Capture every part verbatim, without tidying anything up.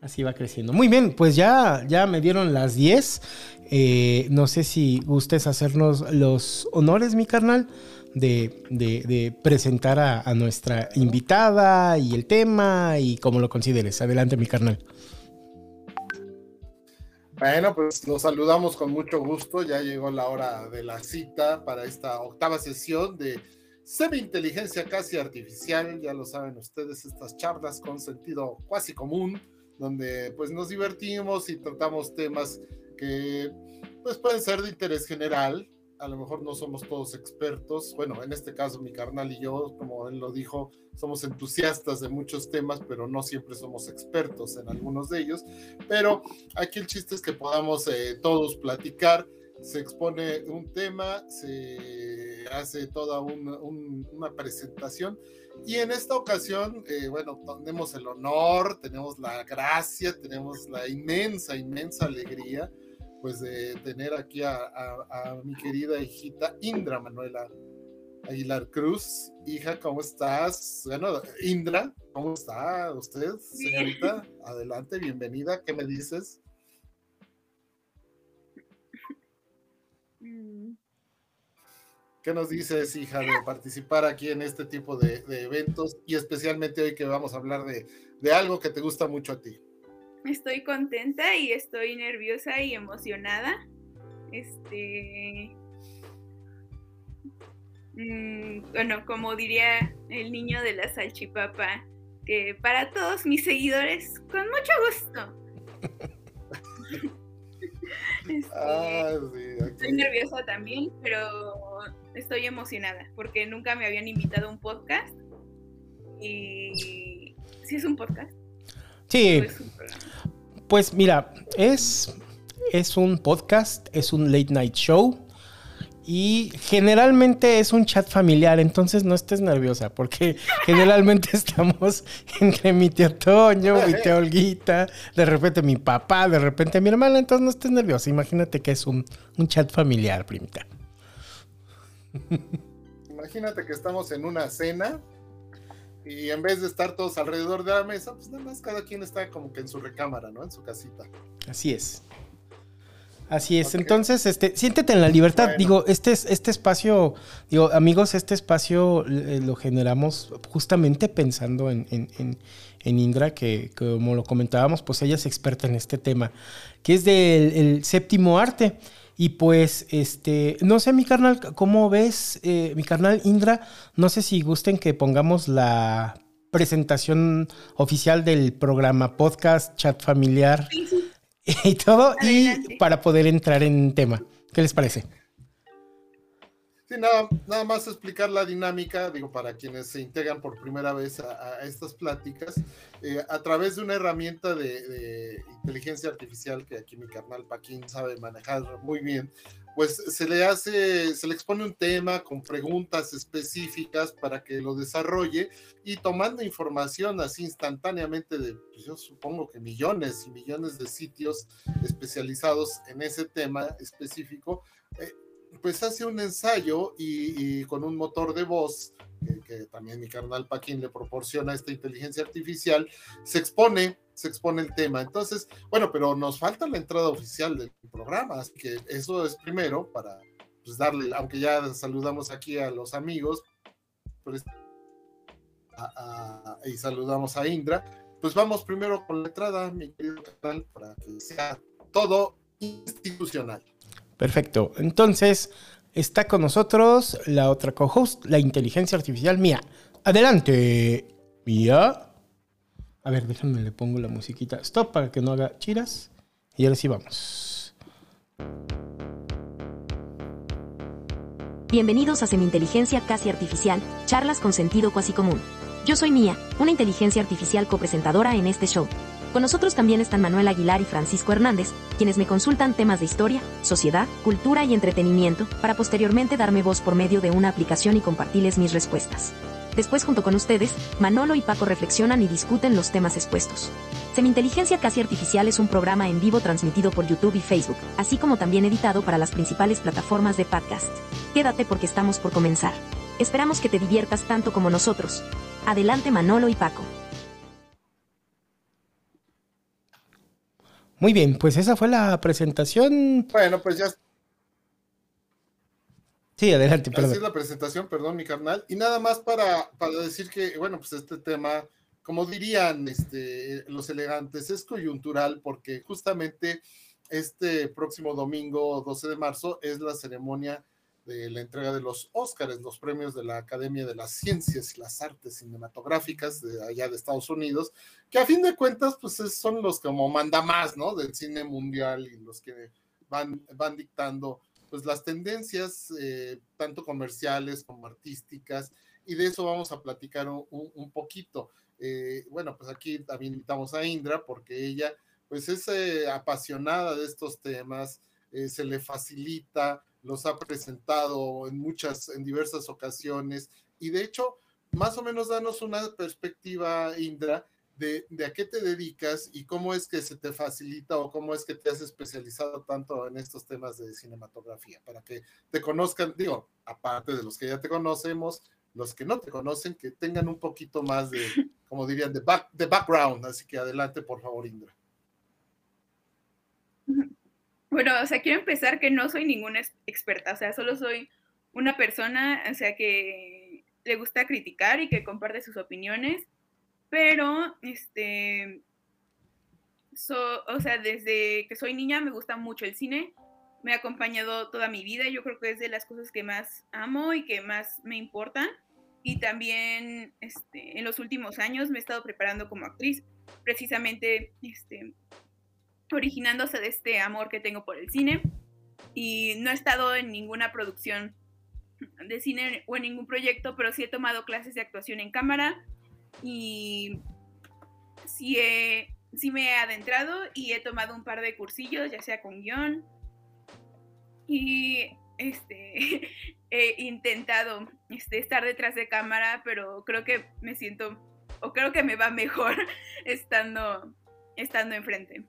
Así va creciendo. Muy bien, pues ya, ya me dieron las diez. Eh, no sé si gustes hacernos los honores, mi carnal, de, de, de presentar a, a nuestra invitada y el tema y como lo consideres. Adelante, mi carnal. Bueno, pues nos saludamos con mucho gusto. Ya llegó la hora de la cita para esta octava sesión de Semi-Inteligencia Casi Artificial. Ya lo saben ustedes, estas charlas con sentido cuasi común, donde pues nos divertimos y tratamos temas que pues pueden ser de interés general. A lo mejor no somos todos expertos. Bueno, en este caso mi carnal y yo, como él lo dijo, somos entusiastas de muchos temas, pero no siempre somos expertos en algunos de ellos. Pero aquí el chiste es que podamos eh, todos platicar. Se expone un tema, se hace toda un, un, una presentación. Y en esta ocasión, eh, bueno, tenemos el honor, tenemos la gracia, tenemos la inmensa, inmensa alegría, pues de tener aquí a, a, a mi querida hijita Indra Manuela Aguilar Cruz. Hija, ¿cómo estás? Bueno, Indra, ¿cómo está usted, señorita? Bien. Adelante, bienvenida. ¿Qué me dices? ¿Qué nos dices, hija, de participar aquí en este tipo de, de eventos y especialmente hoy que vamos a hablar de, de algo que te gusta mucho a ti? Estoy contenta y estoy nerviosa y emocionada. Este, mmm, bueno, como diría el niño de la salchipapa, que para todos mis seguidores, con mucho gusto. Este, ah, sí, okay. Estoy nerviosa también, pero estoy emocionada porque nunca me habían invitado a un podcast. Y ¿sí es un podcast? Sí. Es un pues mira, es, es un podcast, es un late night show y generalmente es un chat familiar, entonces no estés nerviosa porque generalmente estamos entre mi tío Toño, mi tía Olguita, de repente mi papá, de repente mi hermana, entonces no estés nerviosa, imagínate que es un, un chat familiar, primita. Imagínate que estamos en una cena y en vez de estar todos alrededor de la mesa, pues nada más cada quien está como que en su recámara, ¿no? En su casita. Así es. Así es. Okay. Entonces, este, siéntete en la libertad. Bueno. Digo, este, este espacio, digo, amigos, este espacio eh, lo generamos justamente pensando en, en, en, en Indra, que como lo comentábamos, pues ella es experta en este tema, que es del el séptimo arte. Y pues, este, no sé, mi carnal, ¿cómo ves? Eh, mi carnal Indra, no sé si gusten que pongamos la presentación oficial del programa podcast, chat familiar sí, sí. y todo, Adelante. Y para poder entrar en tema. ¿Qué les parece? Sí, nada, nada más explicar la dinámica, digo, para quienes se integran por primera vez a, a estas pláticas, eh, a través de una herramienta de, de inteligencia artificial que aquí mi carnal Paquín sabe manejar muy bien, pues se le hace, se le expone un tema con preguntas específicas para que lo desarrolle y tomando información así instantáneamente de, pues yo supongo que millones y millones de sitios especializados en ese tema específico, eh, pues hace un ensayo y, y con un motor de voz que, que también mi carnal Paquín le proporciona esta inteligencia artificial, se expone, se expone el tema. Entonces, bueno, pero nos falta la entrada oficial del programa, así que eso es primero para pues, darle, aunque ya saludamos aquí a los amigos pues, a, a, y saludamos a Indra, pues vamos primero con la entrada, mi querido canal, para que sea todo institucional. Perfecto. Entonces, está con nosotros la otra co-host, la inteligencia artificial Mía. Adelante, Mía. A ver, déjame, le pongo la musiquita stop para que no haga chiras. Y ahora sí vamos. Bienvenidos a Semi-Inteligencia Casi Artificial, charlas con sentido cuasi común. Yo soy Mía, una inteligencia artificial copresentadora en este show. Con nosotros también están Manuel Aguilar y Francisco Hernández, quienes me consultan temas de historia, sociedad, cultura y entretenimiento, para posteriormente darme voz por medio de una aplicación y compartirles mis respuestas. Después, junto con ustedes, Manolo y Paco reflexionan y discuten los temas expuestos. Semi-Inteligencia Casi Artificial es un programa en vivo transmitido por YouTube y Facebook, así como también editado para las principales plataformas de podcast. Quédate porque estamos por comenzar. Esperamos que te diviertas tanto como nosotros. Adelante, Manolo y Paco. Muy bien, pues esa fue la presentación. Bueno, pues ya. Sí, adelante, Así perdón. es la presentación, perdón, mi carnal. Y nada más para, para decir que, bueno, pues este tema, como dirían este, los elegantes, es coyuntural porque justamente este próximo domingo doce de marzo es la ceremonia de la entrega de los Óscares, los premios de la Academia de las Ciencias y las Artes Cinematográficas de allá de Estados Unidos, que a fin de cuentas, pues son los como manda más, ¿no? Del cine mundial y los que van, van dictando pues las tendencias, eh, tanto comerciales como artísticas, y de eso vamos a platicar un, un, un poquito. Eh, bueno, pues aquí también invitamos a Indra, porque ella pues es eh, apasionada de estos temas, eh, se le facilita, los ha presentado en muchas, en diversas ocasiones, y de hecho, más o menos danos una perspectiva, Indra, de, de a qué te dedicas y cómo es que se te facilita o cómo es que te has especializado tanto en estos temas de cinematografía, para que te conozcan, digo, aparte de los que ya te conocemos, los que no te conocen, que tengan un poquito más de, como dirían, de, back, de background. Así que adelante, por favor, Indra. Bueno, o sea, quiero empezar que no soy ninguna experta, o sea, solo soy una persona, o sea, que le gusta criticar y que comparte sus opiniones, pero, este, so, o sea, desde que soy niña me gusta mucho el cine, me ha acompañado toda mi vida, yo creo que es de las cosas que más amo y que más me importan, y también, este, en los últimos años me he estado preparando como actriz, precisamente, este, originándose de este amor que tengo por el cine, y no he estado en ninguna producción de cine o en ningún proyecto, pero sí he tomado clases de actuación en cámara y sí, he, sí me he adentrado y he tomado un par de cursillos, ya sea con guión, y este, he intentado este, estar detrás de cámara, pero creo que me siento, o creo que me va mejor estando, estando enfrente.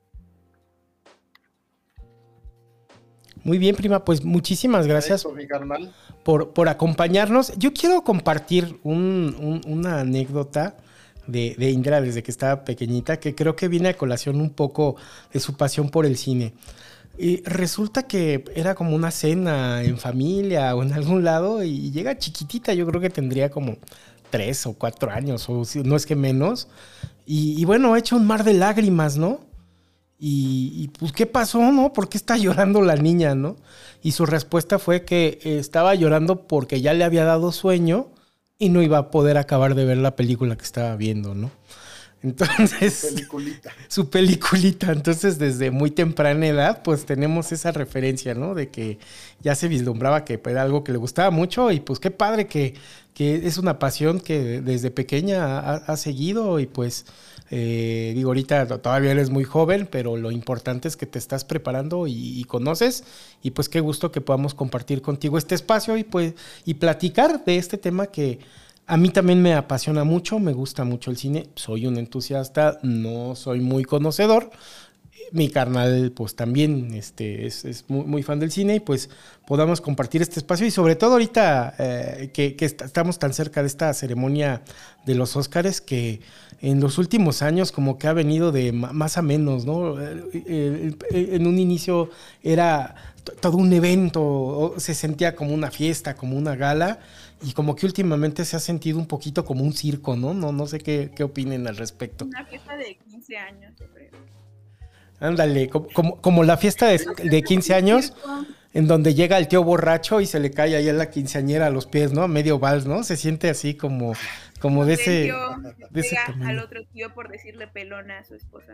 Muy bien, prima, pues muchísimas gracias Eso, mi carnal. por, por acompañarnos. Yo quiero compartir un, un, una anécdota de, de Indra desde que estaba pequeñita, que creo que viene a colación un poco de su pasión por el cine. Y resulta que era como una cena en familia o en algún lado y llega chiquitita, yo creo que tendría como tres o cuatro años, o no es que menos. Y, y bueno, ha hecho un mar de lágrimas, ¿no? Y, y pues, ¿qué pasó, no? ¿Por qué está llorando la niña, no? Y su respuesta fue que eh, estaba llorando porque ya le había dado sueño y no iba a poder acabar de ver la película que estaba viendo, ¿no? Entonces... Su peliculita. Su peliculita. Entonces, desde muy temprana edad, pues tenemos esa referencia, ¿no? De que ya se vislumbraba que era algo que le gustaba mucho y pues qué padre que, que es una pasión que desde pequeña ha, ha seguido y pues... Eh, digo, ahorita todavía eres muy joven, pero lo importante es que te estás preparando y, y conoces, y pues qué gusto que podamos compartir contigo este espacio y pues y platicar de este tema que a mí también me apasiona mucho, me gusta mucho el cine, soy un entusiasta, no soy muy conocedor. Mi carnal pues también este, es, es muy, muy fan del cine y pues podamos compartir este espacio y sobre todo ahorita eh, que, que est- estamos tan cerca de esta ceremonia de los Óscares que en los últimos años como que ha venido de ma- más a menos, ¿no? Eh, eh, eh, en un inicio era t- todo un evento, o se sentía como una fiesta, como una gala y como que últimamente se ha sentido un poquito como un circo, ¿no? No, no sé qué, qué opinen al respecto. Una fiesta de quince años, yo creo. Ándale, como, como, como la fiesta de, de quince años, en donde llega el tío borracho y se le cae ahí a la quinceañera a los pies, ¿no? A medio vals, ¿no? Se siente así como, como de ese... El tío de ese pega tamaño. al otro tío por decirle pelona a su esposa.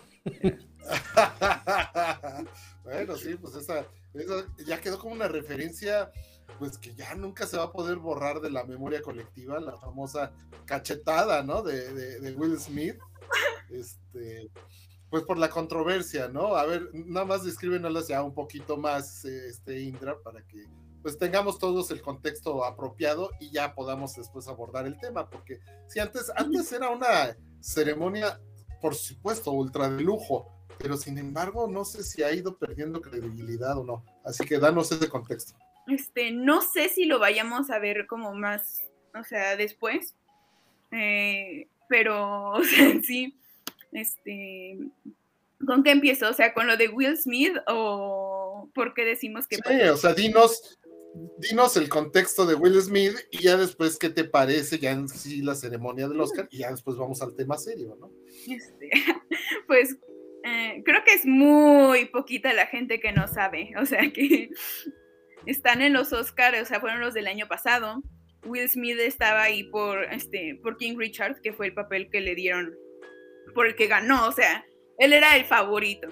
Bueno, sí, pues esa, esa ya quedó como una referencia, pues que ya nunca se va a poder borrar de la memoria colectiva, la famosa cachetada, ¿no? De, de, de Will Smith. Este... Pues por la controversia, ¿no? A ver, nada más descríbenoslas ya un poquito más, este, Indra, para que pues tengamos todos el contexto apropiado y ya podamos después abordar el tema, porque si antes, antes era una ceremonia, por supuesto, ultra de lujo, pero sin embargo no sé si ha ido perdiendo credibilidad o no, así que danos ese contexto. Este, no sé si lo vayamos a ver como más, o sea, después, eh, pero, o sea, sí, este, ¿Con qué empiezo? O sea, ¿con lo de Will Smith o por qué decimos que... Sí, pasó? o sea, dinos, dinos el contexto de Will Smith y ya después qué te parece ya en sí la ceremonia del Oscar y ya después vamos al tema serio, ¿no? Este, pues eh, creo que es muy poquita la gente que no sabe, o sea, que están en los Oscars, o sea, fueron los del año pasado. Will Smith estaba ahí por, este, por King Richard, que fue el papel que le dieron, por el que ganó, o sea, él era el favorito.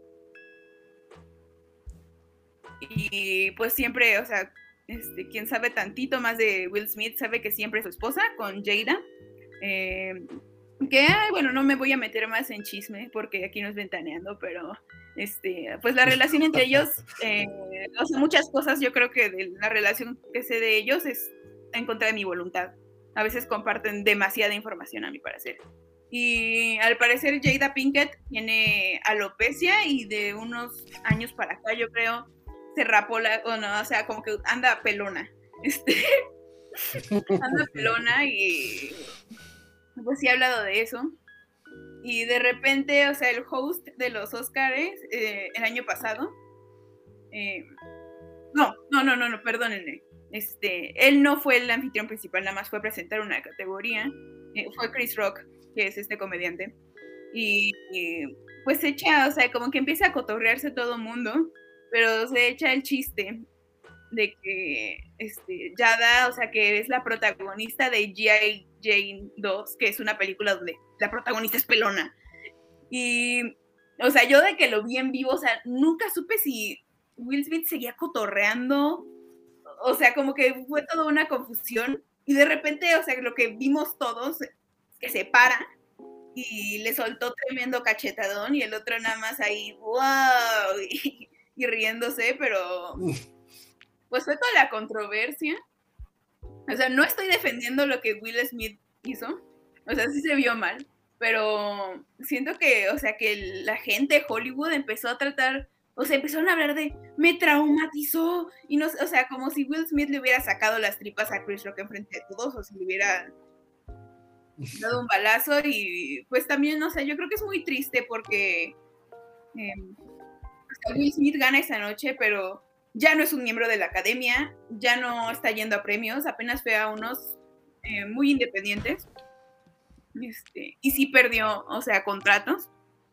Y pues siempre, o sea, este, quien sabe tantito más de Will Smith sabe que siempre es su esposa, con Jada. Eh, que, ay, bueno, no me voy a meter más en chisme porque aquí no es ventaneando, pero este, pues la relación entre ellos, eh, o sea, muchas cosas yo creo que de la relación que sé de ellos es en contra de mi voluntad. A veces comparten demasiada información a mi parecer. Y al parecer Jada Pinkett tiene alopecia y de unos años para acá yo creo se rapó la, o no, o sea, como que anda pelona. Este, anda pelona y pues sí he hablado de eso. Y de repente, o sea, el host de los Oscars eh, el año pasado, eh, no, no, no, no, no, perdónenme. Este, él no fue el anfitrión principal, nada más fue a presentar una categoría. Eh, fue Chris Rock, que es este comediante. Y, y pues se echa, o sea, como que empieza a cotorrearse todo el mundo, pero se echa el chiste de que este, Jada, o sea, que es la protagonista de G I. Jane dos, que es una película donde la protagonista es pelona. Y, o sea, yo de que lo vi en vivo, o sea, nunca supe si Will Smith seguía cotorreando, o sea, como que fue toda una confusión. Y de repente, o sea, lo que vimos todos, que se para y le soltó tremendo cachetadón y el otro nada más ahí, wow, y, y riéndose, pero pues fue toda la controversia. O sea, no estoy defendiendo lo que Will Smith hizo, o sea, sí se vio mal, pero siento que, o sea, que la gente de Hollywood empezó a tratar, o sea, empezaron a hablar de, me traumatizó, y no, o sea, como si Will Smith le hubiera sacado las tripas a Chris Rock enfrente de todos, o si le hubiera dado un balazo, y pues también, o sea, yo creo que es muy triste porque eh, o sea, Will Smith gana esa noche, pero ya no es un miembro de la academia, ya no está yendo a premios, apenas fue a unos eh, muy independientes, este, y sí perdió, o sea, contratos.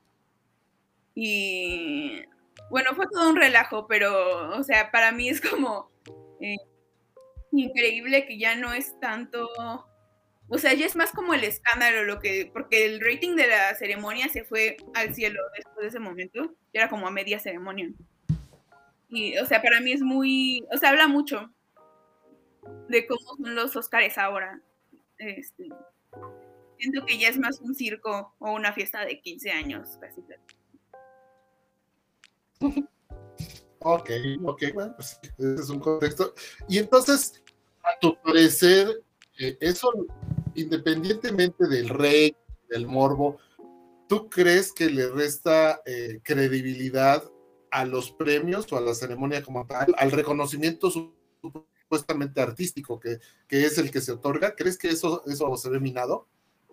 Y bueno, fue todo un relajo, pero, o sea, para mí es como eh, increíble que ya no es tanto, o sea, ya es más como el escándalo, lo que, porque el rating de la ceremonia se fue al cielo después de ese momento, ya era como a media ceremonia. Y, o sea, para mí es muy, o sea, habla mucho de cómo son los Óscares ahora. Este, siento que ya es más un circo o una fiesta de quince años, casi. Ok, ok, bueno, pues ese es un contexto. Y entonces, a tu parecer, eh, eso, independientemente del rey, del morbo, ¿tú crees que le resta eh, credibilidad a los premios o a la ceremonia como tal, al reconocimiento supuestamente artístico que, que es el que se otorga? ¿Crees que eso, eso se ve minado?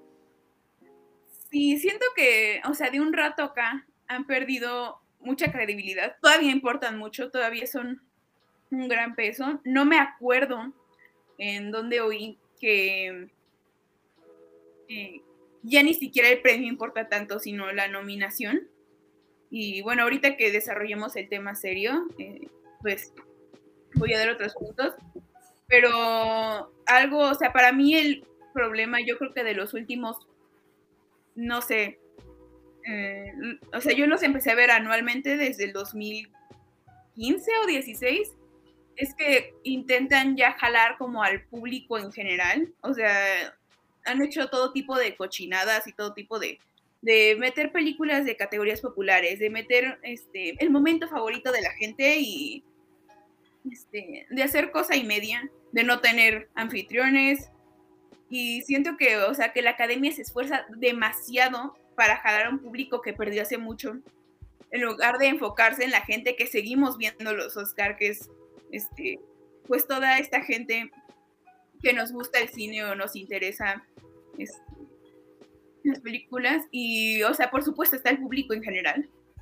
Sí, siento que, o sea, de un rato acá han perdido mucha credibilidad. Todavía importan mucho, todavía son un gran peso. No me acuerdo en dónde oí que eh, ya ni siquiera el premio importa tanto, sino la nominación. Y bueno, ahorita que desarrollemos el tema serio, eh, pues voy a dar otros puntos. Pero algo, o sea, para mí el problema, yo creo que de los últimos, no sé, eh, o sea, yo los empecé a ver anualmente desde el dos mil quince o dieciséis, es que intentan ya jalar como al público en general, o sea, han hecho todo tipo de cochinadas y todo tipo de de meter películas de categorías populares, de meter este, el momento favorito de la gente y este, de hacer cosa y media, de no tener anfitriones. Y siento que, o sea, que la academia se esfuerza demasiado para jalar a un público que perdió hace mucho, en lugar de enfocarse en la gente que seguimos viendo los Oscar, que es este, pues toda esta gente que nos gusta el cine o nos interesa este, las películas. Y, o sea, por supuesto está el público en general,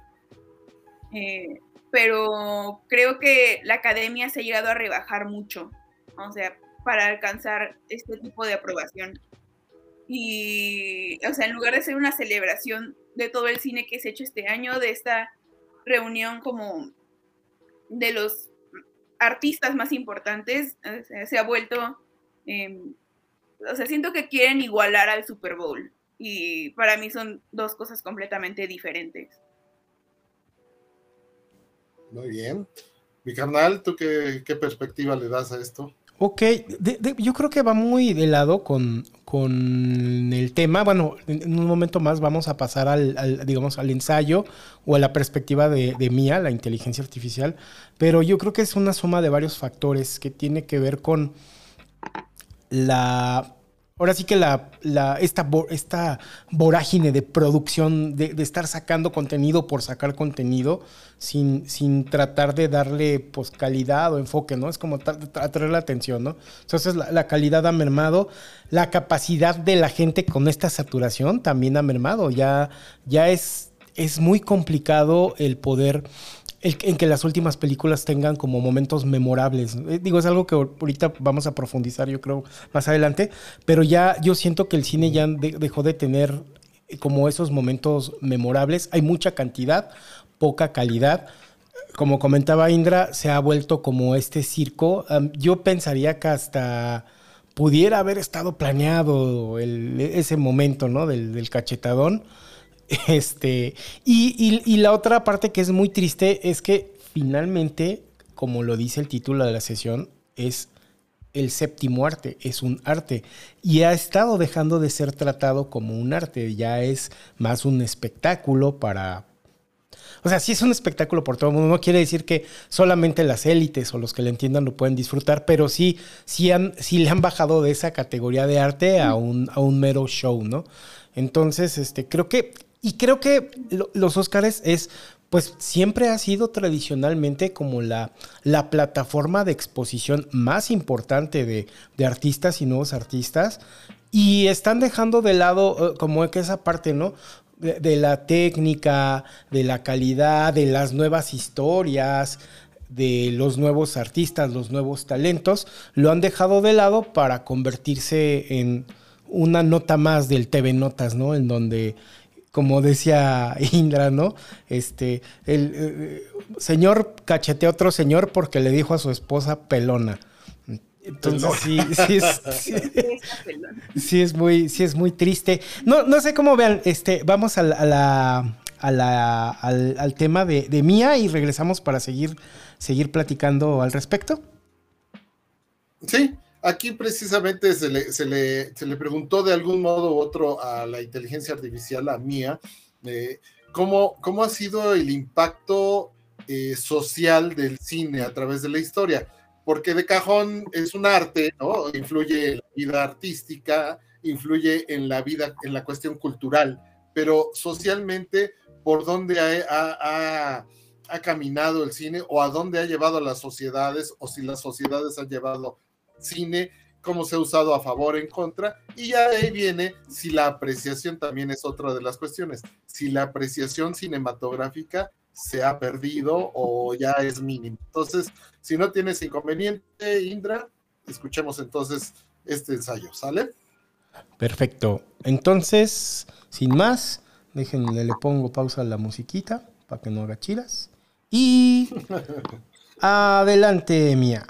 eh, pero creo que la academia se ha llegado a rebajar mucho, o sea, para alcanzar este tipo de aprobación. Y, o sea, en lugar de ser una celebración de todo el cine que se ha hecho este año, de esta reunión como de los artistas más importantes, o sea, se ha vuelto, eh, o sea, siento que quieren igualar al Super Bowl, y para mí son dos cosas completamente diferentes. Muy bien. Mi carnal, ¿tú qué, qué perspectiva le das a esto? Ok, de, de, yo creo que va muy de lado con, con el tema. Bueno, en, en un momento más vamos a pasar al, al, digamos, al ensayo o a la perspectiva de, de Mía, la inteligencia artificial, pero yo creo que es una suma de varios factores que tiene que ver con la... Ahora sí que la, la, esta, esta vorágine de producción, de, de estar sacando contenido por sacar contenido, sin, sin tratar de darle pues, calidad o enfoque, ¿no? Es como atraer la atención, ¿no? Entonces la, la calidad ha mermado, la capacidad de la gente con esta saturación también ha mermado. Ya, ya es, es muy complicado el poder... El, en que las últimas películas tengan como momentos memorables. Eh, digo, es algo que ahorita vamos a profundizar, yo creo, más adelante, pero ya yo siento que el cine ya de, dejó de tener como esos momentos memorables. Hay mucha cantidad, poca calidad. Como comentaba Indra, se ha vuelto como este circo. Um, yo pensaría que hasta pudiera haber estado planeado el, ese momento, ¿no? Del, del cachetadón. Este, y, y, y la otra parte que es muy triste es que finalmente, como lo dice el título de la sesión, es el séptimo arte, es un arte y ha estado dejando de ser tratado como un arte, ya es más un espectáculo para... O sea, sí es un espectáculo por todo el mundo, no quiere decir que solamente las élites o los que le entiendan lo pueden disfrutar, pero sí, sí, han, sí le han bajado de esa categoría de arte a un, a un mero show, ¿no? Entonces, este, creo que... Y creo que lo, los Óscares es, pues siempre ha sido tradicionalmente como la, la plataforma de exposición más importante de, de artistas y nuevos artistas. Y están dejando de lado uh, como que esa parte, ¿no? De, de la técnica, de la calidad, de las nuevas historias, de los nuevos artistas, los nuevos talentos. Lo han dejado de lado para convertirse en una nota más del T V Notas, ¿no? En donde... Como decía Indra, ¿no? Este, el eh, señor cachetea a otro señor porque le dijo a su esposa pelona. Entonces sí, sí es, sí, sí es muy, sí es muy triste. No, no sé cómo vean. Este, vamos a la, a la, a la al, al tema de, de Mía y regresamos para seguir, seguir platicando al respecto. Sí. Aquí precisamente se le, se, le, se le preguntó de algún modo u otro a la inteligencia artificial, a Mía, eh, ¿cómo, cómo ha sido el impacto eh, social del cine a través de la historia? Porque de cajón es un arte, ¿no? Influye en la vida artística, influye en la vida, en la cuestión cultural, pero socialmente, ¿por dónde ha, ha, ha, ha caminado el cine o a dónde ha llevado a las sociedades o si las sociedades han llevado cine, cómo se ha usado a favor, en contra, y ya ahí viene si la apreciación también es otra de las cuestiones, si la apreciación cinematográfica se ha perdido o ya es mínima. Entonces, si no tienes inconveniente, Indra, escuchemos entonces este ensayo, ¿sale? Perfecto. Entonces, sin más, déjenle, le pongo pausa a la musiquita para que no haga chiras. Y adelante, Mía.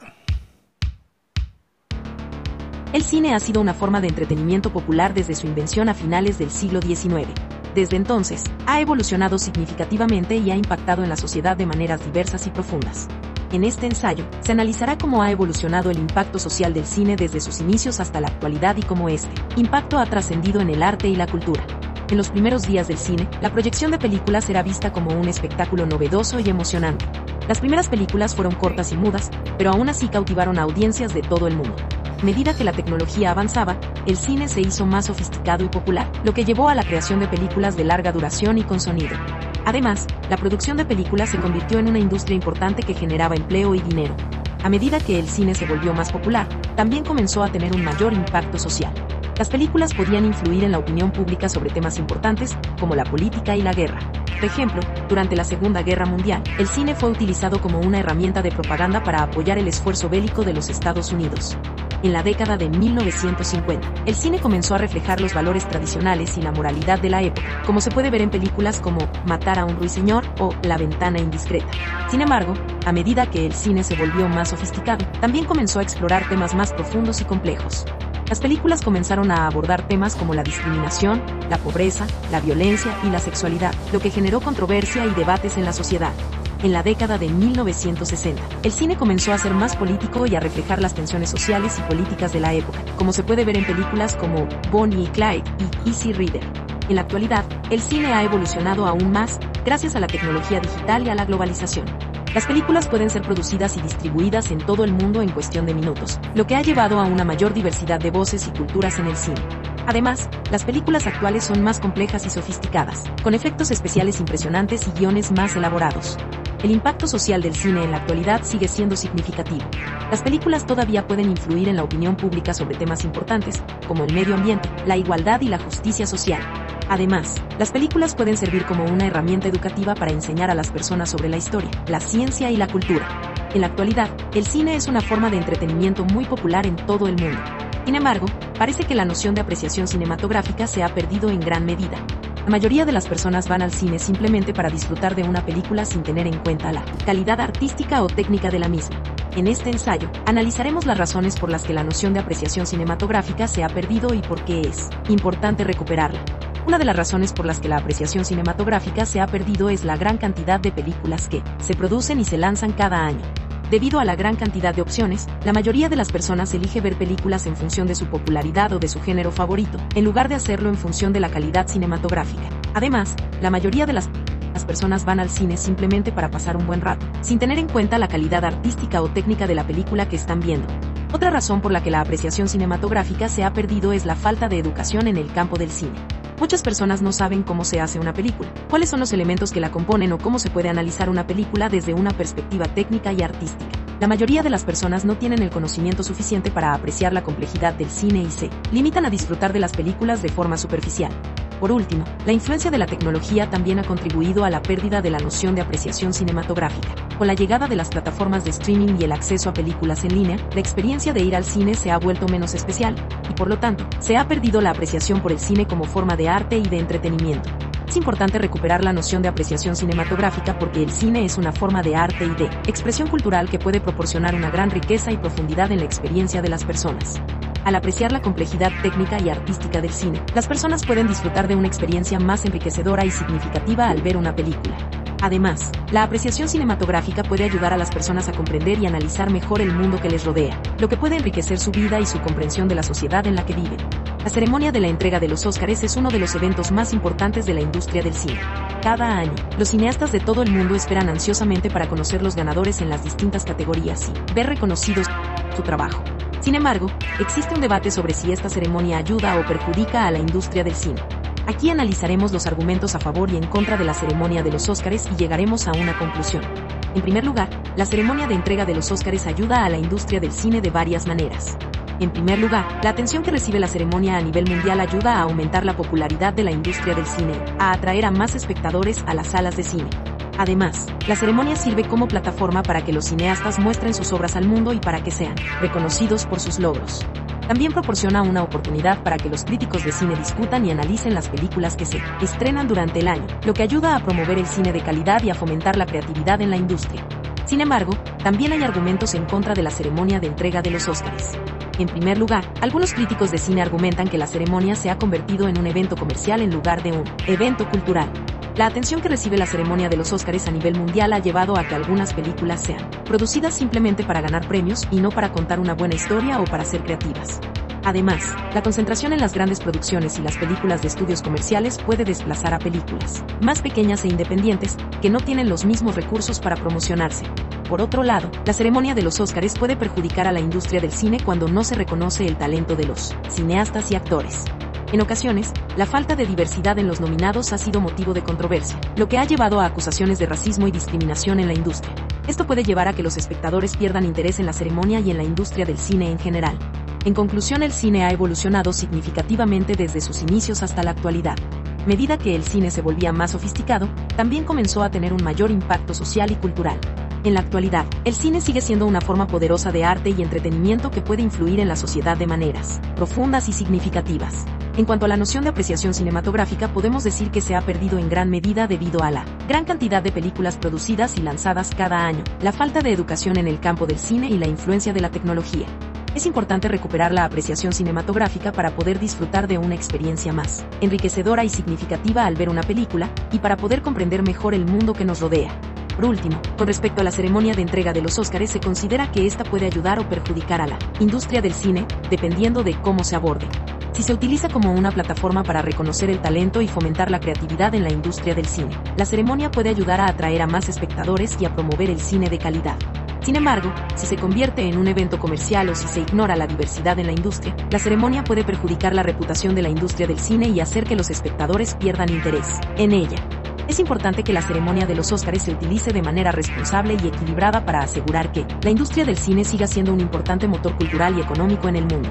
El cine ha sido una forma de entretenimiento popular desde su invención a finales del siglo diecinueve. Desde entonces, ha evolucionado significativamente y ha impactado en la sociedad de maneras diversas y profundas. En este ensayo, se analizará cómo ha evolucionado el impacto social del cine desde sus inicios hasta la actualidad y cómo este impacto ha trascendido en el arte y la cultura. En los primeros días del cine, la proyección de películas era vista como un espectáculo novedoso y emocionante. Las primeras películas fueron cortas y mudas, pero aún así cautivaron a audiencias de todo el mundo. A medida que la tecnología avanzaba, el cine se hizo más sofisticado y popular, lo que llevó a la creación de películas de larga duración y con sonido. Además, la producción de películas se convirtió en una industria importante que generaba empleo y dinero. A medida que el cine se volvió más popular, también comenzó a tener un mayor impacto social. Las películas podían influir en la opinión pública sobre temas importantes, como la política y la guerra. Por ejemplo, durante la Segunda Guerra Mundial, el cine fue utilizado como una herramienta de propaganda para apoyar el esfuerzo bélico de los Estados Unidos. En la década de mil novecientos cincuenta, el cine comenzó a reflejar los valores tradicionales y la moralidad de la época, como se puede ver en películas como Matar a un ruiseñor o La ventana indiscreta. Sin embargo, a medida que el cine se volvió más sofisticado, también comenzó a explorar temas más profundos y complejos. Las películas comenzaron a abordar temas como la discriminación, la pobreza, la violencia y la sexualidad, lo que generó controversia y debates en la sociedad. En la década de mil novecientos sesenta, el cine comenzó a ser más político y a reflejar las tensiones sociales y políticas de la época, como se puede ver en películas como Bonnie y Clyde y Easy Rider. En la actualidad, el cine ha evolucionado aún más gracias a la tecnología digital y a la globalización. Las películas pueden ser producidas y distribuidas en todo el mundo en cuestión de minutos, lo que ha llevado a una mayor diversidad de voces y culturas en el cine. Además, las películas actuales son más complejas y sofisticadas, con efectos especiales impresionantes y guiones más elaborados. El impacto social del cine en la actualidad sigue siendo significativo. Las películas todavía pueden influir en la opinión pública sobre temas importantes, como el medio ambiente, la igualdad y la justicia social. Además, las películas pueden servir como una herramienta educativa para enseñar a las personas sobre la historia, la ciencia y la cultura. En la actualidad, el cine es una forma de entretenimiento muy popular en todo el mundo. Sin embargo, parece que la noción de apreciación cinematográfica se ha perdido en gran medida. La mayoría de las personas van al cine simplemente para disfrutar de una película sin tener en cuenta la calidad artística o técnica de la misma. En este ensayo, analizaremos las razones por las que la noción de apreciación cinematográfica se ha perdido y por qué es importante recuperarla. Una de las razones por las que la apreciación cinematográfica se ha perdido es la gran cantidad de películas que se producen y se lanzan cada año. Debido a la gran cantidad de opciones, la mayoría de las personas elige ver películas en función de su popularidad o de su género favorito, en lugar de hacerlo en función de la calidad cinematográfica. Además, la mayoría de las Las personas van al cine simplemente para pasar un buen rato, sin tener en cuenta la calidad artística o técnica de la película que están viendo. Otra razón por la que la apreciación cinematográfica se ha perdido es la falta de educación en el campo del cine. Muchas personas no saben cómo se hace una película, cuáles son los elementos que la componen o cómo se puede analizar una película desde una perspectiva técnica y artística. La mayoría de las personas no tienen el conocimiento suficiente para apreciar la complejidad del cine y se limitan a disfrutar de las películas de forma superficial. Por último, la influencia de la tecnología también ha contribuido a la pérdida de la noción de apreciación cinematográfica. Con la llegada de las plataformas de streaming y el acceso a películas en línea, la experiencia de ir al cine se ha vuelto menos especial, y por lo tanto, se ha perdido la apreciación por el cine como forma de arte y de entretenimiento. Es importante recuperar la noción de apreciación cinematográfica porque el cine es una forma de arte y de expresión cultural que puede proporcionar una gran riqueza y profundidad en la experiencia de las personas. Al apreciar la complejidad técnica y artística del cine, las personas pueden disfrutar de una experiencia más enriquecedora y significativa al ver una película. Además, la apreciación cinematográfica puede ayudar a las personas a comprender y analizar mejor el mundo que les rodea, lo que puede enriquecer su vida y su comprensión de la sociedad en la que viven. La ceremonia de la entrega de los Óscares es uno de los eventos más importantes de la industria del cine. Cada año, los cineastas de todo el mundo esperan ansiosamente para conocer los ganadores en las distintas categorías y ver reconocidos su trabajo. Sin embargo, existe un debate sobre si esta ceremonia ayuda o perjudica a la industria del cine. Aquí analizaremos los argumentos a favor y en contra de la ceremonia de los Óscares y llegaremos a una conclusión. En primer lugar, la ceremonia de entrega de los Óscares ayuda a la industria del cine de varias maneras. En primer lugar, la atención que recibe la ceremonia a nivel mundial ayuda a aumentar la popularidad de la industria del cine, a atraer a más espectadores a las salas de cine. Además, la ceremonia sirve como plataforma para que los cineastas muestren sus obras al mundo y para que sean reconocidos por sus logros. También proporciona una oportunidad para que los críticos de cine discutan y analicen las películas que se estrenan durante el año, lo que ayuda a promover el cine de calidad y a fomentar la creatividad en la industria. Sin embargo, también hay argumentos en contra de la ceremonia de entrega de los Óscares. En primer lugar, algunos críticos de cine argumentan que la ceremonia se ha convertido en un evento comercial en lugar de un evento cultural. La atención que recibe la ceremonia de los Óscares a nivel mundial ha llevado a que algunas películas sean producidas simplemente para ganar premios y no para contar una buena historia o para ser creativas. Además, la concentración en las grandes producciones y las películas de estudios comerciales puede desplazar a películas más pequeñas e independientes que no tienen los mismos recursos para promocionarse. Por otro lado, la ceremonia de los Óscares puede perjudicar a la industria del cine cuando no se reconoce el talento de los cineastas y actores. En ocasiones, la falta de diversidad en los nominados ha sido motivo de controversia, lo que ha llevado a acusaciones de racismo y discriminación en la industria. Esto puede llevar a que los espectadores pierdan interés en la ceremonia y en la industria del cine en general. En conclusión, el cine ha evolucionado significativamente desde sus inicios hasta la actualidad. medida que el cine se volvía más sofisticado, también comenzó a tener un mayor impacto social y cultural. En la actualidad, el cine sigue siendo una forma poderosa de arte y entretenimiento que puede influir en la sociedad de maneras profundas y significativas. En cuanto a la noción de apreciación cinematográfica, podemos decir que se ha perdido en gran medida debido a la gran cantidad de películas producidas y lanzadas cada año, la falta de educación en el campo del cine y la influencia de la tecnología. Es importante recuperar la apreciación cinematográfica para poder disfrutar de una experiencia más enriquecedora y significativa al ver una película, y para poder comprender mejor el mundo que nos rodea. Por último, con respecto a la ceremonia de entrega de los Óscares, se considera que esta puede ayudar o perjudicar a la industria del cine, dependiendo de cómo se aborde. Si se utiliza como una plataforma para reconocer el talento y fomentar la creatividad en la industria del cine, la ceremonia puede ayudar a atraer a más espectadores y a promover el cine de calidad. Sin embargo, si se convierte en un evento comercial o si se ignora la diversidad en la industria, la ceremonia puede perjudicar la reputación de la industria del cine y hacer que los espectadores pierdan interés en ella. Es importante que la ceremonia de los Óscares se utilice de manera responsable y equilibrada para asegurar que la industria del cine siga siendo un importante motor cultural y económico en el mundo.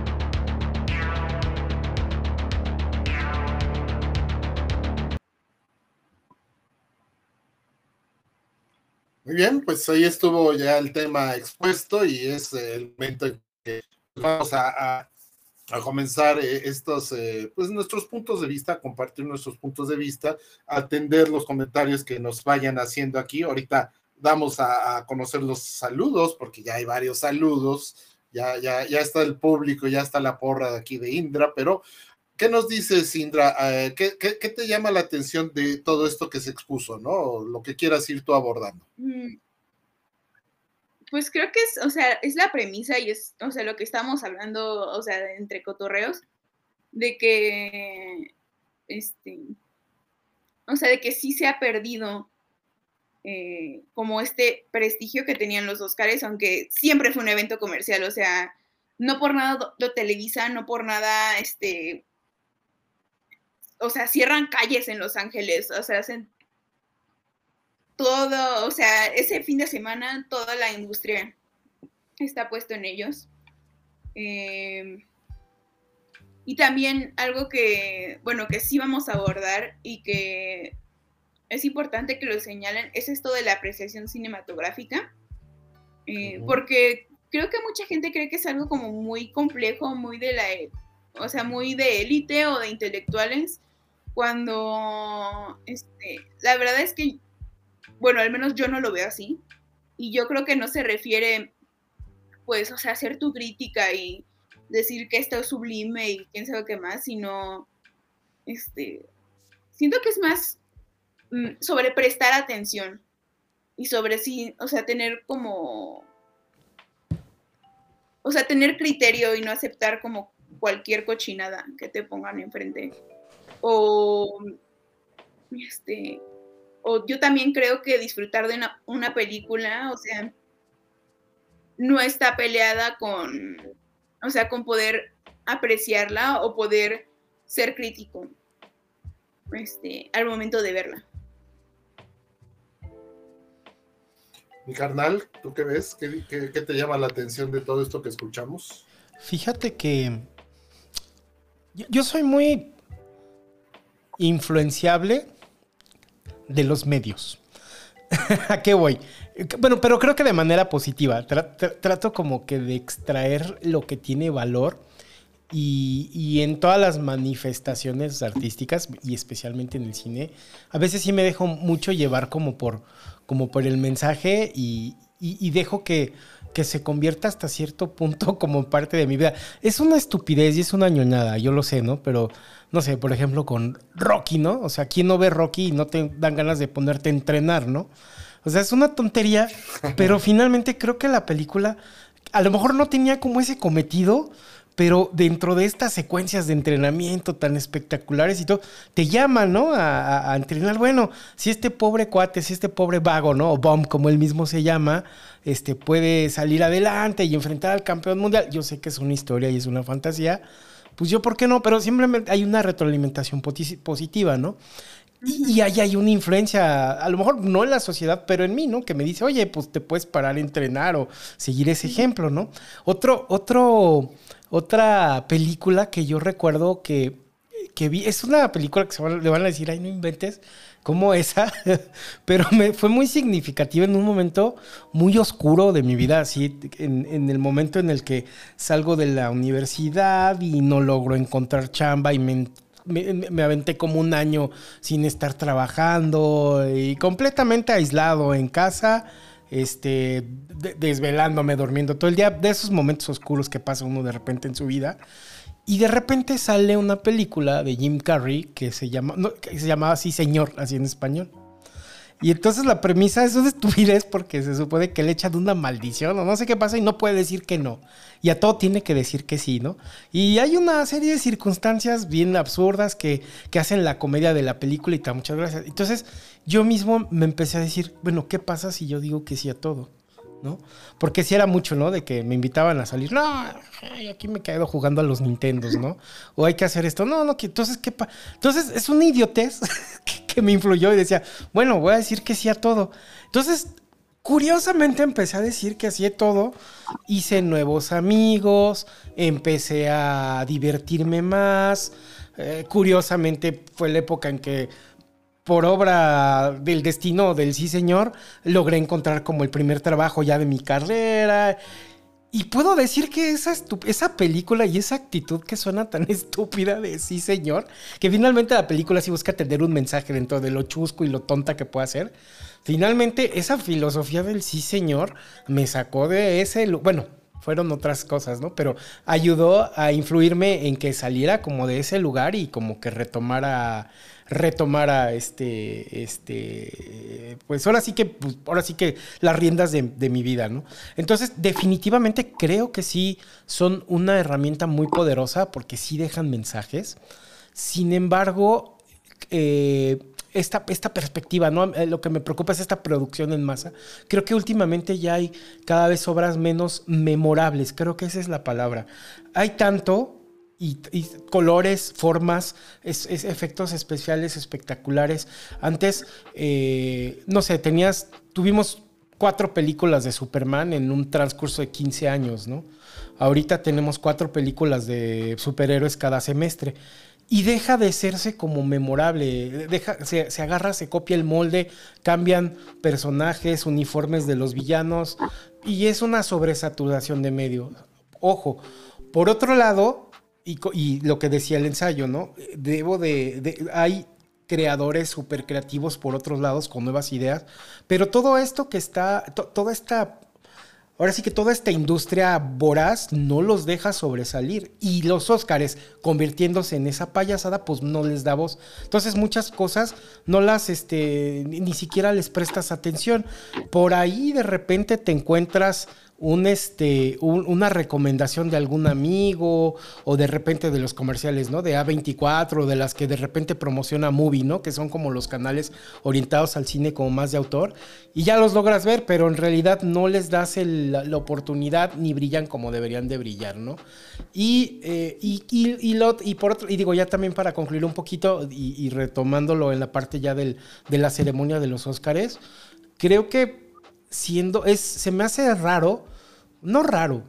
Muy bien, pues ahí estuvo ya el tema expuesto y es el momento en que vamos a, a, a comenzar estos, eh, pues nuestros puntos de vista, compartir nuestros puntos de vista, atender los comentarios que nos vayan haciendo aquí. Ahorita damos a, a conocer los saludos, porque ya hay varios saludos, ya, ya, ya está el público, ya está la porra de aquí de Indra, pero ¿qué nos dices, Indra? Eh, ¿qué, qué, ¿Qué te llama la atención de todo esto que se expuso, no? Lo que quieras ir tú abordando. Pues creo que es, o sea, es la premisa y es, o sea, lo que estamos hablando, o sea, entre cotorreos, de que, este, o sea, de que sí se ha perdido eh, como este prestigio que tenían los Óscares, aunque siempre fue un evento comercial, o sea, no por nada lo televisan, no por nada, este... o sea, cierran calles en Los Ángeles, o sea, hacen todo, o sea, ese fin de semana toda la industria está puesto en ellos. Eh, y también algo que, bueno, que sí vamos a abordar y que es importante que lo señalen, es esto de la apreciación cinematográfica, eh, uh-huh. porque creo que mucha gente cree que es algo como muy complejo, muy de la, o sea, muy de élite o de intelectuales, cuando este, la verdad es que, bueno, al menos yo no lo veo así, y yo creo que no se refiere, pues, o sea, hacer tu crítica y decir que esto es sublime y quién sabe qué más, sino, este, siento que es más mm, sobre prestar atención y sobre sí, o sea, tener como, o sea, tener criterio y no aceptar como cualquier cochinada que te pongan enfrente. O, este, o yo también creo que disfrutar de una, una película, o sea, no está peleada con, o sea, con poder apreciarla o poder ser crítico este, al momento de verla. Mi carnal, ¿tú qué ves? ¿Qué, qué, qué te llama la atención de todo esto que escuchamos? Fíjate que yo, yo soy muy influenciable de los medios. ¿A qué voy? Bueno, pero creo que de manera positiva. Tra- tra- trato como que de extraer lo que tiene valor y, y en todas las manifestaciones artísticas y especialmente en el cine, a veces sí me dejo mucho llevar como por, como por el mensaje y, y, y dejo que, que se convierta hasta cierto punto como parte de mi vida. Es una estupidez y es una ñoñada, yo lo sé, ¿no? Pero no sé, por ejemplo, con Rocky, ¿no? O sea, ¿quién no ve Rocky y no te dan ganas de ponerte a entrenar, ¿no? O sea, es una tontería, pero finalmente creo que la película a lo mejor no tenía como ese cometido, pero dentro de estas secuencias de entrenamiento tan espectaculares y todo, te llaman, ¿no? A, a, a entrenar. Bueno, si este pobre cuate, si este pobre vago, ¿no? O Bomb, como él mismo se llama, este, puede salir adelante y enfrentar al campeón mundial. Yo sé que es una historia y es una fantasía, pues yo, ¿por qué no? Pero simplemente hay una retroalimentación positiva, ¿no? Y, y ahí hay una influencia, a lo mejor no en la sociedad, pero en mí, ¿no? Que me dice, oye, pues te puedes parar a entrenar o seguir ese ejemplo, ¿no? Otro, otro, otra película que yo recuerdo que que vi, es una película que se van, le van a decir, ay, no inventes, como esa, pero me fue muy significativa en un momento muy oscuro de mi vida, así, en, en el momento en el que salgo de la universidad y no logro encontrar chamba y me, me, me aventé como un año sin estar trabajando y completamente aislado en casa, este, de, desvelándome, durmiendo todo el día, de esos momentos oscuros que pasa uno de repente en su vida. Y de repente sale una película de Jim Carrey que se llama, no, que se llamaba Sí Señor, así en español. Y entonces la premisa es una estupidez porque se supone que le echan una maldición o no sé qué pasa y no puede decir que no. Y a todo tiene que decir que sí, ¿no? Y hay una serie de circunstancias bien absurdas que, que hacen la comedia de la película y tal, muchas gracias. Entonces yo mismo me empecé a decir, bueno, ¿qué pasa si yo digo que sí a todo? ¿No? Porque sí era mucho, ¿no? De que me invitaban a salir. No, ay, aquí me he quedado jugando a los Nintendos, ¿no? O hay que hacer esto. No, no, que entonces, ¿qué pasa? Entonces, es una idiotez que, que me influyó y decía, bueno, voy a decir que sí a todo. Entonces, curiosamente empecé a decir que sí a todo. Hice nuevos amigos, empecé a divertirme más. Eh, curiosamente, fue la época en que por obra del destino del sí señor, logré encontrar como el primer trabajo ya de mi carrera. Y puedo decir que esa, estup- esa película y esa actitud que suena tan estúpida de sí señor, que finalmente la película sí busca tener un mensaje dentro de lo chusco y lo tonta que pueda ser. Finalmente esa filosofía del sí señor me sacó de ese... Bueno, fueron otras cosas, ¿no? Pero ayudó a influirme en que saliera como de ese lugar y como que retomara... retomara este, este, pues ahora sí que, pues ahora sí que las riendas de, de mi vida, ¿no? Entonces, definitivamente creo que sí son una herramienta muy poderosa porque sí dejan mensajes. Sin embargo, eh, esta, esta perspectiva, ¿no? Lo que me preocupa es esta producción en masa. Creo que últimamente ya hay cada vez obras menos memorables. Creo que esa es la palabra. Hay tanto... Y, y colores, formas, es, es efectos especiales espectaculares. Antes, eh, no sé, tenías, tuvimos cuatro películas de Superman en un transcurso de quince años, ¿no? Ahorita tenemos cuatro películas de superhéroes cada semestre. Y deja de serse como memorable, deja, se, se agarra, se copia el molde, cambian personajes, uniformes de los villanos y es una sobresaturación de medios. Ojo, por otro lado... Y, y lo que decía el ensayo, ¿no? Debo de, de... Hay creadores súper creativos por otros lados con nuevas ideas, pero todo esto que está... To, toda esta... Ahora sí que toda esta industria voraz no los deja sobresalir. Y los Óscares, convirtiéndose en esa payasada, pues no les da voz. Entonces muchas cosas no las, este, ni, ni siquiera les prestas atención. Por ahí de repente te encuentras... Un este un, una recomendación de algún amigo o de repente de los comerciales, ¿no? De A veinticuatro o de las que de repente promociona Movie, ¿no? Que son como los canales orientados al cine como más de autor y ya los logras ver, pero en realidad no les das el, la, la oportunidad ni brillan como deberían de brillar, ¿no? Y, eh, y, y, y, lo, y por otro, y digo ya también para concluir un poquito y, y retomándolo en la parte ya del, de la ceremonia de los Óscares, creo que siendo, es, se me hace raro, no raro,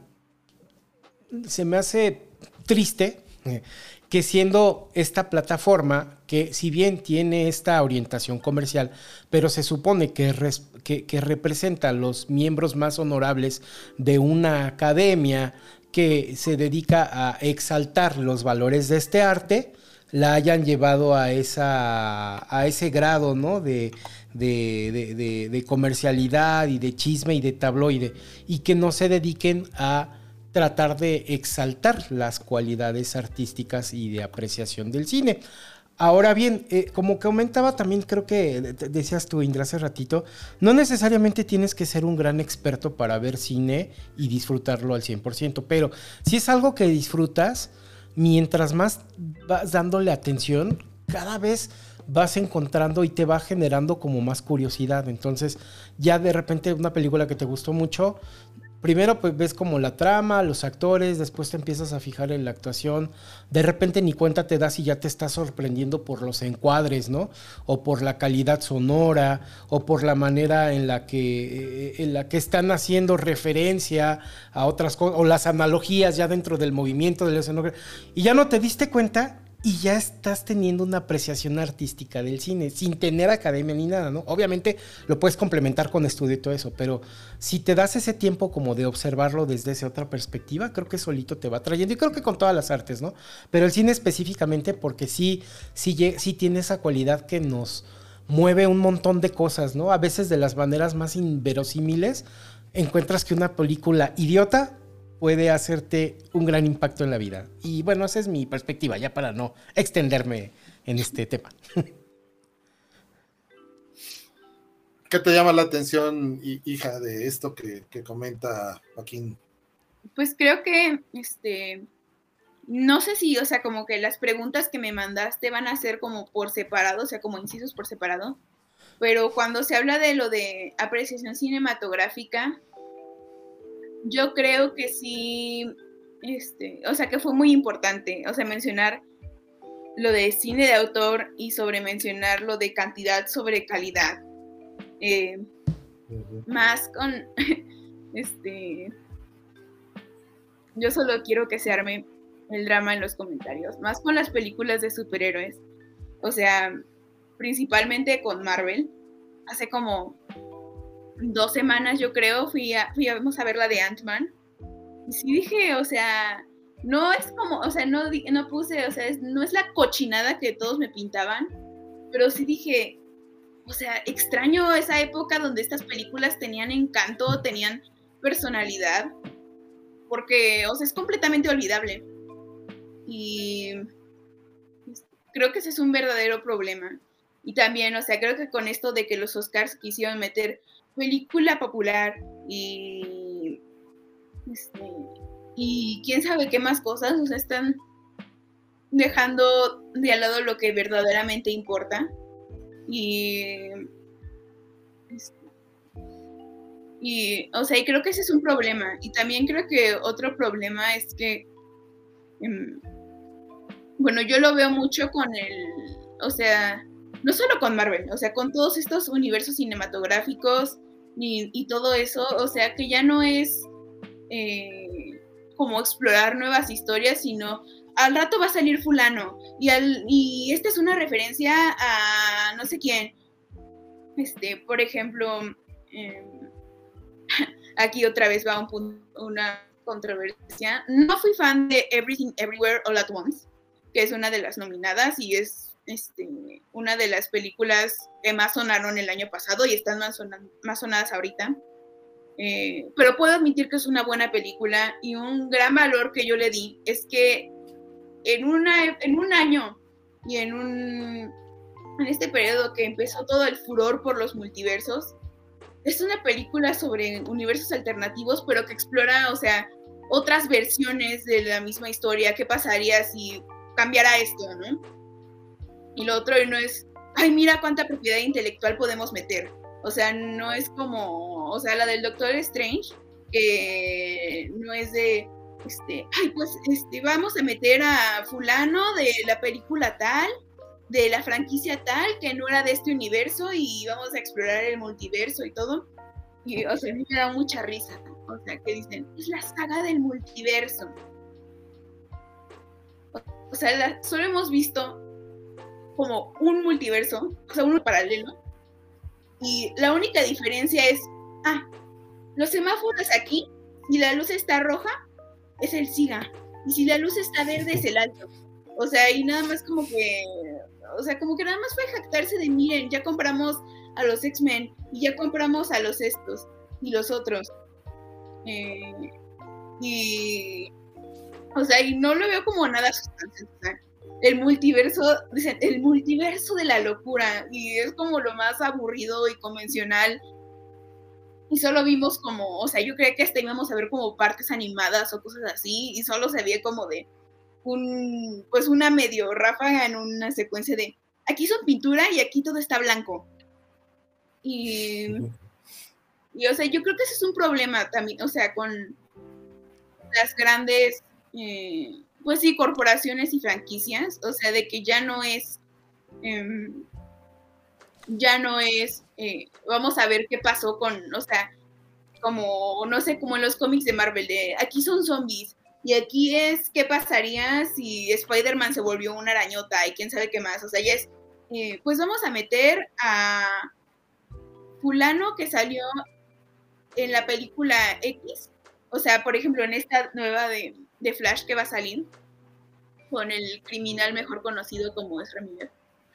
se me hace triste eh, que siendo esta plataforma que si bien tiene esta orientación comercial, pero se supone que, res, que, que representa a los miembros más honorables de una academia que se dedica a exaltar los valores de este arte, la hayan llevado a, esa, a ese grado, ¿no? de, de, de, de, de comercialidad y de chisme y de tabloide, y que no se dediquen a tratar de exaltar las cualidades artísticas y de apreciación del cine. Ahora bien, eh, como que aumentaba también, creo que decías tú, Indra, hace ratito, no necesariamente tienes que ser un gran experto para ver cine y disfrutarlo al cien por ciento, pero si es algo que disfrutas, mientras más vas dándole atención, cada vez vas encontrando y te va generando como más curiosidad. Entonces, ya de repente una película que te gustó mucho, primero pues ves como la trama, los actores, después te empiezas a fijar en la actuación, de repente ni cuenta te das y ya te estás sorprendiendo por los encuadres, ¿no? O por la calidad sonora, o por la manera en la que, en la que están haciendo referencia a otras cosas, o las analogías ya dentro del movimiento de la escenografía, y ya no te diste cuenta y ya estás teniendo una apreciación artística del cine, sin tener academia ni nada, ¿no? Obviamente lo puedes complementar con estudio y todo eso, pero si te das ese tiempo como de observarlo desde esa otra perspectiva, creo que solito te va trayendo, y creo que con todas las artes, ¿no? Pero el cine específicamente porque sí, sí, sí tiene esa cualidad que nos mueve un montón de cosas, ¿no? A veces de las maneras más inverosímiles encuentras que una película idiota puede hacerte un gran impacto en la vida. Y bueno, esa es mi perspectiva, ya para no extenderme en este tema. ¿Qué te llama la atención, hija, de esto que, que comenta Joaquín? Pues creo que, este, no sé si, o sea, como que las preguntas que me mandaste van a ser como por separado, o sea, como incisos por separado, pero cuando se habla de lo de apreciación cinematográfica, yo creo que sí, este, o sea, que fue muy importante, o sea, mencionar lo de cine de autor y sobre mencionar lo de cantidad sobre calidad. Eh, uh-huh. Más con, este, yo solo quiero que se arme el drama en los comentarios, más con las películas de superhéroes, o sea, principalmente con Marvel. Hace como dos semanas, yo creo, fui a, fui a, vamos a ver la de Ant-Man, y sí dije, o sea, no es como, o sea, no, no puse, o sea, es, no es la cochinada que todos me pintaban, pero sí dije, o sea, extraño esa época donde estas películas tenían encanto, tenían personalidad, porque, o sea, es completamente olvidable, y creo que ese es un verdadero problema. Y también, o sea, creo que con esto de que los Oscars quisieron meter película popular y este, y quién sabe qué más cosas, o sea, están dejando de al lado lo que verdaderamente importa. Y y, o sea, y creo que ese es un problema. Y también creo que otro problema es que um, bueno, yo lo veo mucho con el, o sea, no solo con Marvel, o sea, con todos estos universos cinematográficos y, y todo eso, o sea, que ya no es eh, como explorar nuevas historias, sino al rato va a salir fulano y, al, y esta es una referencia a no sé quién. Este, por ejemplo, eh, aquí otra vez va un punto, una controversia. No fui fan de Everything Everywhere All at Once, que es una de las nominadas y es este, una de las películas que más sonaron el año pasado y están más, sonan, más sonadas ahorita. Eh, pero puedo admitir que es una buena película y un gran valor que yo le di es que en, una, en un año y en, un, en este periodo que empezó todo el furor por los multiversos, es una película sobre universos alternativos, pero que explora, o sea, otras versiones de la misma historia. ¿Qué pasaría si cambiara esto, no? Y lo otro no es, ay, mira cuánta propiedad intelectual podemos meter. O sea, no es como, o sea, la del Doctor Strange, que no es de, este, ay, pues, este, vamos a meter a fulano de la película tal, de la franquicia tal, que no era de este universo y vamos a explorar el multiverso y todo. Y, o sea, a mí me da mucha risa, ¿no? O sea, que dicen, es la saga del multiverso. O sea, la, solo hemos visto como un multiverso, o sea, uno paralelo, y la única diferencia es, ah, los semáforos aquí, si la luz está roja, es el SIGA, y si la luz está verde, es el alto. O sea, y nada más como que, o sea, como que nada más fue jactarse de, miren, ya compramos a los X-Men, y ya compramos a los estos, y los otros. Eh, y, o sea, y no lo veo como nada sustancial, o sea, el multiverso, dicen, el multiverso de la locura, y es como lo más aburrido y convencional, y solo vimos como, o sea, yo creía que hasta íbamos a ver como partes animadas o cosas así, y solo se veía como de un, pues una medio ráfaga en una secuencia de, aquí son pintura y aquí todo está blanco, y, y o sea, yo creo que ese es un problema también, o sea, con las grandes, eh, pues sí, corporaciones y franquicias, o sea, de que ya no es, eh, ya no es, eh, vamos a ver qué pasó con, o sea, como, no sé, como en los cómics de Marvel, de aquí son zombies, Y aquí es qué pasaría si Spider-Man se volvió una arañota y quién sabe qué más. O sea, ya es, eh, pues vamos a meter a fulano que salió en la película X. O sea, por ejemplo, en esta nueva de, de Flash que va a salir, con el criminal mejor conocido como Ezra Miller.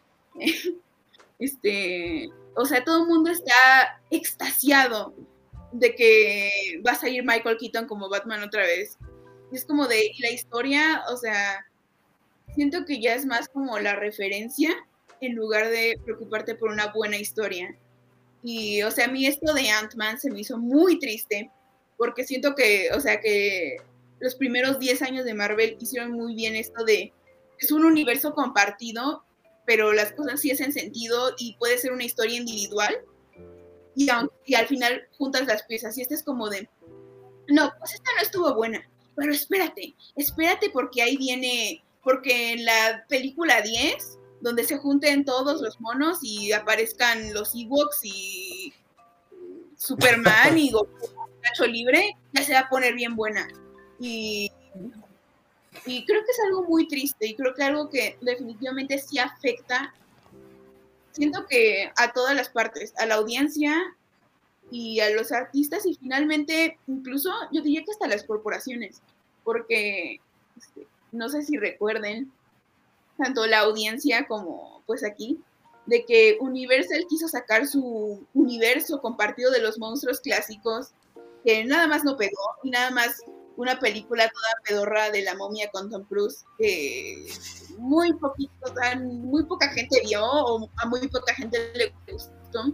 Este, o sea, todo el mundo está extasiado de que va a salir Michael Keaton como Batman otra vez. Es como de la historia, o sea, siento que ya es más como la referencia en lugar de preocuparte por una buena historia. Y, o sea, a mí esto de Ant-Man se me hizo muy triste, porque siento que, o sea, que los primeros diez años de Marvel hicieron muy bien esto de, es un universo compartido, pero las cosas sí hacen sentido y puede ser una historia individual, y, y al final juntas las piezas, y esta es como de, no, pues esta no estuvo buena, pero espérate, espérate porque ahí viene, porque en la película diez, donde se junten todos los monos y aparezcan los Ewoks y Superman y Goku Nacho Libre, ya se va a poner bien buena. Y, y creo que es algo muy triste y creo que algo que definitivamente sí afecta, siento que a todas las partes, a la audiencia y a los artistas y finalmente incluso yo diría que hasta las corporaciones, porque este, no sé si recuerden tanto la audiencia como pues aquí, de que Universal quiso sacar su universo compartido de los monstruos clásicos, que nada más no pegó, y nada más una película toda pedorra de la momia con Tom Cruise, que muy poquito, muy poca gente vio, o a muy poca gente le gustó.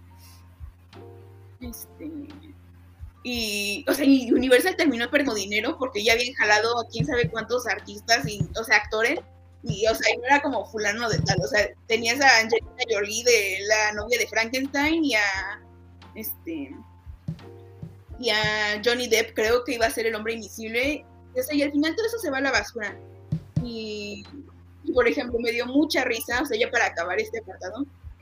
Este, y, o sea, y Universal terminó perdiendo dinero porque ya habían jalado a quién sabe cuántos artistas, y, o sea, actores, y, o sea, no era como fulano de tal, o sea, tenías a Angelina Jolie de la novia de Frankenstein y a, este, y a Johnny Depp, creo que iba a ser el hombre invisible, o sea, y al final todo eso se va a la basura. Y, y por ejemplo, me dio mucha risa, o sea, ya para acabar este apartado,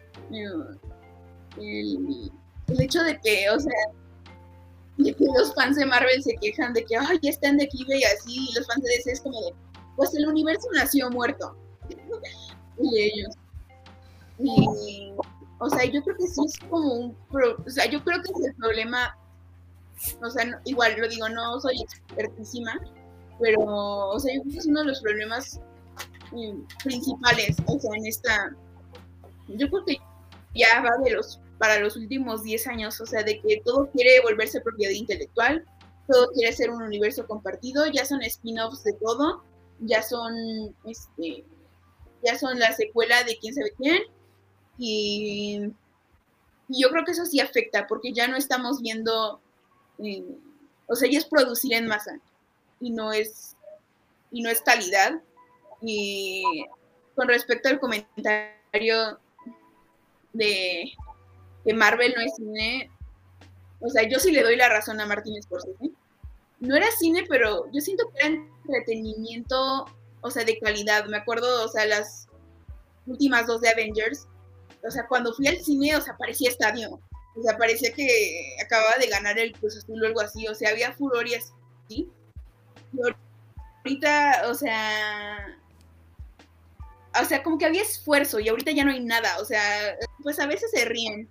el, el hecho de que, o sea, de que los fans de Marvel se quejan de que, ay, ya están de declive y así, y los fans de D C es como de, pues el universo nació muerto. Y ellos. Y, o sea, yo creo que sí es como un, pro, o sea, yo creo que es el problema, o sea, no, igual lo digo, no soy expertísima, pero, o sea, yo creo que es uno de los problemas eh, principales, o sea, en esta, yo creo que ya va de los, para los últimos diez años, o sea, de que todo quiere volverse propiedad intelectual, todo quiere ser un universo compartido, ya son spin-offs de todo, ya son, este, ya son la secuela de quién sabe quién, y, y yo creo que eso sí afecta, porque ya no estamos viendo, eh, o sea, ya es producir en masa, y no es, y no es calidad. Y con respecto al comentario de que Marvel no es cine, o sea, yo sí le doy la razón a Martin Scorsese. No era cine, pero yo siento que era entretenimiento, o sea, de calidad. Me acuerdo, o sea, las últimas dos de Avengers, o sea, cuando fui al cine, o sea, parecía estadio. O sea, parecía que acababa de ganar el Cruz Azul o algo así. O sea, había furor y así. Y ahorita, o sea... O sea, como que había esfuerzo y ahorita ya no hay nada. O sea, pues a veces se ríen.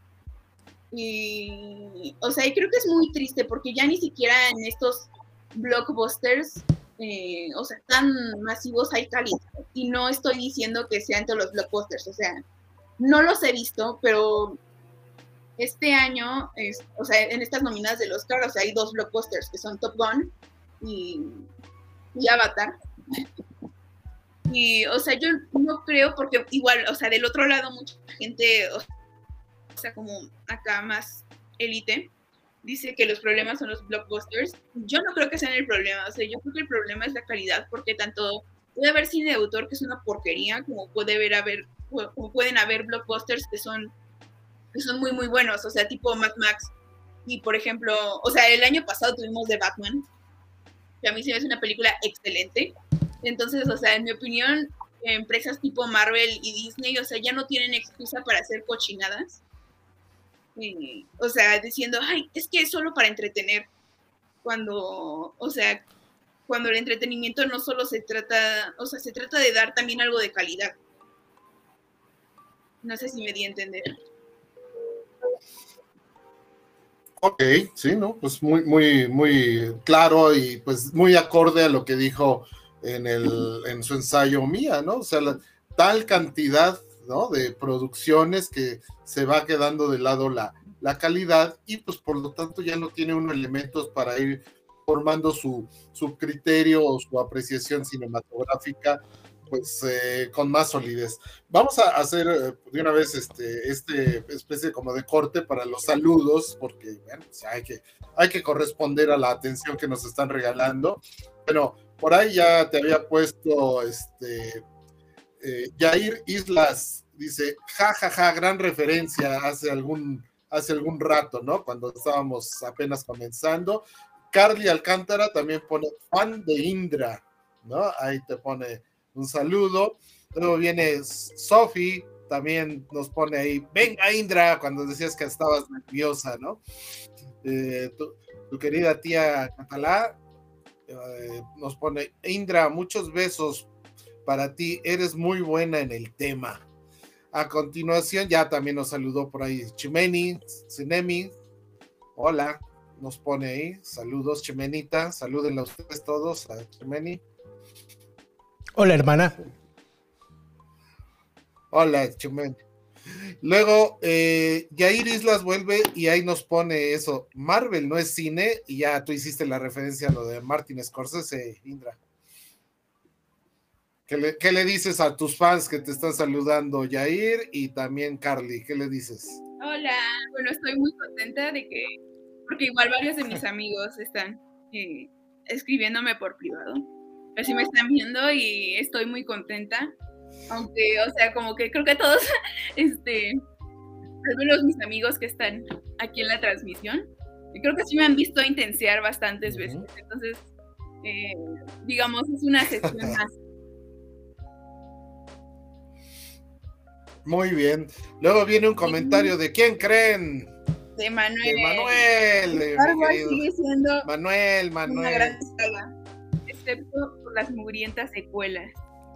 Y, o sea, y creo que es muy triste porque ya ni siquiera en estos blockbusters, eh, o sea, tan masivos hay calidad. Y no estoy diciendo que sean todos los blockbusters, o sea, no los he visto, pero este año, es, o sea, en estas nominadas del Oscar, o sea, hay dos blockbusters que son Top Gun y, y Avatar. Y, o sea, yo no creo porque igual, o sea, del otro lado mucha gente, o sea, como acá más élite, dice que los problemas son los blockbusters. Yo no creo que sean el problema, o sea, yo creo que el problema es la calidad, porque tanto puede haber cine de autor que es una porquería, como puede haber, haber como pueden haber blockbusters que son, que son muy, muy buenos, o sea, tipo Mad Max. Y, por ejemplo, o sea, el año pasado tuvimos The Batman, que a mí se me hace una película excelente. Entonces, o sea, en mi opinión, empresas tipo Marvel y Disney, o sea, ya no tienen excusa para hacer cochinadas. Eh, o sea, diciendo, ay, es que es solo para entretener. Cuando, o sea, cuando el entretenimiento no solo se trata, o sea, se trata de dar también algo de calidad. No sé si me di a entender. Ok, sí, ¿no? Pues muy, muy, muy claro y pues muy acorde a lo que dijo en, el, en su ensayo Mía, ¿no? O sea, la, tal cantidad, ¿no? De producciones que se va quedando de lado la, la calidad y pues por lo tanto ya no tiene unos elementos para ir formando su, su criterio o su apreciación cinematográfica pues eh, con más solidez. Vamos a hacer eh, de una vez este, este especie como de corte para los saludos, porque bueno, pues hay, que, hay que corresponder a la atención que nos están regalando. Bueno, por ahí ya te había puesto este eh, Yair Islas, dice, ja, ja, ja, gran referencia hace algún, hace algún rato, ¿no? Cuando estábamos apenas comenzando. Carly Alcántara también pone fan de Indra, ¿no? Ahí te pone un saludo. Luego viene Sofi, también nos pone ahí, venga Indra, cuando decías que estabas nerviosa, ¿no? Eh, tu, tu querida tía Catalá eh, nos pone, Indra, muchos besos para ti, eres muy buena en el tema. A continuación, ya también nos saludó por ahí Chimeni, Cinemi, hola, nos pone ahí, saludos Chimenita, salúdenla ustedes todos a Chimeni. Hola, hermana. Hola, Chumén. Luego, eh, Yair Islas vuelve y ahí nos pone eso. Marvel no es cine, y ya tú hiciste la referencia a lo de Martin Scorsese, Indra. ¿Qué le, qué le dices a tus fans que te están saludando, Yair y también Carly? ¿Qué le dices? Hola, bueno, estoy muy contenta de que, porque igual varios de mis amigos están eh, escribiéndome por privado. Así me están viendo y estoy muy contenta, aunque, o sea, como que creo que todos, este, al menos mis amigos que están aquí en la transmisión, creo que sí me han visto intensear bastantes uh-huh. veces, entonces, eh, digamos, es una sesión más. Muy bien, luego viene un comentario de ¿quién creen? De Manuel. De Manuel, de Star Wars sigue siendo Manuel, Manuel. Una gran saga. Excepto por las mugrientas secuelas.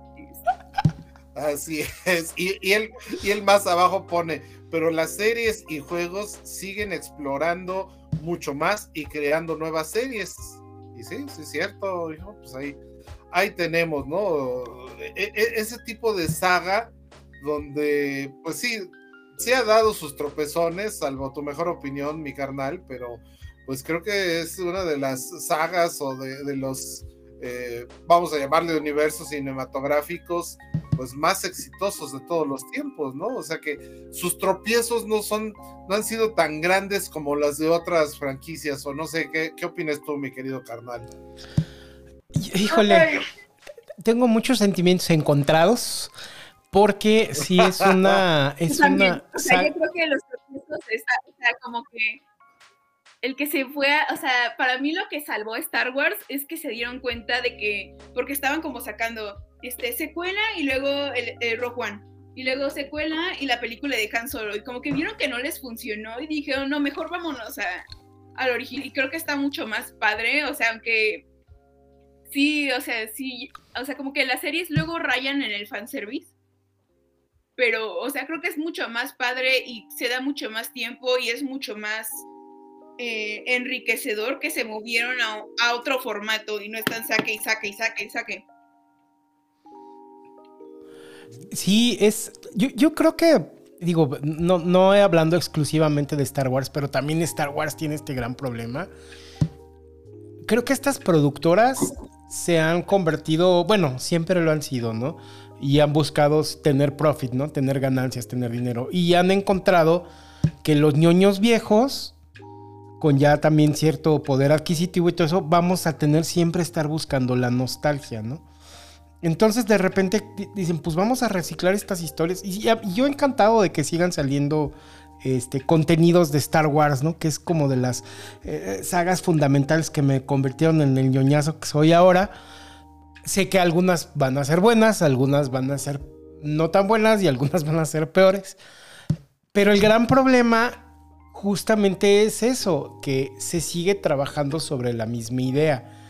Así es, y, y, él, y él más abajo pone, pero las series y juegos siguen explorando mucho más y creando nuevas series. Y sí, sí es cierto, hijo, pues ahí, ahí tenemos, ¿no? E, e, ese tipo de saga donde, pues sí, sí ha dado sus tropezones, salvo tu mejor opinión, mi carnal, pero pues creo que es una de las sagas o de, de los Eh, vamos a llamarle universos cinematográficos pues más exitosos de todos los tiempos, ¿no? O sea que sus tropiezos no son, no han sido tan grandes como las de otras franquicias, o no sé, ¿qué, qué opinas tú, mi querido carnal? Híjole, tengo muchos sentimientos encontrados, porque sí es una... Es también, una o sea, yo creo que los tropiezos, o sea, como que el que se fue, a, o sea, para mí lo que salvó a Star Wars es que se dieron cuenta de que, porque estaban como sacando este, secuela y luego el, el Rogue One, y luego secuela y la película de Han Solo, y como que vieron que no les funcionó y dijeron, no, mejor vámonos a, al original, y creo que está mucho más padre, o sea, aunque sí, o sea, sí, o sea, como que las series luego rayan en el fanservice, pero, o sea, creo que es mucho más padre y se da mucho más tiempo y es mucho más... Eh, enriquecedor que se movieron a, a otro formato y no están saque y saque y saque y saque. Sí, es. Yo, yo creo que, digo, no, no he hablando exclusivamente de Star Wars, pero también Star Wars tiene este gran problema. Creo que estas productoras se han convertido, bueno, siempre lo han sido, ¿no? Y han buscado tener profit, ¿no? Tener ganancias, tener dinero. Y han encontrado que los ñoños viejos, con ya también cierto poder adquisitivo y todo eso, vamos a tener siempre estar buscando la nostalgia, ¿no? Entonces de repente dicen, pues vamos a reciclar estas historias. Y yo encantado de que sigan saliendo este, contenidos de Star Wars, ¿no? Que es como de las eh, sagas fundamentales que me convirtieron en el ñoñazo que soy ahora. Sé que algunas van a ser buenas, algunas van a ser no tan buenas y algunas van a ser peores. Pero el gran problema justamente es eso, que se sigue trabajando sobre la misma idea.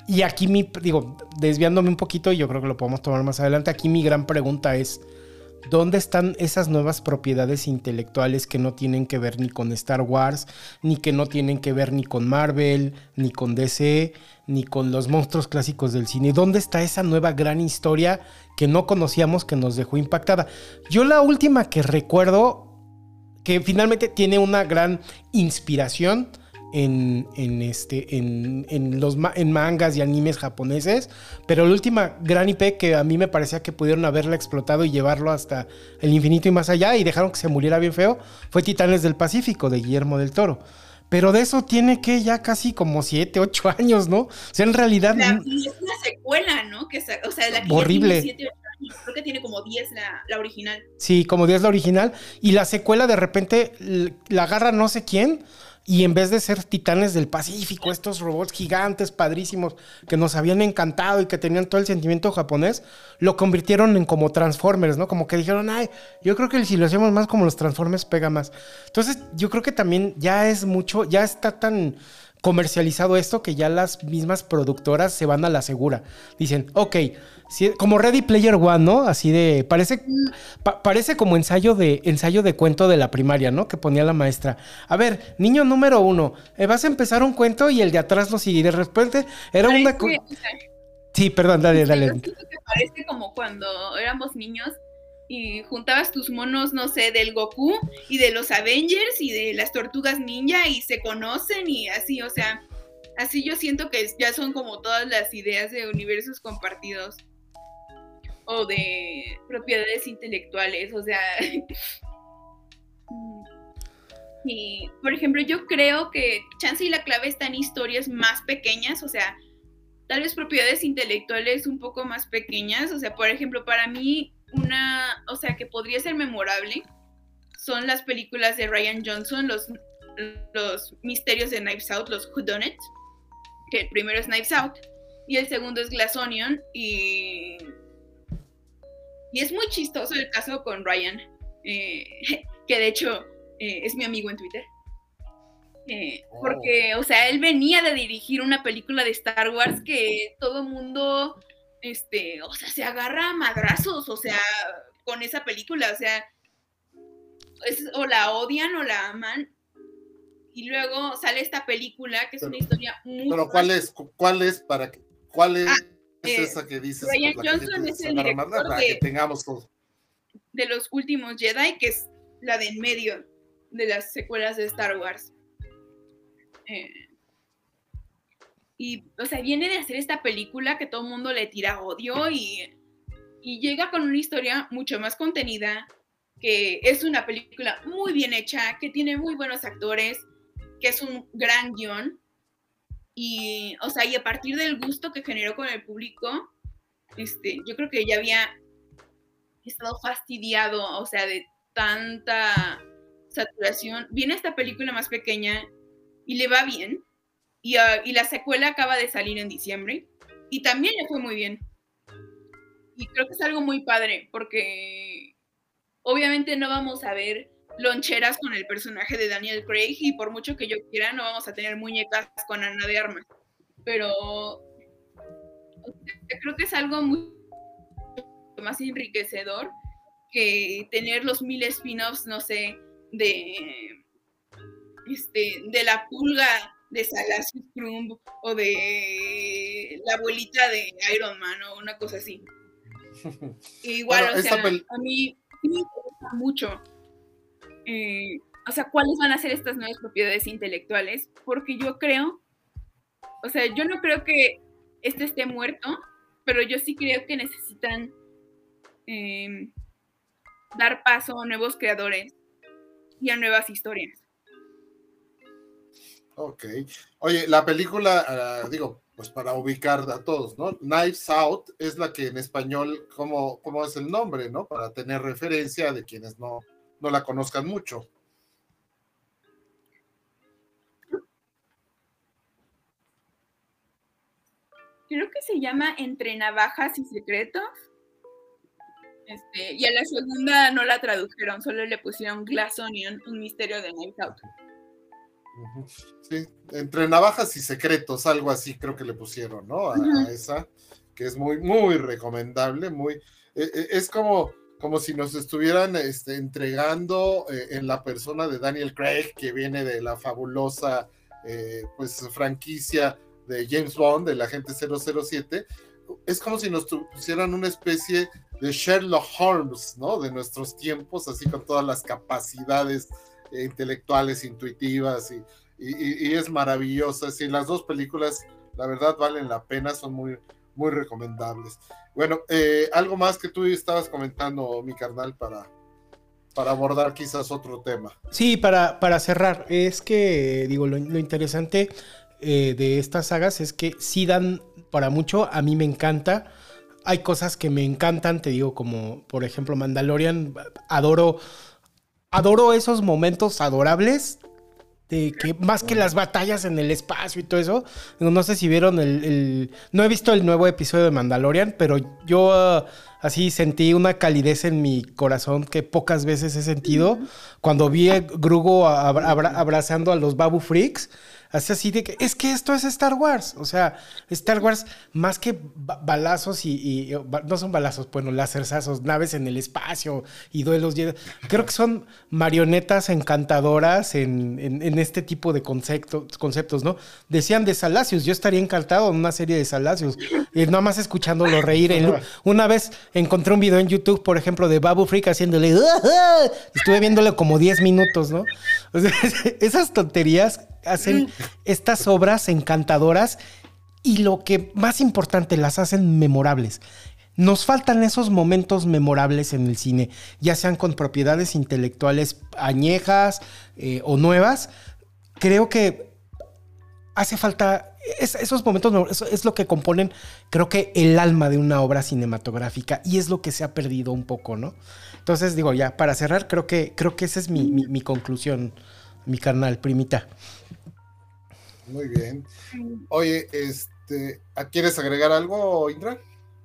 y aquí mi, digo, desviándome un poquito, y yo creo que lo podemos tomar más adelante, aquí mi gran pregunta es, ¿dónde están esas nuevas propiedades intelectuales que no tienen que ver ni con Star Wars, ni que no tienen que ver ni con Marvel, ni con D C, ni con los monstruos clásicos del cine? ¿Dónde está esa nueva gran historia que no conocíamos, que nos dejó impactada? Yo la última que recuerdo, que finalmente tiene una gran inspiración en, en, este, en, en, los, en mangas y animes japoneses, pero la última gran I P que a mí me parecía que pudieron haberla explotado y llevarlo hasta el infinito y más allá y dejaron que se muriera bien feo, fue Titanes del Pacífico de Guillermo del Toro. Pero de eso tiene que ya casi como siete, ocho años, ¿no? O sea, en realidad... La, y es una secuela, ¿no? Que, o sea, la que horrible. Ya tiene siete, ocho años. Creo que tiene como diez la, la original. Sí, como diez la original. Y la secuela de repente la agarra no sé quién... Y en vez de ser Titanes del Pacífico, estos robots gigantes, padrísimos, que nos habían encantado y que tenían todo el sentimiento japonés, lo convirtieron en como Transformers, ¿no? Como que dijeron, ay, yo creo que si lo hacemos más como los Transformers pega más. Entonces, yo creo que también ya es mucho, ya está tan comercializado esto que ya las mismas productoras se van a la segura. Dicen, ok, si, como Ready Player One, ¿no? Así de, parece, pa, parece como ensayo de, ensayo de cuento de la primaria, ¿no? Que ponía la maestra. A ver, niño número uno, eh, vas a empezar un cuento y el de atrás lo sigue. De repente era parece, una... Co- sí, perdón, dale, dale. Que parece como cuando éramos niños y juntabas tus monos, no sé, del Goku y de los Avengers y de las Tortugas Ninja y se conocen y así, o sea, así yo siento que ya son como todas las ideas de universos compartidos o de propiedades intelectuales, o sea, y por ejemplo yo creo que chance y la clave está en historias más pequeñas, o sea, tal vez propiedades intelectuales un poco más pequeñas, o sea, por ejemplo, para mí una, o sea, que podría ser memorable son las películas de Rian Johnson, los, los misterios de Knives Out, los Whodunit, que el primero es Knives Out y el segundo es Glass Onion, y, y es muy chistoso el caso con Rian, eh, que de hecho eh, es mi amigo en Twitter. Eh, porque, o sea, él venía de dirigir una película de Star Wars que todo mundo, este, o sea, se agarra a madrazos, o sea, con esa película, o sea, es, o la odian o la aman, y luego sale esta película que es pero, una historia muy... Pero ¿cuál es, cuál es, para que, cuál es, ah, es eh, esa que dices? Rian Johnson es el director para de, que tengamos todo. de los últimos Jedi, que es la de en medio de las secuelas de Star Wars. Eh, y, o sea, viene de hacer esta película que todo el mundo le tira odio y, y llega con una historia mucho más contenida, que es una película muy bien hecha, que tiene muy buenos actores, que es un gran guión, y, o sea, y a partir del gusto que generó con el público, este, yo creo que ya había estado fastidiado, o sea, de tanta saturación. Viene esta película más pequeña y le va bien, y, uh, y la secuela acaba de salir en diciembre y también le fue muy bien, y creo que es algo muy padre porque obviamente no vamos a ver loncheras con el personaje de Daniel Craig, y por mucho que yo quiera no vamos a tener muñecas con Ana de Armas, pero creo que es algo muy más enriquecedor que tener los mil spin-offs, no sé, de Este, de la pulga de Salacious Crumb o de la abuelita de Iron Man o una cosa así. Igual, bueno, o sea, pel- a mí me gusta mucho, eh, o sea, cuáles van a ser estas nuevas propiedades intelectuales, porque yo creo, o sea, yo no creo que este esté muerto, pero yo sí creo que necesitan eh, dar paso a nuevos creadores y a nuevas historias. Ok. Oye, la película, uh, digo, pues para ubicar a todos, ¿no? Knives Out es la que en español, ¿cómo, cómo es el nombre, no? Para tener referencia de quienes no, no la conozcan mucho. Creo que se llama Entre Navajas y Secretos. Este, y a la segunda no la tradujeron, solo le pusieron Glass Onion, un misterio de Knives Out. Sí, entre navajas y secretos, algo así creo que le pusieron, ¿no? A, a esa, que es muy, muy recomendable, muy, eh, es como, como si nos estuvieran este, entregando eh, en la persona de Daniel Craig, que viene de la fabulosa eh, pues franquicia de James Bond, del agente cero cero siete. Es como si nos pusieran una especie de Sherlock Holmes, ¿no? De nuestros tiempos, así con todas las capacidades eh, intelectuales, intuitivas, y, y, y es maravillosa. Sí, las dos películas, la verdad, valen la pena, son muy, muy recomendables. Bueno, eh, algo más que tú estabas comentando, mi carnal, para, para abordar quizás otro tema. Sí, para, para cerrar, es que, digo, lo, lo interesante eh, de estas sagas es que sí dan para mucho. A mí me encanta. Hay cosas que me encantan, te digo, como por ejemplo Mandalorian. Adoro, adoro esos momentos adorables de que más que las batallas en el espacio y todo eso. No sé si vieron el, el no he visto el nuevo episodio de Mandalorian, pero yo uh, así sentí una calidez en mi corazón que pocas veces he sentido cuando vi a Grogu abra, abra, abrazando a los Babu Freaks. Así, así de que, es que esto es Star Wars. O sea, Star Wars, más que ba- balazos y, y, no son balazos, bueno, láserzazos, naves en el espacio y duelos. Creo que son marionetas encantadoras en, en, en este tipo de conceptos, conceptos, ¿no? Decían de Salacious, yo estaría encantado en una serie de Salacious, eh, nada más escuchándolo reír. En, una vez encontré un video en YouTube, por ejemplo, de Babu Freak haciéndole, ¡ah, ah! Estuve viéndolo como diez minutos, ¿no? O sea, esas tonterías hacen estas obras encantadoras y lo que más importante, las hacen memorables. Nos faltan esos momentos memorables en el cine, ya sean con propiedades intelectuales añejas eh, o nuevas. Creo que hace falta es, esos momentos, eso es lo que componen, creo que el alma de una obra cinematográfica, y es lo que se ha perdido un poco, ¿no? Entonces, digo, ya para cerrar, creo que, creo que esa es mi, mi, mi conclusión, mi carnal, primita. Muy bien. Oye, este, ¿quieres agregar algo, Indra?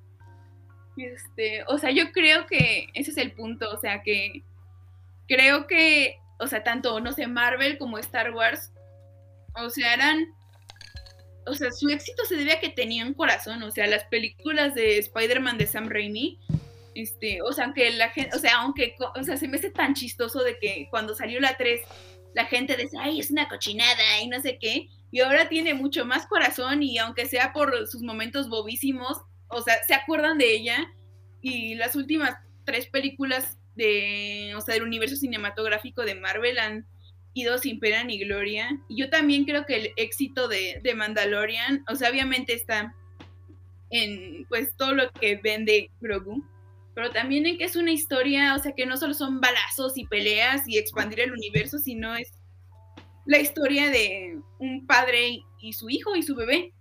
Este, o sea, yo creo que ese es el punto, o sea, que creo que, o sea, tanto, no sé, Marvel como Star Wars, o sea, eran, o sea, su éxito se debe a que tenían corazón, o sea, las películas de Spider-Man de Sam Raimi, este, o sea, aunque la gente, o sea, aunque, o sea, se me hace tan chistoso de que cuando salió la tres, la gente decía, ay, es una cochinada y no sé qué, y ahora tiene mucho más corazón, y aunque sea por sus momentos bobísimos, o sea, se acuerdan de ella. Y las últimas tres películas de, o sea, del universo cinematográfico de Marvel han ido sin pena ni gloria. Y yo también creo que el éxito de, de Mandalorian, o sea, obviamente está en, pues, todo lo que vende Grogu, pero también en que es una historia, o sea, que no solo son balazos y peleas y expandir el universo, sino es la historia de un padre y su hijo y su bebé.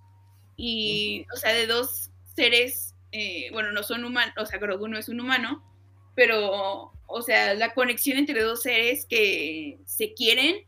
Y, o sea, de dos seres, eh, bueno, no son humanos, o sea, Grogu no es un humano, pero, o sea, la conexión entre dos seres que se quieren.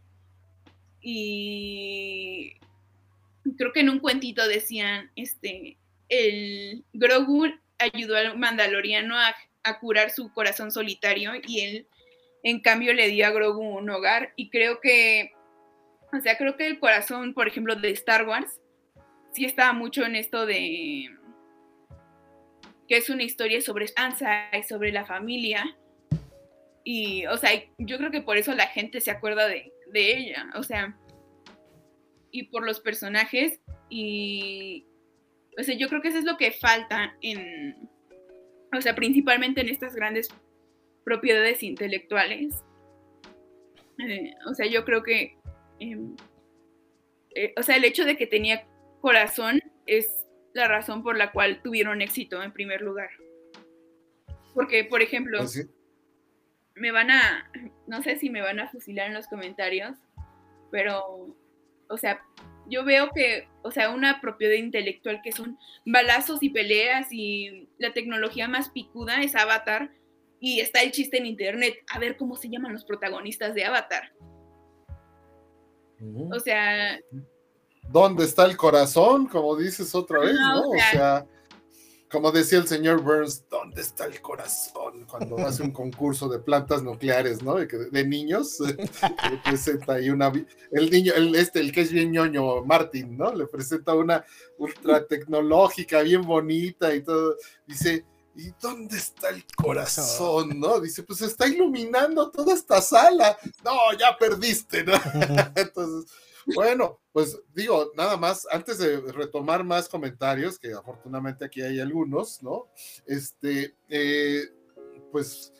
Y creo que en un cuentito decían, este, el Grogu ayudó al Mandaloriano a, a curar su corazón solitario, y él, en cambio, le dio a Grogu un hogar. Y creo que, o sea, creo que el corazón, por ejemplo, de Star Wars, sí estaba mucho en esto de que es una historia sobre esperanza y sobre la familia. Y, o sea, yo creo que por eso la gente se acuerda de, de ella, o sea, y por los personajes. Y, o sea, yo creo que eso es lo que falta en, o sea, principalmente en estas grandes propiedades intelectuales. Eh, o sea, yo creo que, eh, eh, o sea, el hecho de que tenía corazón es la razón por la cual tuvieron éxito en primer lugar. Porque, por ejemplo, Pues sí. me van a, no sé si me van a fusilar en los comentarios, pero, o sea, yo veo que, o sea, una propiedad intelectual que son balazos y peleas y la tecnología más picuda es Avatar, y está el chiste en internet, a ver cómo se llaman los protagonistas de Avatar. Uh-huh. O sea... ¿Dónde está el corazón? Como dices otra vez, ¿no? O sea... O sea, como decía el señor Burns, ¿dónde está el corazón? Cuando hace un concurso de plantas nucleares, ¿no? De, de niños, le presenta ahí una, el niño, el, este, el que es bien ñoño, Martin, ¿no? Le presenta una ultra tecnológica, bien bonita y todo, dice, ¿y dónde está el corazón, no? Dice, pues está iluminando toda esta sala. No, ya perdiste, ¿no? Entonces, bueno, pues digo, nada más, antes de retomar más comentarios, que afortunadamente aquí hay algunos, ¿no? Este, eh, pues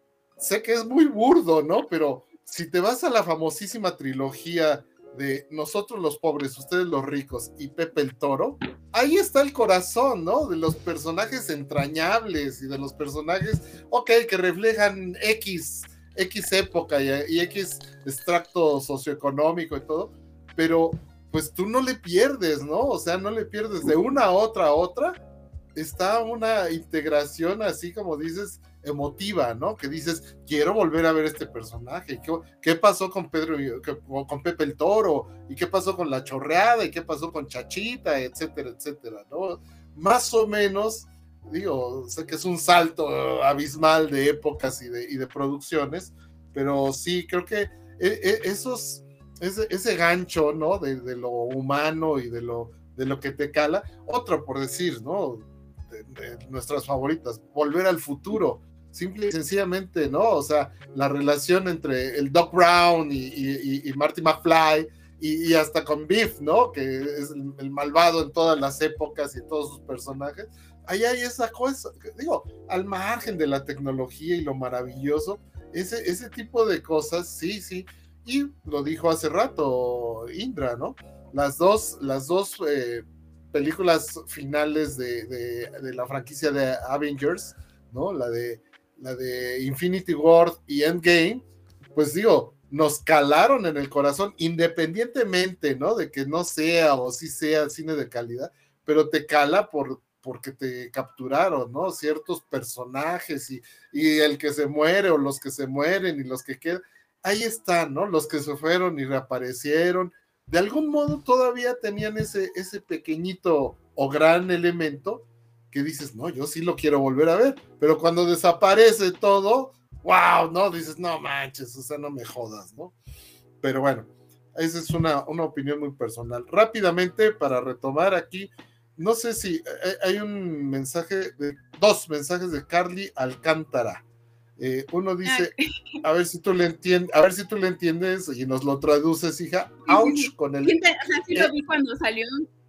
sé que es muy burdo, ¿no? Pero si te vas a la famosísima trilogía de Nosotros los pobres, ustedes los ricos y Pepe el Toro, ahí está el corazón, ¿no? De los personajes entrañables y de los personajes, ok, que reflejan X, X época y, y X extracto socioeconómico y todo, pero pues tú no le pierdes, ¿no? O sea, no le pierdes de una a otra a otra, está una integración así como dices, emotiva, ¿no? Que dices, quiero volver a ver este personaje, ¿qué, qué pasó con Pedro, con Pepe el Toro? ¿Y qué pasó con La Chorreada? ¿Y qué pasó con Chachita? Etcétera, etcétera, ¿no? Más o menos, digo, sé que es un salto abismal de épocas y de, y de producciones, pero sí, creo que esos... Ese, ese gancho, ¿no? De, de lo humano y de lo, de lo que te cala. Otro, por decir, ¿no? De, de nuestras favoritas, Volver al Futuro. Simple y sencillamente, ¿no? O sea, la relación entre el Doc Brown y, y, y Marty McFly y, y hasta con Biff, ¿no? Que es el, el malvado en todas las épocas y todos sus personajes. Ahí hay esa cosa, digo, al margen de la tecnología y lo maravilloso, ese, ese tipo de cosas, sí, sí. Y lo dijo hace rato Indra, ¿no? Las dos, las dos eh, películas finales de, de, de la franquicia de Avengers, ¿no? La de, la de Infinity War y Endgame, pues digo, nos calaron en el corazón, independientemente, ¿no? De que no sea o sí sea cine de calidad, pero te cala por, porque te capturaron, ¿no? Ciertos personajes y, y el que se muere o los que se mueren y los que quedan. Ahí están, ¿no? Los que se fueron y reaparecieron, de algún modo todavía tenían ese, ese pequeñito o gran elemento que dices, no, yo sí lo quiero volver a ver, pero cuando desaparece todo, wow, ¿no? Dices, no manches, o sea, no me jodas, ¿no? Pero bueno, esa es una, una opinión muy personal. Rápidamente, para retomar aquí, no sé si hay un mensaje, de, dos mensajes de Carly Alcántara. Eh, uno dice, a ver si tú le entiendes, a ver si tú le entiendes y nos lo traduces, hija. Ouch, con el. Sí, o sea, sí lo vi cuando salió.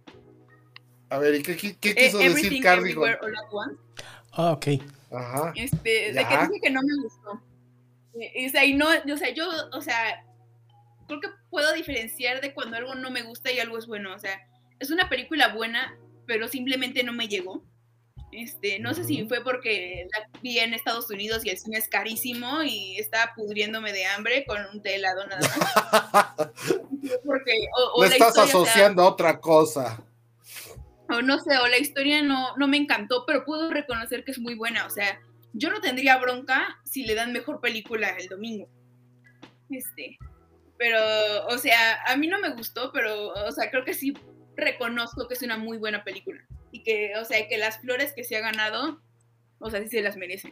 A ver, ¿y qué, qué, qué quiso eh, decir Carly? Ah, ok. Ajá. Este, de que dice que no me gustó. Eh, o sea, y no, o sea, yo, o sea, creo que puedo diferenciar de cuando algo no me gusta y algo es bueno. O sea, es una película buena, pero simplemente no me llegó. Este, no sé si fue porque la vi en Estados Unidos y el cine es carísimo y estaba pudriéndome de hambre con un té helado nada más. Porque, o, o Le la estás historia, asociando o sea, a otra cosa. O no sé, o la historia no, no me encantó, pero puedo reconocer que es muy buena. O sea, yo no tendría bronca si le dan mejor película el domingo. Este, pero, o sea, a mí no me gustó, pero, o sea, creo que sí reconozco que es una muy buena película. Y que, o sea, que las flores que se ha ganado, o sea, sí se las merecen.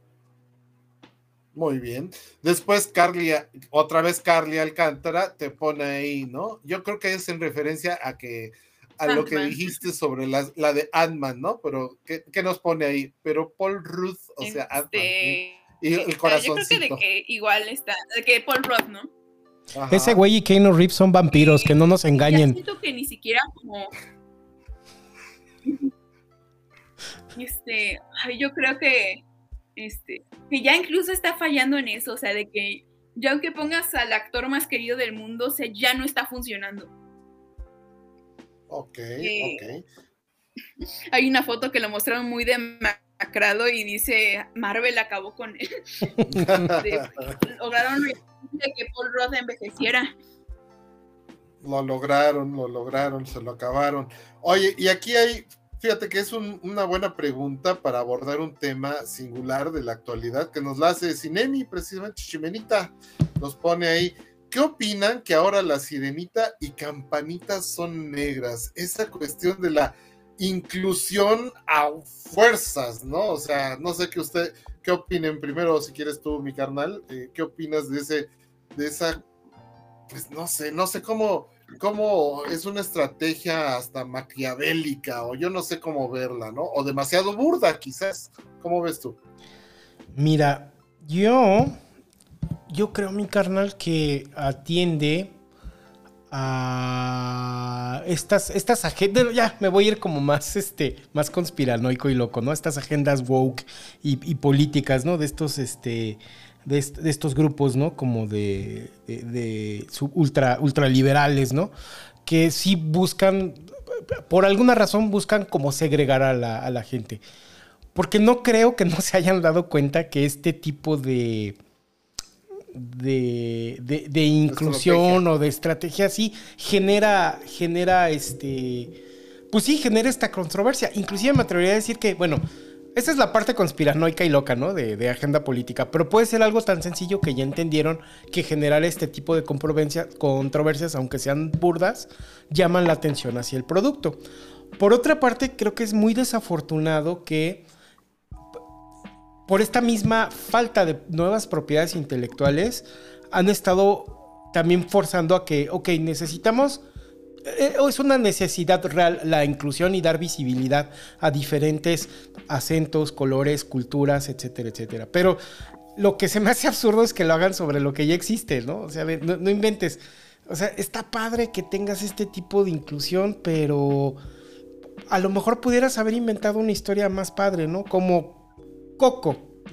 Muy bien. Después Carly, otra vez Carly Alcántara te pone ahí, ¿no? Yo creo que es en referencia a que a Ant-Man. Lo que dijiste sobre la, la de Ant-Man, ¿no? Pero, ¿qué, ¿qué nos pone ahí? Pero Paul Rudd, o sea, este, Ant-Man. Y, y el corazoncito. Yo creo que de que igual está, de que Paul Rudd, ¿no? Ajá. Ese güey y Keanu Reeves son vampiros, que no nos engañen. Ya siento que ni siquiera como... Este, ay, yo creo que este, que ya incluso está fallando en eso, o sea, de que ya aunque pongas al actor más querido del mundo, o sea, ya no está funcionando. Ok, eh, ok. Hay una foto que lo mostraron muy demacrado y dice, Marvel acabó con él. de, lograron de que Paul Rudd envejeciera. Lo lograron, lo lograron, se lo acabaron. Oye, y aquí hay... Fíjate que es un, una buena pregunta para abordar un tema singular de la actualidad que nos la hace Cinemi, precisamente Chimenita, nos pone ahí. ¿Qué opinan que ahora la Sirenita y Campanita son negras? Esa cuestión de la inclusión a fuerzas, ¿no? O sea, no sé qué usted, qué opinen primero, si quieres tú, mi carnal, eh, ¿qué opinas de ese, de esa, pues no sé, no sé cómo, cómo es una estrategia hasta maquiavélica, o yo no sé cómo verla, ¿no? O demasiado burda, quizás. ¿Cómo ves tú? Mira, yo, yo creo, mi carnal, que atiende a estas, estas agendas, ya me voy a ir como más, este, más conspiranoico y loco, ¿no? Estas agendas woke y, y políticas, ¿no? De estos, este, de, est de estos grupos, ¿no? Como de, de, de ultra, ultraliberales, ¿no? Que sí buscan, por alguna razón buscan como segregar a la, a la gente. Porque no creo que no se hayan dado cuenta que este tipo de... De, de, de inclusión o de estrategia así genera, genera este, pues sí, genera esta controversia. Inclusive me atrevería a decir que, bueno, esa es la parte conspiranoica y loca, ¿no? De, de agenda política, pero puede ser algo tan sencillo que ya entendieron que generar este tipo de controversias, aunque sean burdas, llaman la atención hacia el producto. Por otra parte, creo que es muy desafortunado que por esta misma falta de nuevas propiedades intelectuales, han estado también forzando a que, ok, necesitamos, eh, es una necesidad real la inclusión y dar visibilidad a diferentes acentos, colores, culturas, etcétera, etcétera. Pero lo que se me hace absurdo es que lo hagan sobre lo que ya existe, ¿no? O sea, no, no inventes. O sea, está padre que tengas este tipo de inclusión, pero a lo mejor pudieras haber inventado una historia más padre, ¿no? Como Coco.